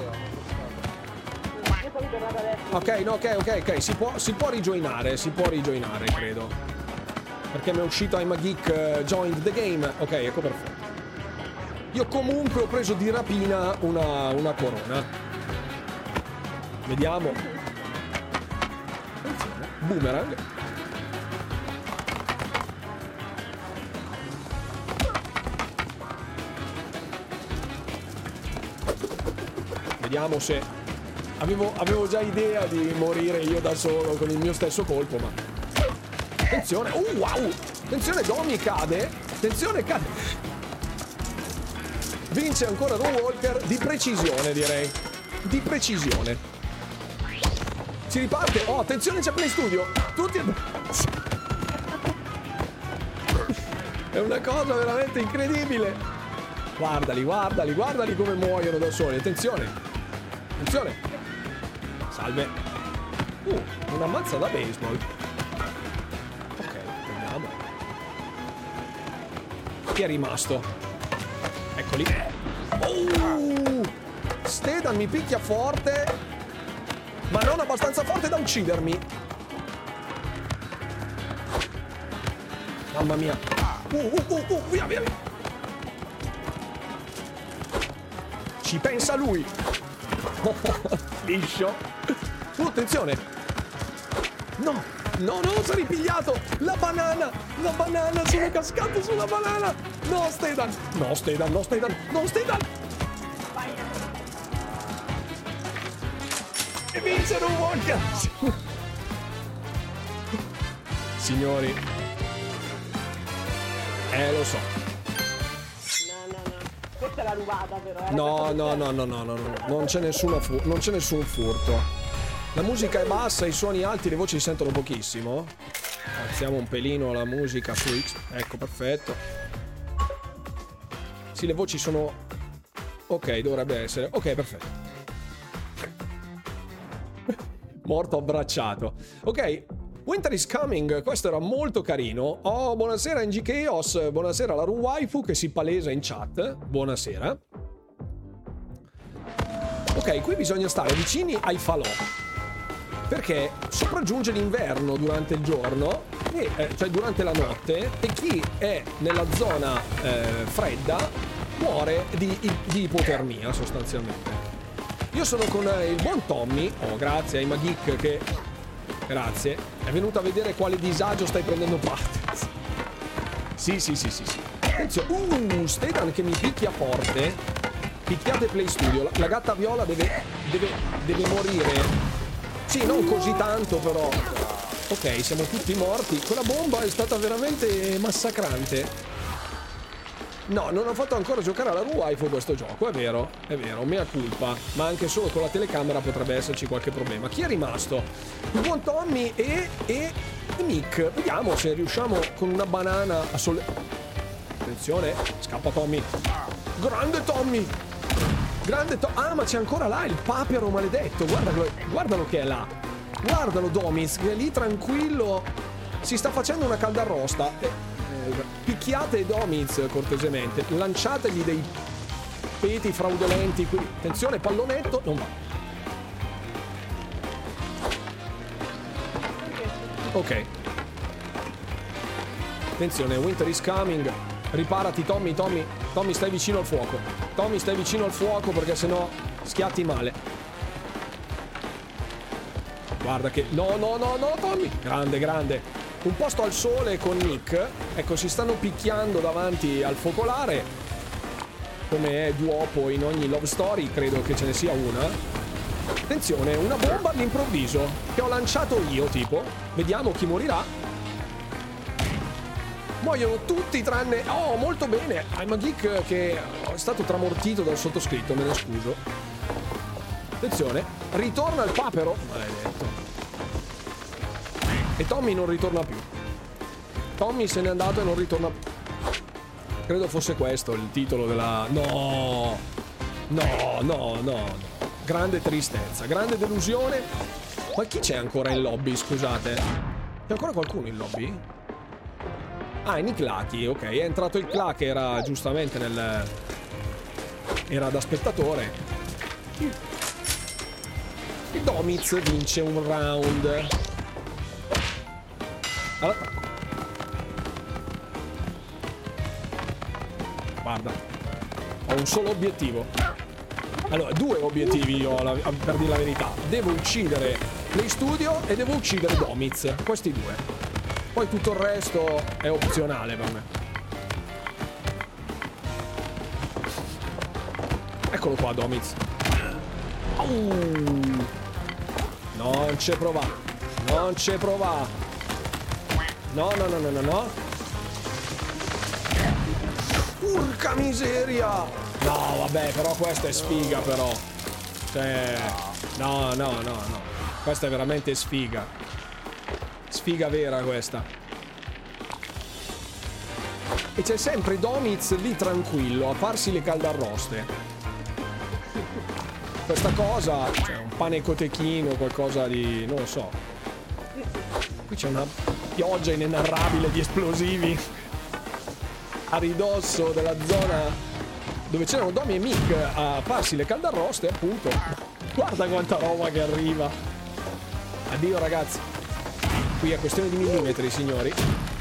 Ok, no, ok, ok, ok, si può, si può rijoinare, si può rijoinare, credo. Perché mi è uscito I'm a Geek uh, joined the game. Ok, ecco, perfetto. Io comunque ho preso di rapina una, una corona. Vediamo. Attenzione. Boomerang. Vediamo se... Avevo, avevo già idea di morire io da solo con il mio stesso colpo, ma... Attenzione! Uh, wow! Attenzione, Domi cade! Attenzione, cade! Vince ancora Ron Walker di precisione, direi. Di precisione. Si riparte! Oh, attenzione, c'è Play Studio! Tutti e due! È una cosa veramente incredibile! Guardali, guardali, guardali come muoiono da soli! Attenzione! Attenzione! Salve. Uh, una mazza da baseball. Ok, vediamo. Chi è rimasto? Eccoli. Oh! Stedan mi picchia forte, ma non abbastanza forte da uccidermi. Mamma mia. Uh, uh, uh, uh, via, via, via. Ci pensa lui. Liscio. Uh, attenzione. No, No, no, si è ripigliato! La banana! La banana! Sono cascato sulla banana! No, Stedan! No, Stedan, no, Stedan! No, Stedan! E vincere un Walker! Signori. Eh, lo so. No, no, no. Questa è la rubata, però. Era No, no, no, no, no, no, no. Non c'è nessuna fu- non c'è nessun furto. La musica è bassa, i suoni alti, le voci si sentono pochissimo. Alziamo un pelino la musica su X. Ecco, perfetto. Sì, le voci sono... Ok, dovrebbe essere... Ok, perfetto. Morto abbracciato. Ok, Winter is Coming, questo era molto carino. Oh, buonasera N G Chaos, buonasera la Ruwaifu che si palesa in chat. Buonasera. Ok, qui bisogna stare vicini ai falò, perché sopraggiunge l'inverno durante il giorno, e, eh, cioè durante la notte, e chi è nella zona eh, fredda muore di, di ipotermia sostanzialmente. Io sono con il buon Tommy, oh grazie a Imageek che, grazie, è venuto a vedere quale disagio stai prendendo parte. Sì, sì, sì, sì, sì. Attenzione, uh, Stedan che mi picchia forte, picchiate Play Studio, la, la gatta viola deve, deve, deve morire. Sì, non così tanto però. Ok, siamo tutti morti. Quella bomba è stata veramente massacrante. No, non ho fatto ancora giocare alla Ruwaifu questo gioco, è vero, è vero, mea culpa. Ma anche solo con la telecamera potrebbe esserci qualche problema. Chi è rimasto? Il buon Tommy e, e, e Nick. Vediamo se riusciamo con una banana a solle... Attenzione, scappa Tommy. Grande Tommy! Grande to- Ah, ma c'è ancora là il papero maledetto. Guardalo, guardalo che è là. Guardalo Domiz, che è lì tranquillo. Si sta facendo una caldarrosta. Eh, eh, picchiate Domiz cortesemente. Lanciategli dei peti fraudolenti qui. Attenzione, pallonetto. Non va. Ok. Attenzione, Winter is coming. Riparati Tommy, Tommy. Tommy, stai vicino al fuoco. Tommy, stai vicino al fuoco perché sennò schiatti male. Guarda che... No, no, no, no, Tommy. Grande, grande. Un posto al sole con Nick. Ecco, si stanno picchiando davanti al focolare. Come è duopo in ogni love story, credo che ce ne sia una. Attenzione, una bomba all'improvviso che ho lanciato io, tipo. Vediamo chi morirà. Muoiono tutti tranne... Oh, molto bene. I'm a geek che è stato tramortito dal sottoscritto, me ne scuso. Attenzione. Ritorna il papero. Maledetto. E Tommy non ritorna più. Tommy se n'è andato e non ritorna più. Credo fosse questo il titolo della... No. No, no, no, no. Grande tristezza, grande delusione. Ma chi c'è ancora in lobby, scusate? C'è ancora qualcuno in lobby? Ah, è Nick Lucky, ok, è entrato il Cla che era giustamente nel... era da spettatore. Il Domiz vince un round. All'attacco. Guarda, ho un solo obiettivo. Allora, due obiettivi io, per dire la verità. Devo uccidere Play Studio e devo uccidere Domiz. Questi due. Poi tutto il resto è opzionale per me. Eccolo qua, Domiz. Uh. Non c'è prova. Non c'è prova. No, no, no, no, no, no. Urca miseria. No, vabbè, però questa è sfiga, però. Cioè... No, no, no, no. Questa è veramente sfiga. Sfiga vera questa. E c'è sempre Domiz lì tranquillo a farsi le caldarroste. Questa cosa, cioè un pane cotechino, qualcosa di... non lo so. Qui c'è una pioggia inenarrabile di esplosivi a ridosso della zona dove c'erano Domi e Mick a farsi le caldarroste, appunto. Guarda quanta roba che arriva. Addio ragazzi. Qui è questione di millimetri, signori.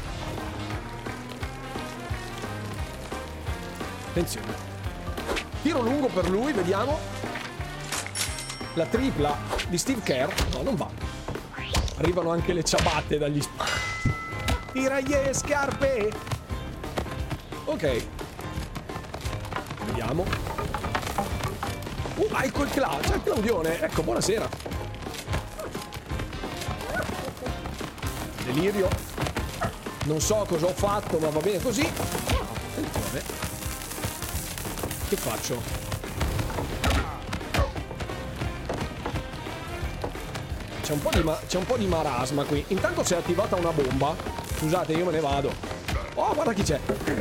Attenzione. Tiro lungo per lui, vediamo. La tripla di Steve Kerr. No, non va. Arrivano anche le ciabatte dagli spari. Tira le scarpe. Ok. Vediamo. Uh, ah, ecco il Cla c'è il Claudione. Ecco, buonasera. Delirio. Non so cosa ho fatto, ma va bene così. Attenzione. Che faccio? C'è un po' di ma- c'è un po' di marasma qui. Intanto si è attivata una bomba. Scusate, io me ne vado. Oh, guarda chi c'è.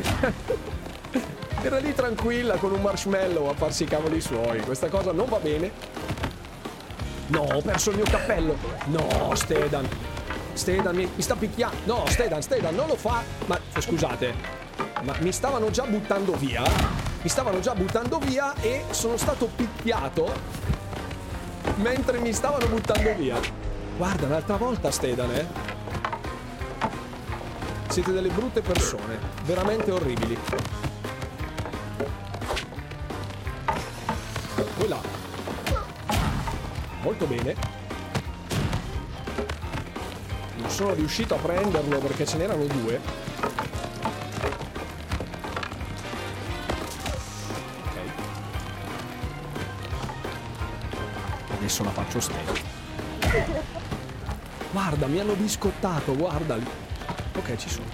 Era lì tranquilla con un marshmallow a farsi i cavoli suoi. Questa cosa non va bene. No, ho perso il mio cappello. No, Stedan. Stedan mi, mi sta picchiando. No, Stedan, Stedan, non lo fa. Ma scusate, ma mi stavano già buttando via. Mi stavano già buttando via e sono stato picchiato mentre mi stavano buttando via. Guarda, un'altra volta, Stedan, eh. Siete delle brutte persone, veramente orribili. Quella. Molto bene. Non sono riuscito a prenderlo perché ce n'erano due. Ok. Adesso la faccio steak. Guarda, mi hanno biscottato, guardali. Ok, ci sono.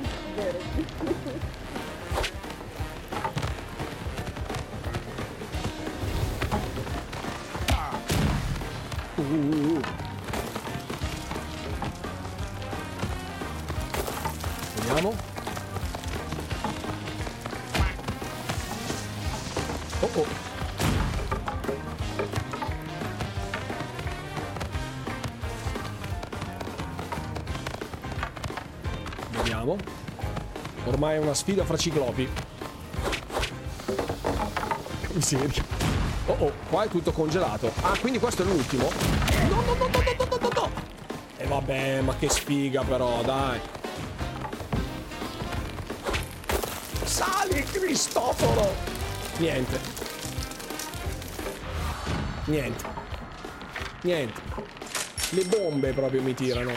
Uh. Vediamo. Oh oh. Vediamo. Ormai è una sfida fra ciclopi. Miseria. Oh oh, qua è tutto congelato. Ah, quindi questo è l'ultimo? No, no, no, no, no, no, no, no. E vabbè, ma che sfiga però, dai. Sali, Cristoforo! Niente. Niente. Niente. Le bombe proprio mi tirano.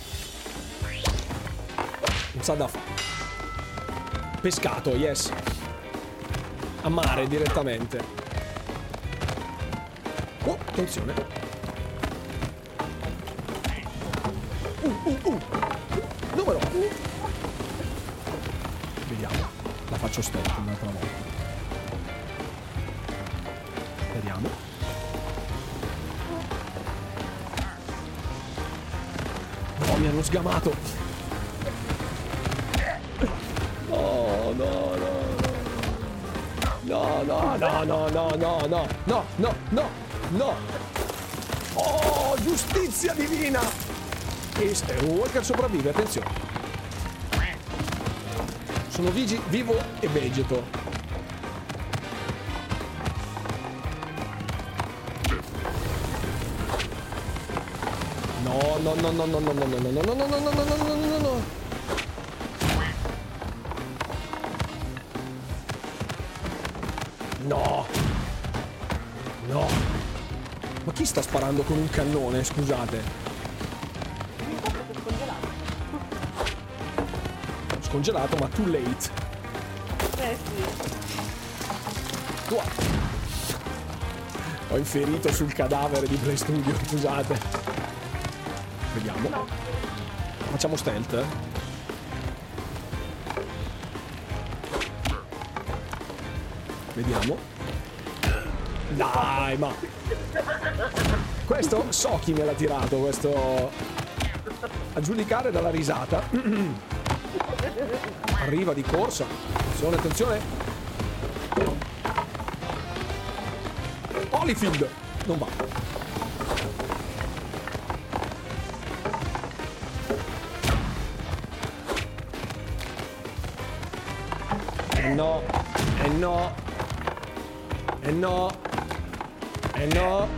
Non sa da fare. Pescato, yes. A mare direttamente. Oh, attenzione. Uh, uh, uh. Numero. Uh. Vediamo. La faccio stealth un'altra volta. Vediamo. Oh, mi hanno sgamato. No, no, no. No, no, no, no, no, no, no, no, no, no, no. Oh, giustizia divina. E Walker sopravvive, attenzione. Sono vigi, vivo e vegeto. No, no, no, no, no, no, no, no, no, no, no, no, no, no, no, no, no, no. No. No. Ma chi sta sparando con un cannone, scusate? Scongelato, ma too late. Eh sì. Tua. Ho inferito sul cadavere di Play Studio, scusate. Vediamo. No. Facciamo stealth, eh? Vediamo. Dai, ma questo so chi me l'ha tirato, questo a giudicare dalla risata. Arriva di corsa. Attenzione, attenzione. Holyfield non va. Eh no, eh no, eh no, eh no.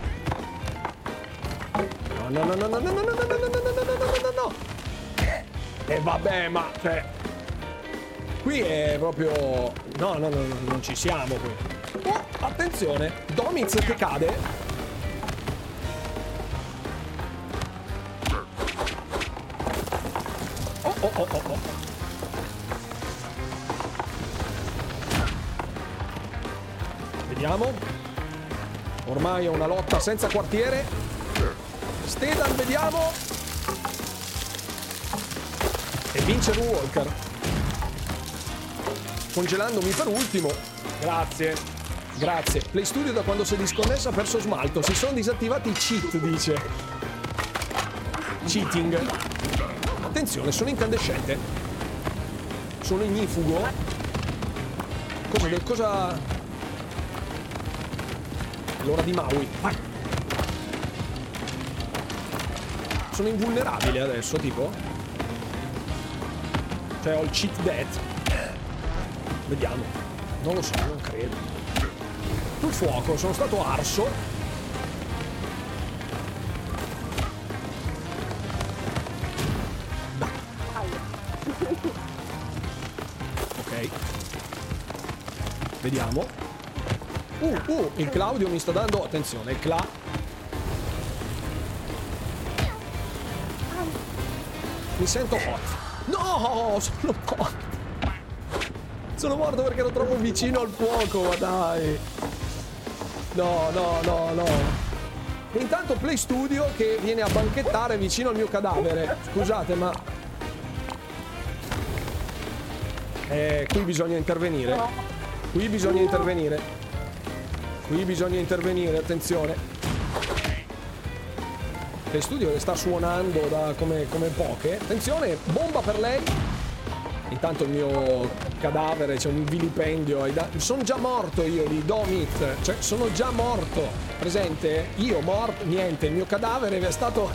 No, no, no, no, no, no, no, no, no, no, no, no, no, no, no. E vabbè, ma cioè qui è proprio no, no, no, no, non ci siamo qui. Oh, attenzione, Domiz che cade. oh, oh, oh, oh. Vediamo. Ormai è una lotta senza quartiere. Stedan, vediamo. E vince il Walker. Congelandomi per ultimo. Grazie. Grazie. Play Studio da quando si è disconnesso ha perso smalto. Si sono disattivati i cheat, dice. Cheating. Attenzione, sono incandescente. Sono ignifugo. Cosa... cosa... L'ora di Maui. Vai. Sono invulnerabile adesso, tipo. Cioè ho il cheat death. Vediamo. Non lo so, non credo. Sul fuoco, sono stato arso. Ok. Vediamo. Uh, uh, il Claudio mi sta dando... Attenzione, il Cla... Mi sento hot. No, sono morto. Sono morto perché ero troppo vicino al fuoco, ma dai. No, no, no, no. E intanto Play Studio che viene a banchettare vicino al mio cadavere. Scusate, ma... Eh, qui bisogna intervenire. Qui bisogna intervenire. Qui bisogna intervenire, attenzione. Play Studio che sta suonando da come, come poche. Attenzione, bomba per lei. Intanto il mio cadavere, c'è un vilipendio. Sono già morto io di Domit. Cioè, sono già morto. Presente? Io morto, niente. Il mio cadavere è stato...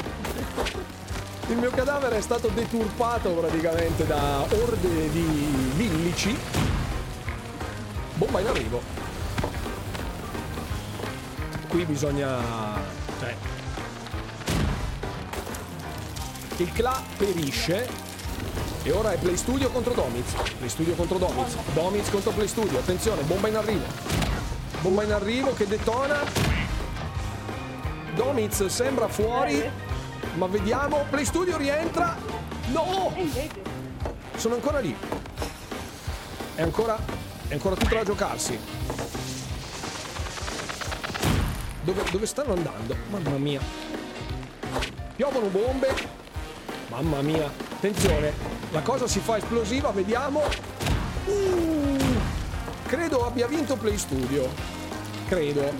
il mio cadavere è stato deturpato praticamente da orde di villici. Bomba in arrivo. Qui bisogna... cioè... il Cla perisce. E ora è Play Studio contro Domiz. Play Studio contro Domiz. Domiz contro Play Studio. Attenzione, bomba in arrivo. Bomba in arrivo che detona. Domiz sembra fuori. Ma vediamo. Play Studio rientra. No! Sono ancora lì. È ancora... è ancora tutto da giocarsi. Dove, dove stanno andando? Mamma mia. Piovono bombe. Mamma mia. Attenzione. La cosa si fa esplosiva. Vediamo. Uh, credo abbia vinto Play Studio. Credo.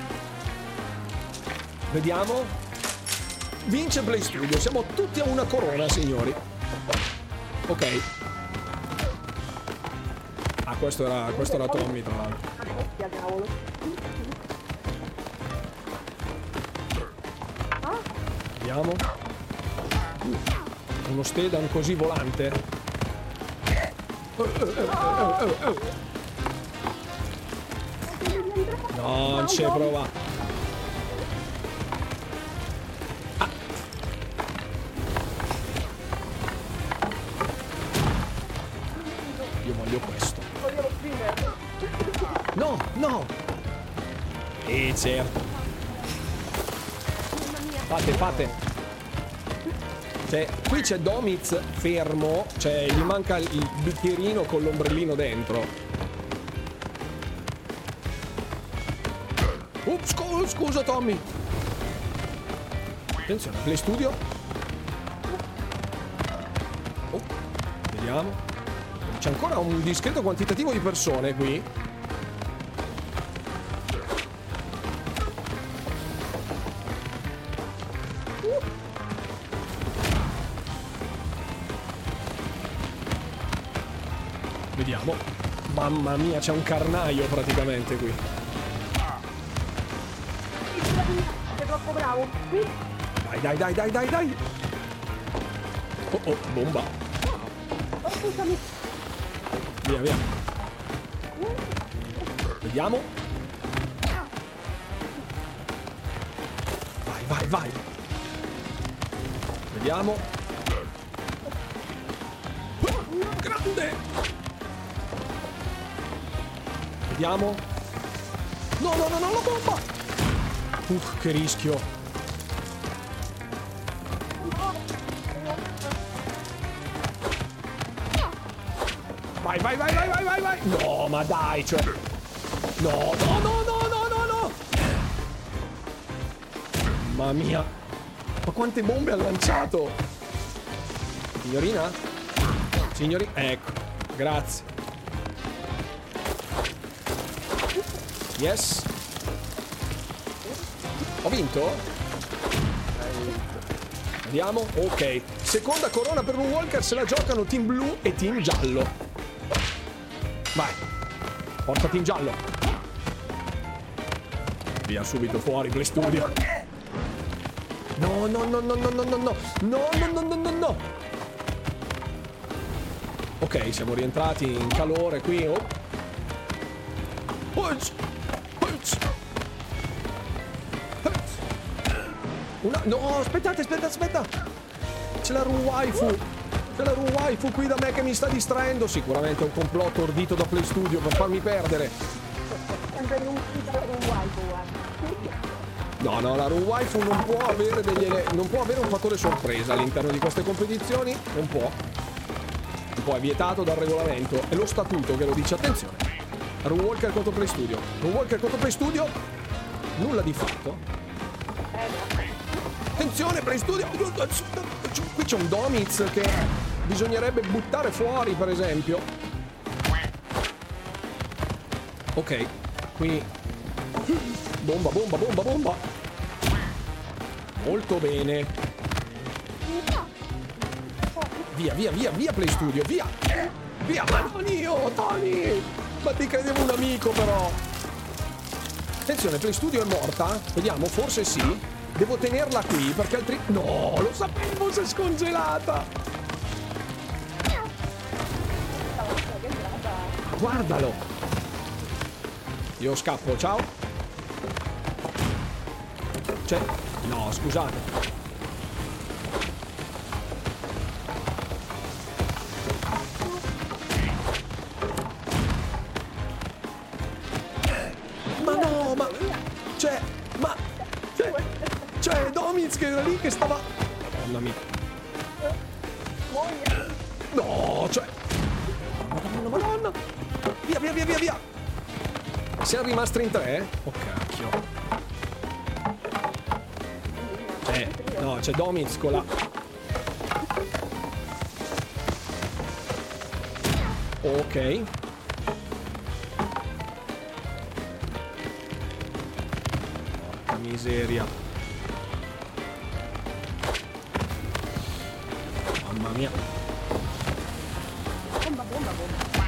Vediamo. Vince Play Studio. Siamo tutti a una corona, signori. Ok. Ah, questo era, questo era Tommy, tra l'altro. Vediamo. Uno Stedan così volante. Oh, oh, oh, oh, oh. No, non c'è prova. Ah. Io voglio questo. No, no. E certo. Fate, fate. Cioè, qui c'è Domiz fermo, cioè gli manca il bicchierino con l'ombrellino dentro. Ups, scu- scusa Tommy. Attenzione, Play Studio. Oh, vediamo. C'è ancora un discreto quantitativo di persone qui. Vediamo. Mamma mia, c'è un carnaio praticamente qui. Sei troppo bravo. Dai, dai, dai, dai, dai, dai. Oh, oh, bomba. Oh, scusami. Via, via. Vediamo. Vai, vai, vai. Vediamo. Grande. Vediamo. No, no, no, no, la bomba. Uff, che rischio. Vai, vai, vai, vai, vai, vai, vai. No, ma dai, cioè. No, no, no, no, no, no, no. Mamma mia. Ma quante bombe ha lanciato? Signorina? Signorina? Ecco, grazie. Yes. Ho vinto? Vediamo. Ok. Seconda corona per un Walker, se la giocano team blu e team giallo. Vai. Porta team giallo. Via subito fuori, Play Studio. No, no, no, no, no, no, no, no. No, no, no, no, no, no. Ok, siamo rientrati in calore qui. Oh. Punch. Punch. Una... No, aspettate, aspetta, aspetta. C'è la Ru Waifu. C'è la Ru Waifu qui da me che mi sta distraendo. Sicuramente è un complotto ordito da Play Studio per farmi perdere. No, no, la Ru Waifu non può avere degli ele... non può avere un fattore sorpresa all'interno di queste competizioni. Non può. Non può, è vietato dal regolamento. È lo statuto che lo dice. Attenzione. Ru Walker contro Play Studio. Ru Walker contro Play Studio. Nulla di fatto. Attenzione, Play Studio. Qui c'è un Domiz che bisognerebbe buttare fuori, per esempio. Ok, qui bomba, bomba, bomba, bomba. Molto bene. Via, via, via, via Play Studio, via. Via, ma non io, Tony. Ma ti credevo un amico, però. Attenzione, Play Studio è morta. Vediamo, forse sì. Devo tenerla qui perché altri... No, lo sapevo, si è scongelata. Guardalo. Io scappo, ciao. C'è... No, scusate. Ma no, ma... Cioè... Ma... Cioè... Cioè, Domiz che era lì che stava... Madonna mia. No, cioè... Madonna, madonna. Via, via, via, via, via. Siamo rimasti in tre? Oh, cacchio. C'è... No, c'è Domiz con la... Ok. Porca miseria. Mamma mia. Bomba, bomba, bomba.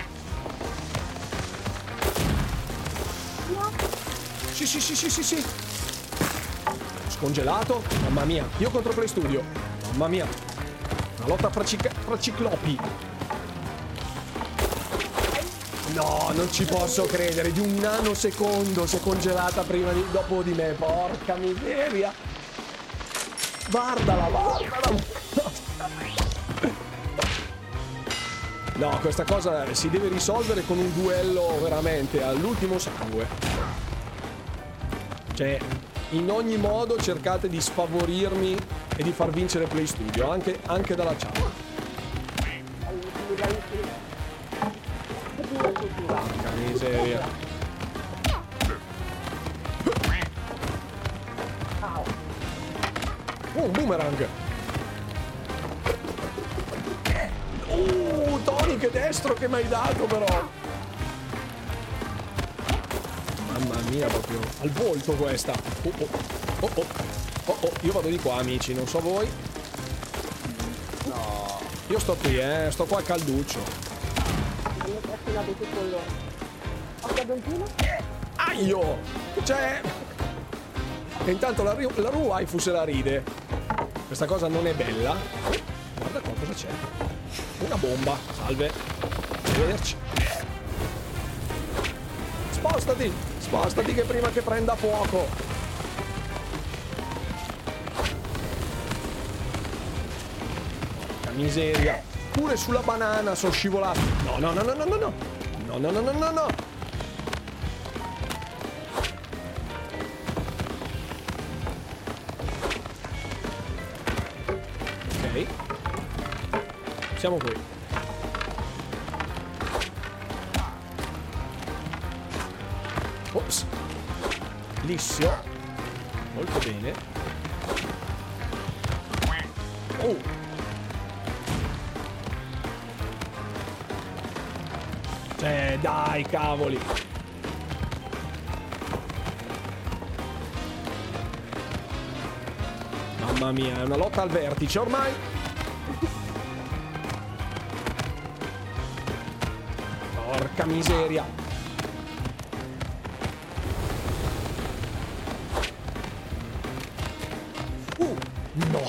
Sì, sì, sì, sì, sì, sì. Scongelato. Mamma mia. Io contro Play Studio. Mamma mia. Una lotta fra, cic fra ciclopi. No, non ci posso credere. Di un nanosecondo si è congelata prima di... dopo di me. Porca miseria. Guardala, guardala. No, questa cosa si deve risolvere con un duello veramente all'ultimo sangue. Cioè, in ogni modo cercate di sfavorirmi e di far vincere Play Studio, anche, anche dalla chat. Porca miseria. Oh, un boomerang. Uh, Tony, che destro che mi hai dato, però. Mamma mia, proprio al volto questa. Oh, oh, oh, oh, oh, oh. Io vado di qua, amici, non so voi. No. Io sto qui, eh, sto qua al calduccio. Hanno trascinato tutto il loro. Occhio Dontino? Aio! Cioè... E intanto la, la Ru Waifu se la ride. Questa cosa non è bella. Guarda qua cosa c'è. Una bomba. Salve. Arrivederci. Spostati. Spostati che prima che prenda fuoco. Porca miseria. Pure sulla banana sono scivolato. No, no, no, no, no, no, no. No, no, no, no, no, no. Ok. Siamo qui. Lissio. Molto bene. Oh. Cioè, dai, cavoli. Mamma mia, è una lotta al vertice ormai. Porca miseria. Uh, no.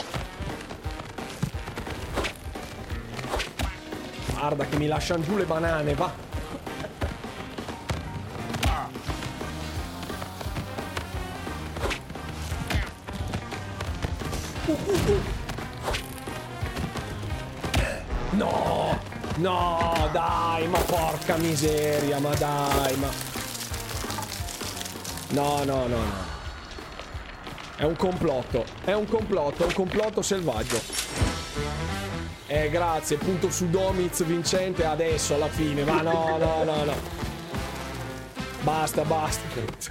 Guarda che mi lasciano giù le banane, va. Uh, uh, uh. No, no, dai, ma porca miseria, ma dai, ma... No, no, no, no. È un complotto, è un complotto, è un complotto selvaggio. Eh, grazie, punto su Domiz vincente adesso, alla fine, ma no, no, no, no. Basta, basta.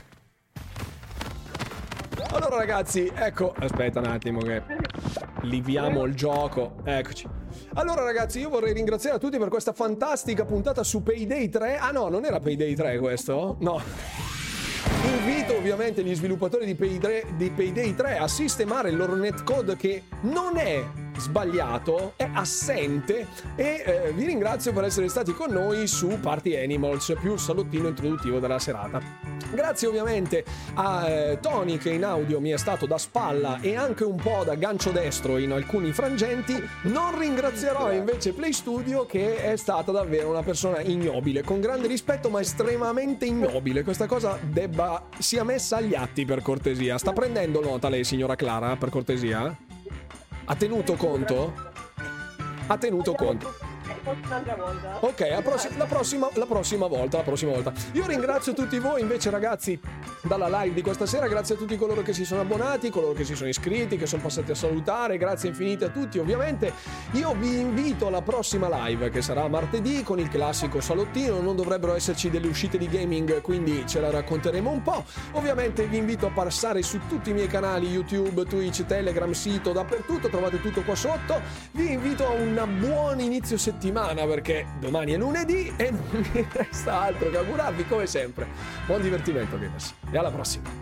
Allora ragazzi, ecco, aspetta un attimo che liviamo il gioco, eccoci. Allora ragazzi, io vorrei ringraziare a tutti per questa fantastica puntata su Payday tre. Ah no, non era Payday tre questo? No. Invito ovviamente gli sviluppatori di Payday, di Payday tre a sistemare il loro netcode che non è sbagliato, è assente, e eh, vi ringrazio per essere stati con noi su Party Animals, più il salottino introduttivo della serata. Grazie ovviamente a eh, Tony che in audio mi è stato da spalla e anche un po' da gancio destro in alcuni frangenti. Non ringrazierò invece Play Studio, che è stata davvero una persona ignobile, con grande rispetto ma estremamente ignobile. Questa cosa debba sia messa agli atti, per cortesia. Sta prendendo nota lei, signora Clara, per cortesia? Ha tenuto conto? Ha tenuto conto. Ok, la, prossi- la, prossima, la prossima volta, la prossima volta. Io ringrazio tutti voi invece ragazzi dalla live di questa sera, grazie a tutti coloro che si sono abbonati, coloro che si sono iscritti, che sono passati a salutare, grazie infinite a tutti ovviamente. Io vi invito alla prossima live che sarà martedì con il classico salottino, non dovrebbero esserci delle uscite di gaming, quindi ce la racconteremo un po'. Ovviamente vi invito a passare su tutti i miei canali YouTube, Twitch, Telegram, sito, dappertutto, trovate tutto qua sotto. Vi invito a un buon inizio settimana, perché domani è lunedì e non mi resta altro che augurarvi come sempre buon divertimento gamers e alla prossima.